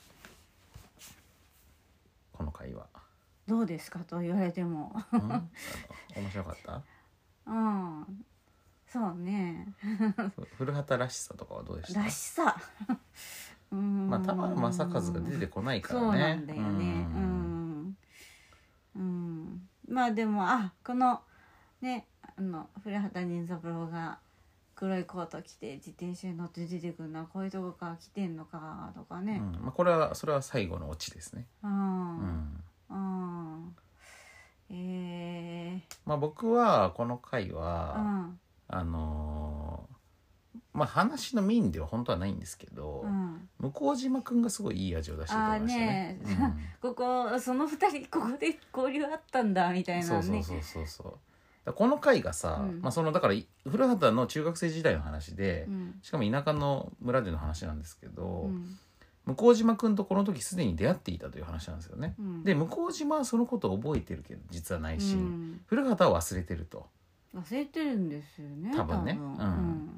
この回はどうですかと言われても、うん、あの面白かった？ うん、そうね古畑らしさとかはどうでした？ らしさうーん、 まあ田村正和が出てこないからね。 そうなんだよね。うん、うん、まあでもあこのねあの古畑任三郎が黒いコート着て自転車に乗って出てくるのはこういうとこから来てんのかとかね、 うん、まあ、これはそれは最後のオチですね。うん、 うん、えー、 まあ僕はこの回は、うん、あのー、まあ話のメインでは本当はないんですけど、うん、向島くんがすごいいい味を出してると思いましたね。 あーね、うん、ここそのふたりここで交流あったんだみたいなね。 そうそうそうそうそう。この回がさ、うん、まあ、そのだから古畑の中学生時代の話で、うん、しかも田舎の村での話なんですけど、うん、向島くんとこの時すでに出会っていたという話なんですよね、うん、で向島はそのことを覚えてるけど実は内心、うん、古畑は忘れてると忘れてるんですよね多分ね、うん、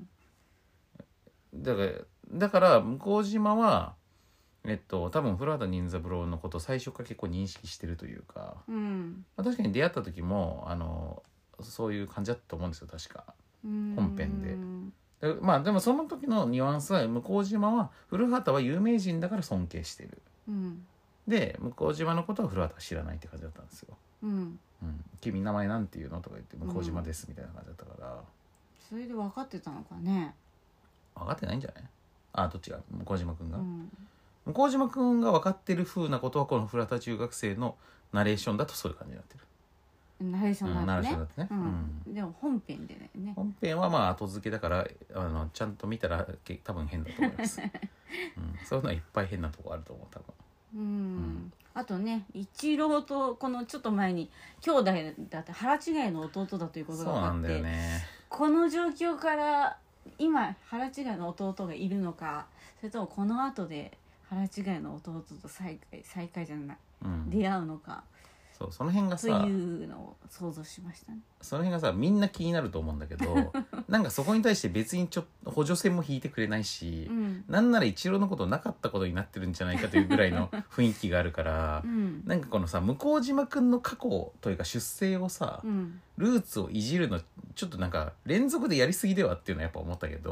だからだから向島はえっと多分古畑任三郎のことを最初から結構認識してるというか、うんまあ、確かに出会った時もあのそういう感じだったと思うんですよ確か本編で。でまあでもその時のニュアンスは向島は古畑は有名人だから尊敬してる、うん、で向島のことは古畑は知らないって感じだったんですよ、うんうん、君名前なんていうのとか言って向島ですみたいな感じだったから、うん、 それで分かってたのかね。 分かってないんじゃない？あどっちが向島くんが、うん、向島くんが分かってる風なことはこの古畑中学生のナレーションだとそういう感じになってる。 ナレーションだってね、 ね、うんうん、でも本編でね本編はまあ後付けだからあのちゃんと見たら多分変だと思います、うん、そういうのはいっぱい変なとこあると思う多分、 うんうん、あとね一郎とこのちょっと前に兄弟だって腹違いの弟だということが分かって、そうなんだよね、この状況から今腹違いの弟がいるのかそれともこの後で腹違いの弟と再会再会じゃない、うん、出会うのかそうその辺がとさいうのを想像しましたね。 その辺がさみんな気になると思うんだけどなんかそこに対して別にちょっと補助線も引いてくれないし、 うん、 なんなら一郎のことなかったことになってるんじゃないかというぐらいの雰囲気があるからう、んなんかこのさ向島くんの過去というか出生をさ、 うん、 ルーツをいじるのちょっとなんか連続でやりすぎではっていうのはやっぱ思ったけど、 うん、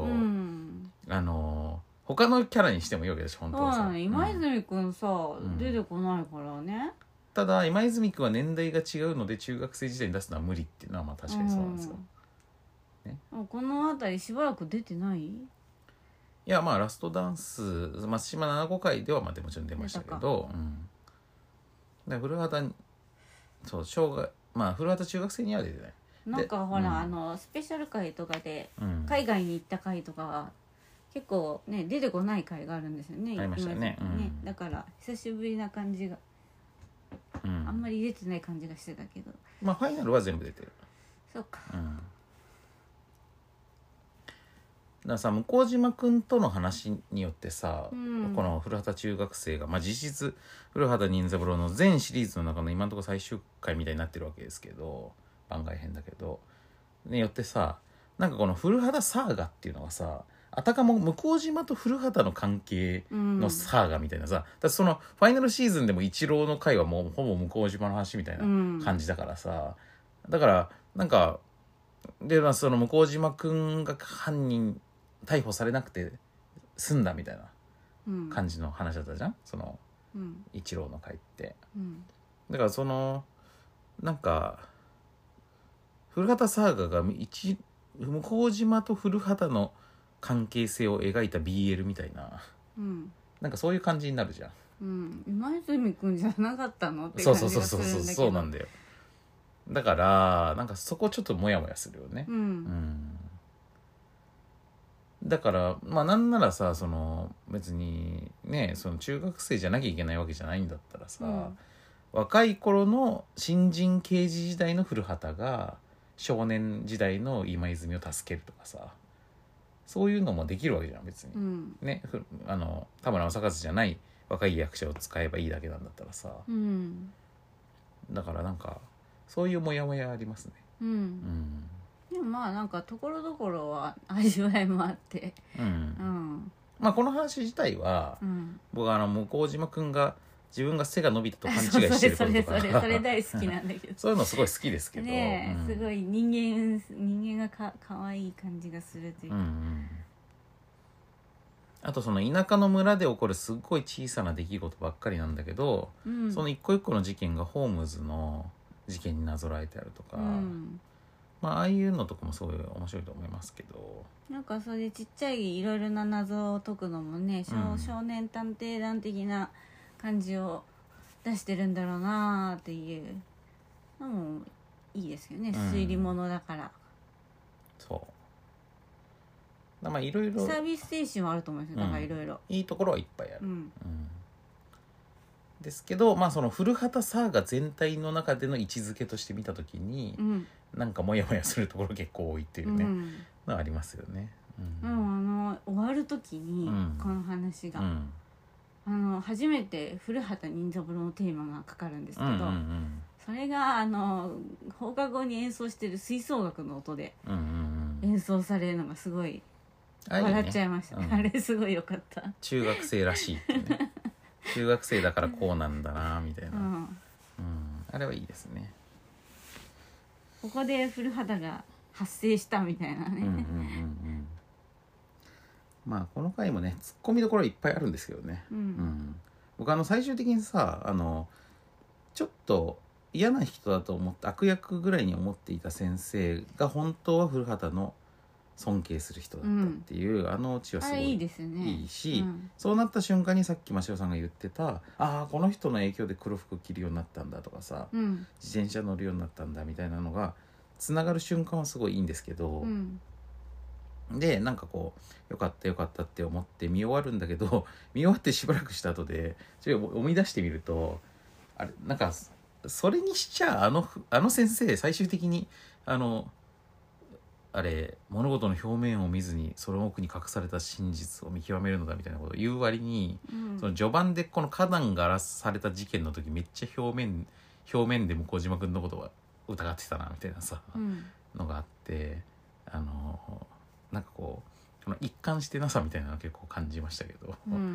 あのー他のキャラにしてもいいわけでしょ本当はさ、 そうなの今うん泉くんさ、 ん出てこないからね。 ただ今泉君は年代が違うので中学生時代に出すのは無理っていうのはまあ確かにそうなんですよ、 うんね、 この辺りしばらく出てない？ いやまあラストダンス松島なな号回ではまあもちろん出ましたけど、うん、だ古畑にそう生涯まあ古畑中学生には出てない。 なんかほら、 うんあのスペシャル回とかでうん、 海外に行った回とかは結構ね出てこない回があるんですよね。 ありましたね今までうんだから久しぶりな感じが、 うん、 あんまり出てない感じがしてたけど、 まあファイナルは全部出てる。 そうか。 うんだからさ向島君との話によってさ、 うん、 この古畑中学生が、まあ、実質古畑任三郎の全シリーズの中の今のところ最終回みたいになってるわけですけど番外編だけどによってさなんかこの古畑サーガっていうのがさあたかも向島と古畑の関係のサーガみたいなさ、うん、だってそのファイナルシーズンでも一郎の回はもうほぼ向島の話みたいな感じだからさ、うん、だからなんかで、まあ、その向島くんが犯人逮捕されなくて済んだみたいな感じの話だったじゃん、その、うん、一郎の回って、うん、だからそのなんか古畑サーガが一向島と古畑の関係性を描いた ビーエル みたいな、うん、なんかそういう感じになるじゃん、 うん、今泉くんじゃなかったのって感じがするんだけど、そうそうそうそうそうなんだよ。だからなんかそこちょっとモヤモヤするよね、 うんうんだからまあなんならさその別にねその中学生じゃなきゃいけないわけじゃないんだったらさ、うん、若い頃の新人刑事時代の古畑が少年時代の今泉を助けるとかさそういうのもできるわけじゃん別に、うん、ねあの田村正和じゃない若い役者を使えばいいだけなんだったらさ、 うん、 だからなんかそういうモヤモヤありますね、 うんうんでもまあなんかところどころは味わいもあって、 うんうん、 まあこの話自体は、うん、僕はあの向島くんが自分が背が伸びたと勘違いしてることとかそれそれそれそれ大好きなんだけどそういうのすごい好きですけどねえ、 うん、 すごい人間人間がかかわいい感じがするというか、うんうん、 あとその田舎の村で起こるすっごい小さな出来事ばっかりなんだけど、うん、その一個一個の事件がホームズの事件になぞらえてあるとか、うんまあああいうのとかもすごい面白いと思いますけどなんかそれちっちゃいいろいろな謎を解くのもね、うん、少年探偵団的な感じを出してるんだろうなっていうのもいいですよね、うん、推理物だからそうまあいろいろサービス精神はあると思うんですよ、だからいろいろいいところはいっぱいある、 うんうんですけど、まあ、その古畑サーガ全体の中での位置づけとして見たときに、うん、なんかモヤモヤするところ結構多いっていうね、うん、のはありますよね。 うん、もうあの終わる時に、うん、この話が、うん、あの初めて古畑任三郎のテーマがかかるんですけど、うんうんうん、それがあの放課後に演奏してる吹奏楽の音で演奏されるのがすごい笑っちゃいました、ね、あ, いいね、あれすごいよかった。 中学生らしいってね中学生だからこうなんだなみたいな、うんうん、あれはいいですね。 ここで古畑が発生したみたいなね、うんうんうんうん、 まあこの回もねツッコミどころいっぱいあるんですけどね、うんうん、僕あの最終的にさあのちょっと嫌な人だと思って悪役ぐらいに思っていた先生が本当は古畑の尊敬する人だったっていう、うん、あのオチはすごいいいですね、いいし、うん、そうなった瞬間にさっき真汐さんが言ってたああこの人の影響で黒服着るようになったんだとかさ、うん、自転車乗るようになったんだみたいなのがつながる瞬間はすごいいいんですけど、うん、でなんかこうよかったよかったって思って見終わるんだけど見終わってしばらくした後でちょっと思い出してみるとあれなんかそれにしちゃあのあの先生最終的にあのあれ物事の表面を見ずにその奥に隠された真実を見極めるのだみたいなことを言う割に、 うん、 その序盤でこの花壇が荒らされた事件の時めっちゃ表面表面で向島君のことは疑ってたなみたいなさ、 うん、 のがあって、あのなんかこうこの一貫してなさみたいなのを結構感じましたけど、 うんうん、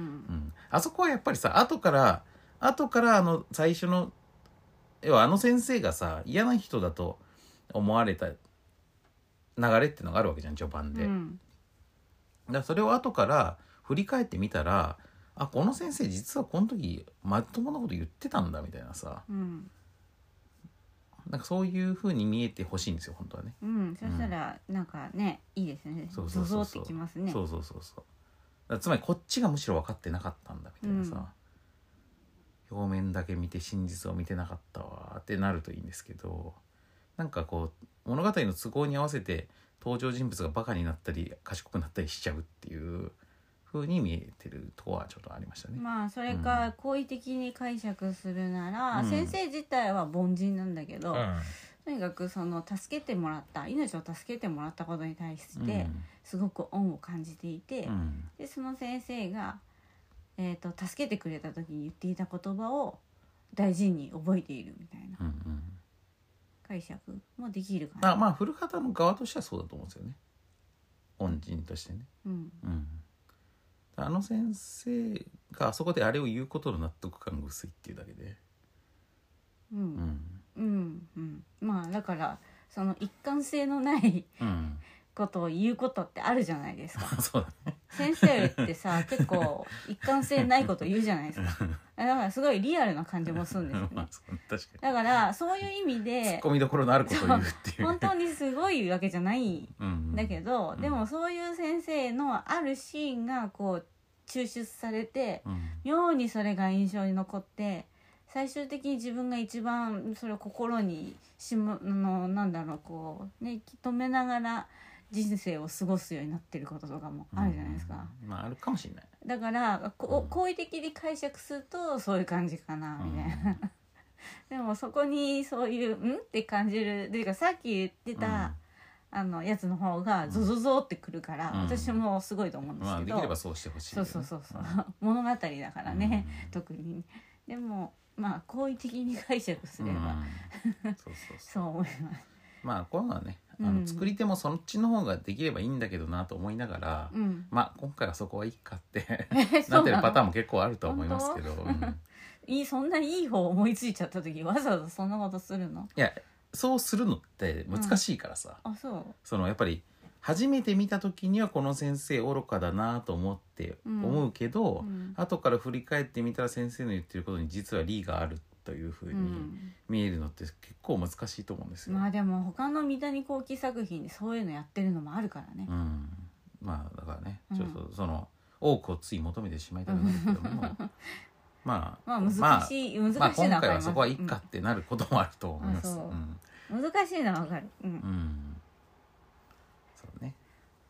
あそこはやっぱりさ後から後からあの最初の要はあの先生がさ嫌な人だと思われた流れっていうのがあるわけじゃん序盤で、 うん、 だからそれを後から振り返ってみたらあこの先生実はこの時まともなこと言ってたんだみたいなさ、 うん、 なんかそういう風に見えてほしいんですよ本当はね。 うん、そしたらなんかね、いいですね。 そうそうそうそうゾゾってきますね。 そうそうそうそうだからつまりこっちがむしろ分かってなかったんだみたいなさ、うん、表面だけ見て真実を見てなかったわってなるといいんですけど、なんかこう物語の都合に合わせて登場人物がバカになったり賢くなったりしちゃうっていう風に見えてるとこはちょっとありましたね。 まあそれか好意的に解釈するなら、 うん、 先生自体は凡人なんだけど、 うん、 とにかくその助けてもらった命を助けてもらったことに対してうんすごく恩を感じていて、 うん、 でその先生が、えーと、助けてくれた時に言っていた言葉を大事に覚えているみたいなうんうん、 解釈もできるかな。 あまあ古畑の側としてはそうだと思うんですよね恩人としてね、 うんうん、あの先生があそこであれを言うことの納得感が薄いっていうだけで、 うんうんうんうん、まあだからその一貫性のないうんことを言うことってあるじゃないですか。 そうだね先生ってさ結構一貫性ないこと言うじゃないですか。だからすごいリアルな感じもするんですよね。 まあそう確かにだからそういう意味ツッでコミどころのあることを言うっていう、ね、 本当にすごいわけじゃないんうんだけど、 うんでもそういう先生のあるシーンがこう抽出されて、 うん妙にそれが印象に残って、最終的に自分が一番それを心にしまあのなんだろうこうね留めながら人生を過ごすようになってることとかもあるじゃないですか。 うんまああるかもしれない。 だからこうん好意的に解釈するとそういう感じかなみたいな、 うんでもそこにそういうんって感じるっていうかさっき言ってた、あのやつの方がゾゾゾってくるから、 うん私もすごいと思うんですまあけど、 できればそうしてほしいよね、 そうそうそうそう物語だからね、 うん特にでもまあ好意的に解釈すれば、 うんそうそうそそうう思います。 まあこういうのはねあうんの作り手もそっちの方ができればいいんだけどなと思いながら、 うんまあ今回はそこはいいかってそうなのなってるパターンも結構あるとは思いますけど、うんいいそんないい方思いついちゃった時わざわざそんなことするの？ いやそうするのって難しいからさ、 あそうそのやっぱり初めて見た時にはこの先生愚かだなと思って思うけど、 うん後から振り返ってみたら先生の言ってることに実は理があるというふうにうん見えるのって結構難しいと思うんですよ。 まあでも他の三谷幸喜作品でそういうのやってるのもあるからねう、ん、まあだからね、 うんちょっとその多くをつい求めてしまいたくなるけどもまあまあ難しい、 まあ、 難まあ今回はしいのは分かります、 そこはいいかってなることもあると思います。 うんあそううんうん難しいのは分かる、うんうんそうね。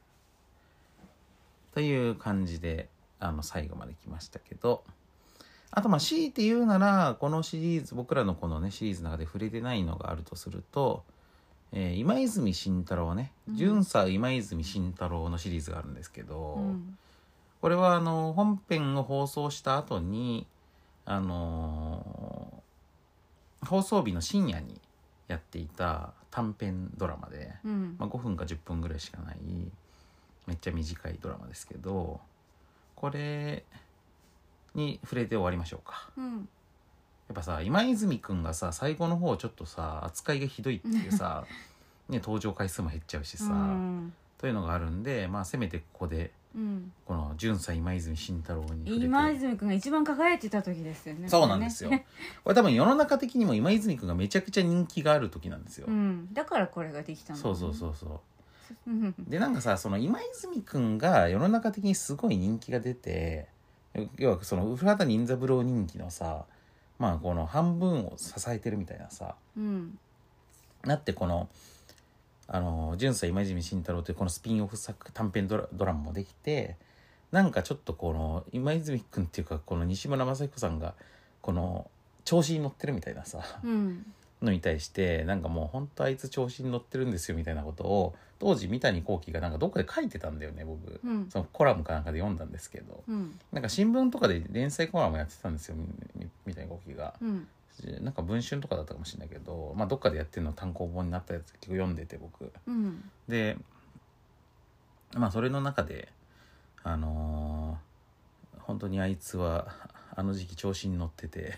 という感じであの最後まで来ましたけど、あとまあ強いて言うならこのシリーズ僕らのこのねシリーズの中で触れてないのがあるとすると、えー今泉慎太郎ねうん巡査今泉慎太郎のシリーズがあるんですけど、 うんこれはあの本編を放送した後にあのー放送日の深夜にやっていた短編ドラマで、 うんまあ、ごふんかじゅっぷんぐらいしかないめっちゃ短いドラマですけど、これに触れて終わりましょうか。 うんやっぱさ今泉くんがさ最後の方ちょっとさ扱いがひどいっていうさ、ね、登場回数も減っちゃうしさ、 うんというのがあるんで、まあ、せめてここでうんこの巡査今泉慎太郎に触れて今泉君が一番輝いてた時ですよね。 そうなんですよ。これ多分世の中的にも今泉くんがめちゃくちゃ人気がある時なんですよ。 うん、だからこれができたの、 そうそうそうそう。 うんでなんかさその今泉くんが世の中的にすごい人気が出て、要はその古畑任三郎人気のさまあこの半分を支えてるみたいなさうんなってこのあの巡査今泉慎太郎というこのスピンオフ作短編ドラドラマもできて、なんかちょっとこの今泉くんっていうかこの西村雅彦さんがこの調子に乗ってるみたいなさうんのに対してなんかもう本当あいつ調子に乗ってるんですよみたいなことを当時三谷幸喜がなんかどっかで書いてたんだよね僕、 うん、 そのコラムかなんかで読んだんですけど、 うん、 なんか新聞とかで連載コラムやってたんですよ三谷幸喜が、 うん、 なんか文春とかだったかもしれないけど、まあ、どっかでやってるの単行本になったやつ結構読んでて僕、 うん、 でまあそれの中であのー、本当にあいつはあの時期調子に乗ってて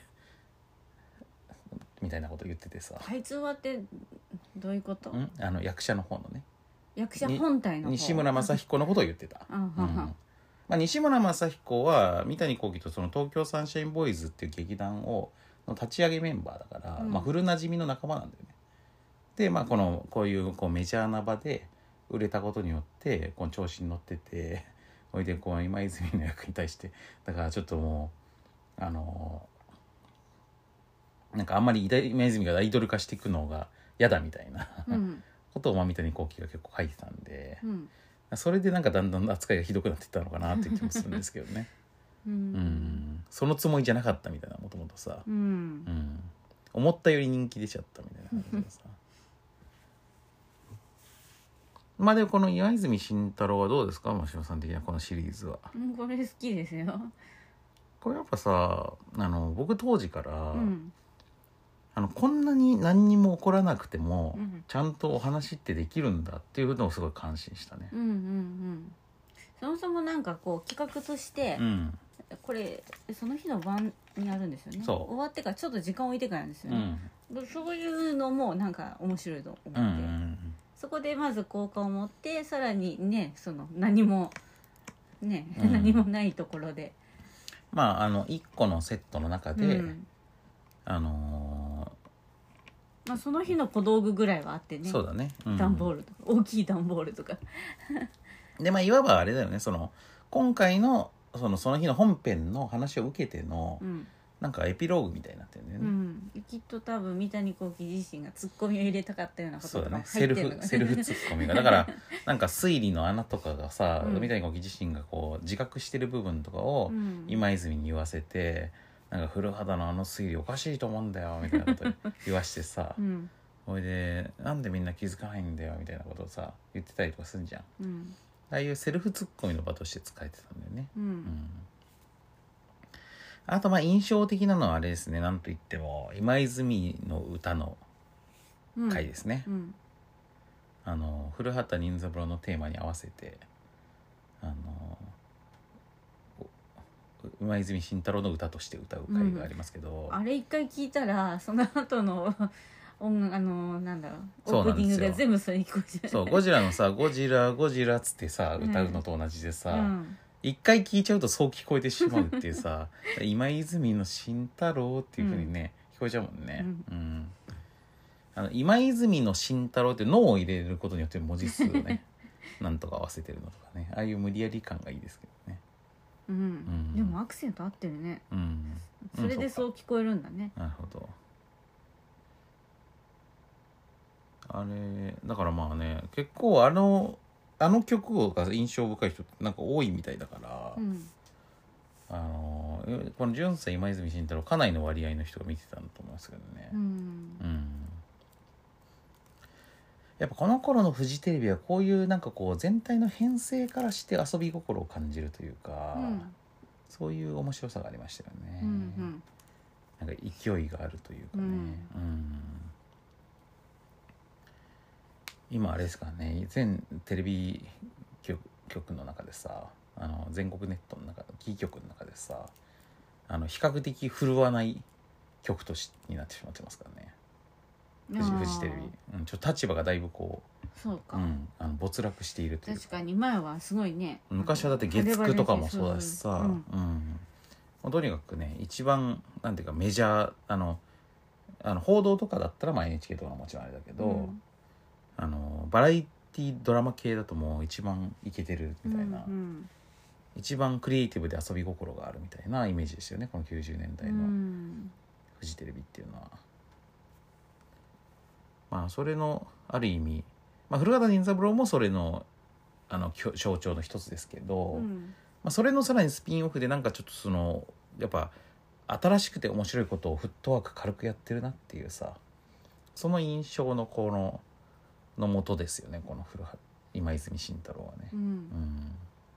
みたいなこと言っててさ、 あいつはってどういうこと？ んあの役者の方のね役者本体の方西村雅彦のことを言ってた、 うんうんまあ、西村雅彦は三谷幸喜とその東京サンシャインボーイズっていう劇団をの立ち上げメンバーだから、 うんまあ、古なじみの仲間なんだよね。でまあこのこういうこうメジャーな場で売れたことによってこの調子に乗ってて、おいでこう今泉の役に対してだからちょっともうあのなんかあんまり今泉がアイドル化していくのが嫌だみたいな、 うん、 ことをまあ三谷幸喜が結構書いてたんで、 うん、 それでなんかだんだん扱いがひどくなっていったのかなっていう気もするんですけどね。 うん、 うんそのつもりじゃなかったみたいなもともとさ、 うん、 うん、思ったより人気出ちゃったみたいな感じでさまあでもこの今泉慎太郎はどうですか真島さん的にはこのシリーズは。 うん、これ好きですよ。 これやっぱさあの僕当時から、 うん、 あのこんなに何にも起こらなくても、 うん、 ちゃんとお話ってできるんだっていうのをすごい感心したね。 うん、うん、うん。そもそもなんかこう企画として、 うん、 これその日の晩にあるんですよね。 そう終わってからちょっと時間置いてからなんですようね。 んそういうのもなんか面白いと思って、 うんうんそこでまず好感を持ってさらにねその何もね、 うん何もないところでまああのいっこのセットの中で、 うん、 あのまあ、その日の小道具ぐらいはあってね。 そうだね、うん、 段ボールとか大きい段ボールとかでまあいわばあれだよねその今回のそのその日の本編の話を受けての、 うん、 なんかエピローグみたいになってるんだよね、 うん、きっと多分三谷幸喜自身がツッコミを入れたかったようなこととかそうだね入ってるのセルフセルフツッコミがだからなんか推理の穴とかがさ、 うん、 三谷幸喜自身がこう自覚してる部分とかを今泉に言わせて、なんか古畑のあの推理おかしいと思うんだよみたいなこと言わしてさ、 うん、 ほいでなんでみんな気づかないんだよみたいなことをさ言ってたりとかするんじゃん、 うん、 ああいうセルフツッコミの場として使えてたんだよね、 うんうんうんあとまあ印象的なのはあれですね、なんといっても今泉の歌の回ですね、 うん、 あの古畑任三郎のテーマに合わせてあの今泉慎太郎の歌として歌う回がありますけど、 うん、あれ一回聞いたらその後の音楽あのなんだろうそうオープニングが全部それに聞こえちゃう。 そうゴジラのさゴジラゴジラっつってさ歌うのと同じでさ、 うん一回聞いちゃうとそう聞こえてしまうっていうさ今泉の慎太郎っていう風にね、うん、聞こえちゃうもんね、うんうん、あの今泉の慎太郎って脳を入れることによって文字数をねなんとか合わせてるのとかね、ああいう無理やり感がいいですけどね、 うんうん、でもアクセント合ってるね、うん、それでそう聞こえるんだね、 なるほど。あれだからまあね結構あのあの曲が印象深い人ってなんか多いみたいだから、うん、あのこのじゅんさん今泉慎太郎かなりの割合の人が見てたんだと思いますけどね、うんうん、やっぱこの頃のフジテレビはこういうなんかこう全体の編成からして遊び心を感じるというか、うん、そういう面白さがありましたよね、うんうん、なんか勢いがあるというかね、うんうん今あれですからね全テレビ 局, 局の中でさあの全国ネットの中キー局の中でさあの比較的振るわない局としになってしまってますからねフジ、フジテレビ、うん、ちょっと立場がだいぶこうそうか、 うん、あの没落しているというか確かに前はすごいね昔はだって月くとかもそうだしさ、うんうん、とにかくね一番なんていうかメジャーあのあの報道とかだったらまあ エヌエイチケー とかももちろんあれだけど、うんあのバラエティドラマ系だともう一番イケてるみたいな、うんうん、一番クリエイティブで遊び心があるみたいなイメージですよねこのきゅうじゅうねんだいのフジテレビっていうのは、まあそれのある意味、まあ、古畑任三郎もそれの、あの象徴の一つですけど、うんまあ、それのさらにスピンオフでなんかちょっとそのやっぱ新しくて面白いことをフットワーク軽くやってるなっていうさその印象のこのの元ですよね、この古畑今泉慎太郎はね、 うんうん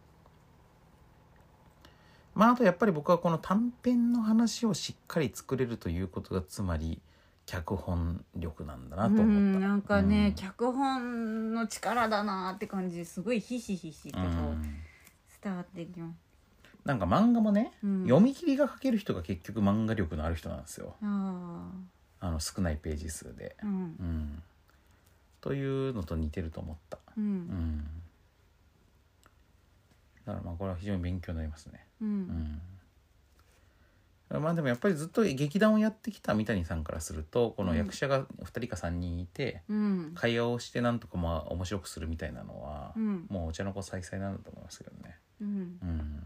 まああとやっぱり僕はこの短編の話をしっかり作れるということがつまり脚本力なんだなと思った。 うんなんかね、 うん脚本の力だなって感じすごいひしひしとこう、 うん伝わってきます。 なんか漫画もね、 うん読み切りが書ける人が結局漫画力のある人なんですよ、 ああの少ないページ数で、 あうんうん、というのと似てると思った、 ううんん、だからまあこれは非常に勉強になりますね、 ううんん、まあでもやっぱりずっと劇団をやってきた三谷さんからするとこの役者がふたりかさんにんいて、 うん会話をしてなんとかまあ面白くするみたいなのは、 うんもうお茶の子さいさいなんだと思いますけどね、 うんうん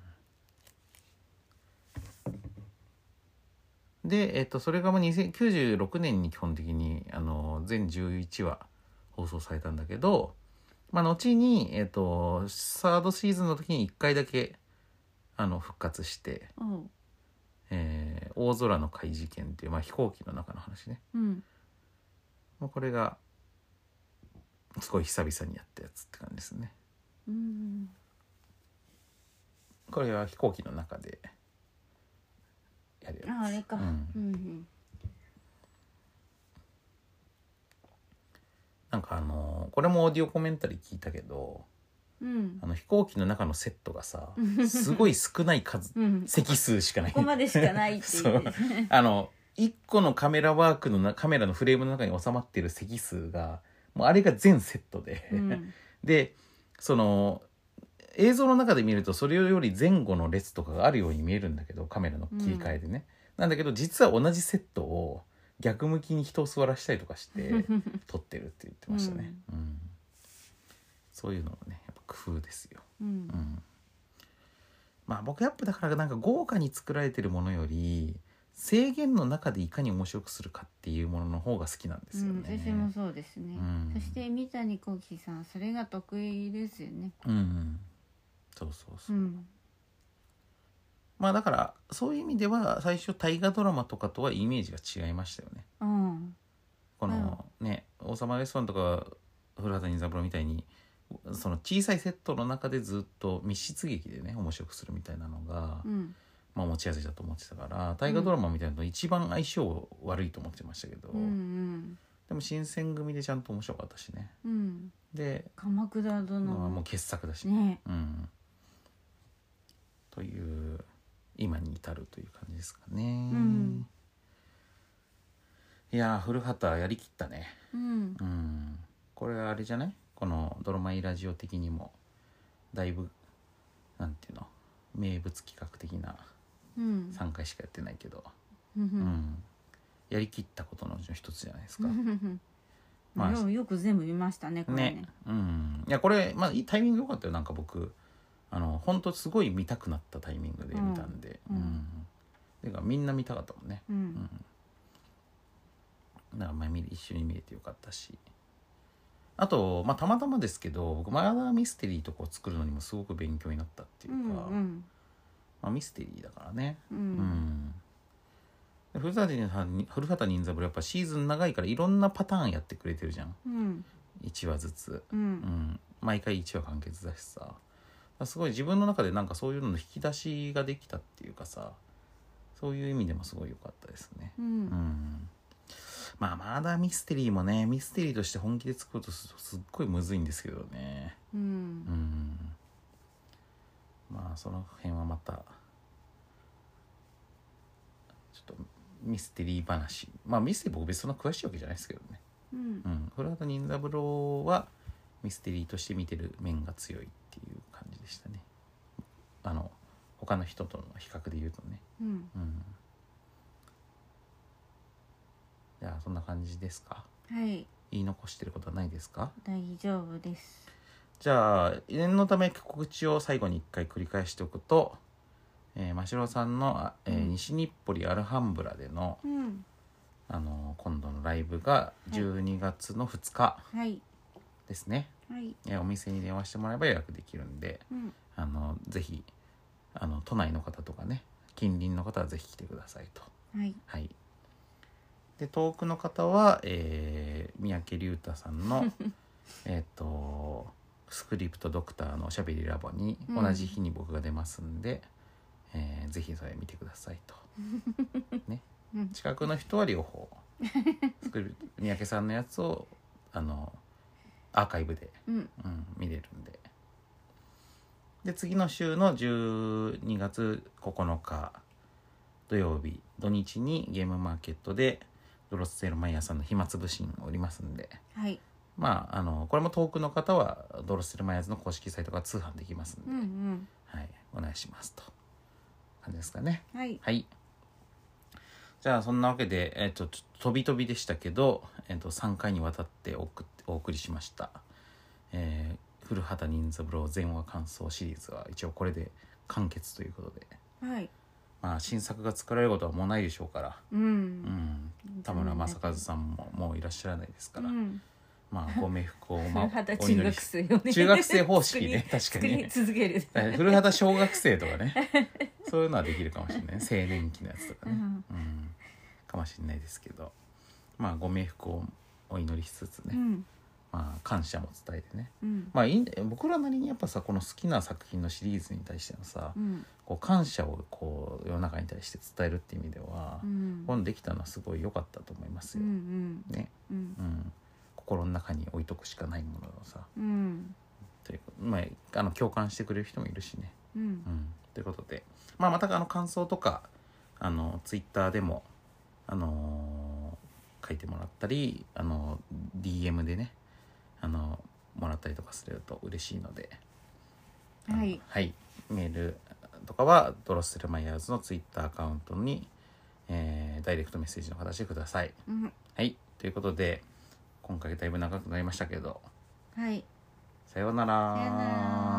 で、えっと、それがまあにせんきゅうじゅうろくねんに基本的にあの全じゅういちわ放送されたんだけど、まあ、後に、えっと、サードシーズンの時にいっかいだけあの復活して、 おうえー大空の怪事件っていう、まあ、飛行機の中の話ね、 うんまあ、これがすごい久々にやったやつって感じですね。 うんこれは飛行機の中でやるやつ。 ああれか、 ううんんうんなんかあのこれもオーディオコメンタリー聞いたけど、 うんあの飛行機の中のセットがさすごい少ない数うん席数しかない。 ここまでしかないって言ってそうあのいっこのカメラワークのなカメラのフレームの中に収まっている席数がもうあれが全セットで、 うんでその映像の中で見るとそれより前後の列とかがあるように見えるんだけどカメラの切り替えでね、なんだけど実は同じセットを逆向きに人を座らせたりとかして撮ってるって言ってましたね、うんそういうのもねやっぱ工夫ですよ、 うんうん、まあ僕やっぱだからなんか豪華に作られてるものより制限の中でいかに面白くするかっていうものの方が好きなんですよね、 うん、私もそうですね、 うんそして三谷幸喜さんそれが得意ですよね。 うんうんそうそうそうう、 んまあだからそういう意味では最初大河ドラマとかとはイメージが違いましたよね。 うんこのね「王様レストラン」とか古畑任三郎みたいにその小さいセットの中でずっと密室劇でね面白くするみたいなのが、 うんまあ持ち味だと思ってたから大河ドラマみたいなの一番相性悪いと思ってましたけど、 うんうんでも新選組でちゃんと面白かったしね。 うんで、 鎌倉殿まあ、もう傑作だし、 ねうん、という今に至るという感じですかね、 んいやー古畑やりきったね、 うんうん、これはあれじゃない、このドロマイラジオ的にもだいぶなんていうの名物企画的なうんさんかいしかやってないけど、 うんううんん、やりきったことのうちの一つじゃないですか、 まあ、 まあよよく全部見ましたねこれねね、うん、いやこれ、まあ、いいタイミング良かったよ。なんか僕あの本当すごい見たくなったタイミングで見たんで、 うんうんてかみんな見たかったもんね、 ううんん、だからまあ見一緒に見れてよかったし、あと、まあ、たまたまですけど僕マーダーミステリーとかを作るのにもすごく勉強になったっていううか、 んまあ、ミステリーだからね、 うんううんんで古畑任三郎古畑任三郎やっぱシーズン長いからいろんなパターンやってくれてるじゃん、 うんいちわずつ、 ううんん、毎回いちわ完結だしさ、だからすごい自分の中でなんかそういうのの引き出しができたっていうかさ、そういう意味でもすごい良かったですね、 ううんん、まあマーダーミステリーもねミステリーとして本気で作るとすすっごいむずいんですけどね、 ううんん、まあその辺はまたちょっとミステリー話、まあミステリー僕別にそんな詳しいわけじゃないですけどね、 うんうん、古畑任三郎はミステリーとして見てる面が強いっていう感じでしたね。あの他の人との比較で言うとね、 うんうん、じゃあそんな感じですか。 はい言い残してることはないですか。 大丈夫です。 じゃあ念のため告知を最後に一回繰り返しておくと、えー、真城さんの、あえーうん西日暮里アルハンブラでの、 うんあの今度のライブがじゅうにがつのふつかはいですね、 はいえーお店に電話してもらえば予約できるんで、 うんあのぜひあの都内の方とかね近隣の方はぜひ来てくださいと。 はいはい、で遠くの方は、え三宅龍太さんのえっとスクリプトドクターのおしゃべりラボに同じ日に僕が出ますんで、うんえー、ぜひそれ見てくださいと、ねうん、近くの人は両方スクリプト三宅さんのやつをあのアーカイブで、うんうん、見れるんでで次の週のじゅうにがつここのか土曜日土日にゲームマーケットでドロッセルマイヤーさんの暇つぶしおりますんで、 はい、 まああのこれも遠くの方はドロッセルマイヤーズの公式サイトから通販できますんで、 うんうんはい、お願いしますと感じですかね。 はい、 はい、じゃあそんなわけで、えー、と飛び飛びでしたけど、えー、とさんかいにわたってお送お送りしました、えー、古畑任三郎全話感想シリーズは一応これで完結ということで、 はいまあ、新作が作られることはもうないでしょうから、 うんうん、 田村正和さんももういらっしゃらないですから、 うんまあご冥福を、まあ、 古畑中学生よね中学生方式ね確かにね続ける古畑小学生とかねそういうのはできるかもしれない青年期のやつとかね、うんうん、かもしれないですけどまあご冥福をお祈りしつつね、うんまあ、感謝も伝えてね、うんまあ、いいんだよ僕らなりにやっぱさこの好きな作品のシリーズに対してのさ、うん、こう感謝をこう世の中に対して伝えるっていう意味では、うん、このできたのはすごい良かったと思いますよ、うんうん、ね、うんうん心の中に置いとくしかないものをさ、うん、というまあ、あの共感してくれる人もいるしね、うんうん、ということで、まあ、またあの感想とかあのツイッターでも、あのー、書いてもらったり、あの ディーエム でねあのもらったりとかすると嬉しいので、 はい、 はい、メールとかはドロッセルマイヤーズのツイッターアカウントに、えー、ダイレクトメッセージの形でください、うん、はいということで今回だいぶ長くなりましたけど、 はい、 さようなら。 さようなら。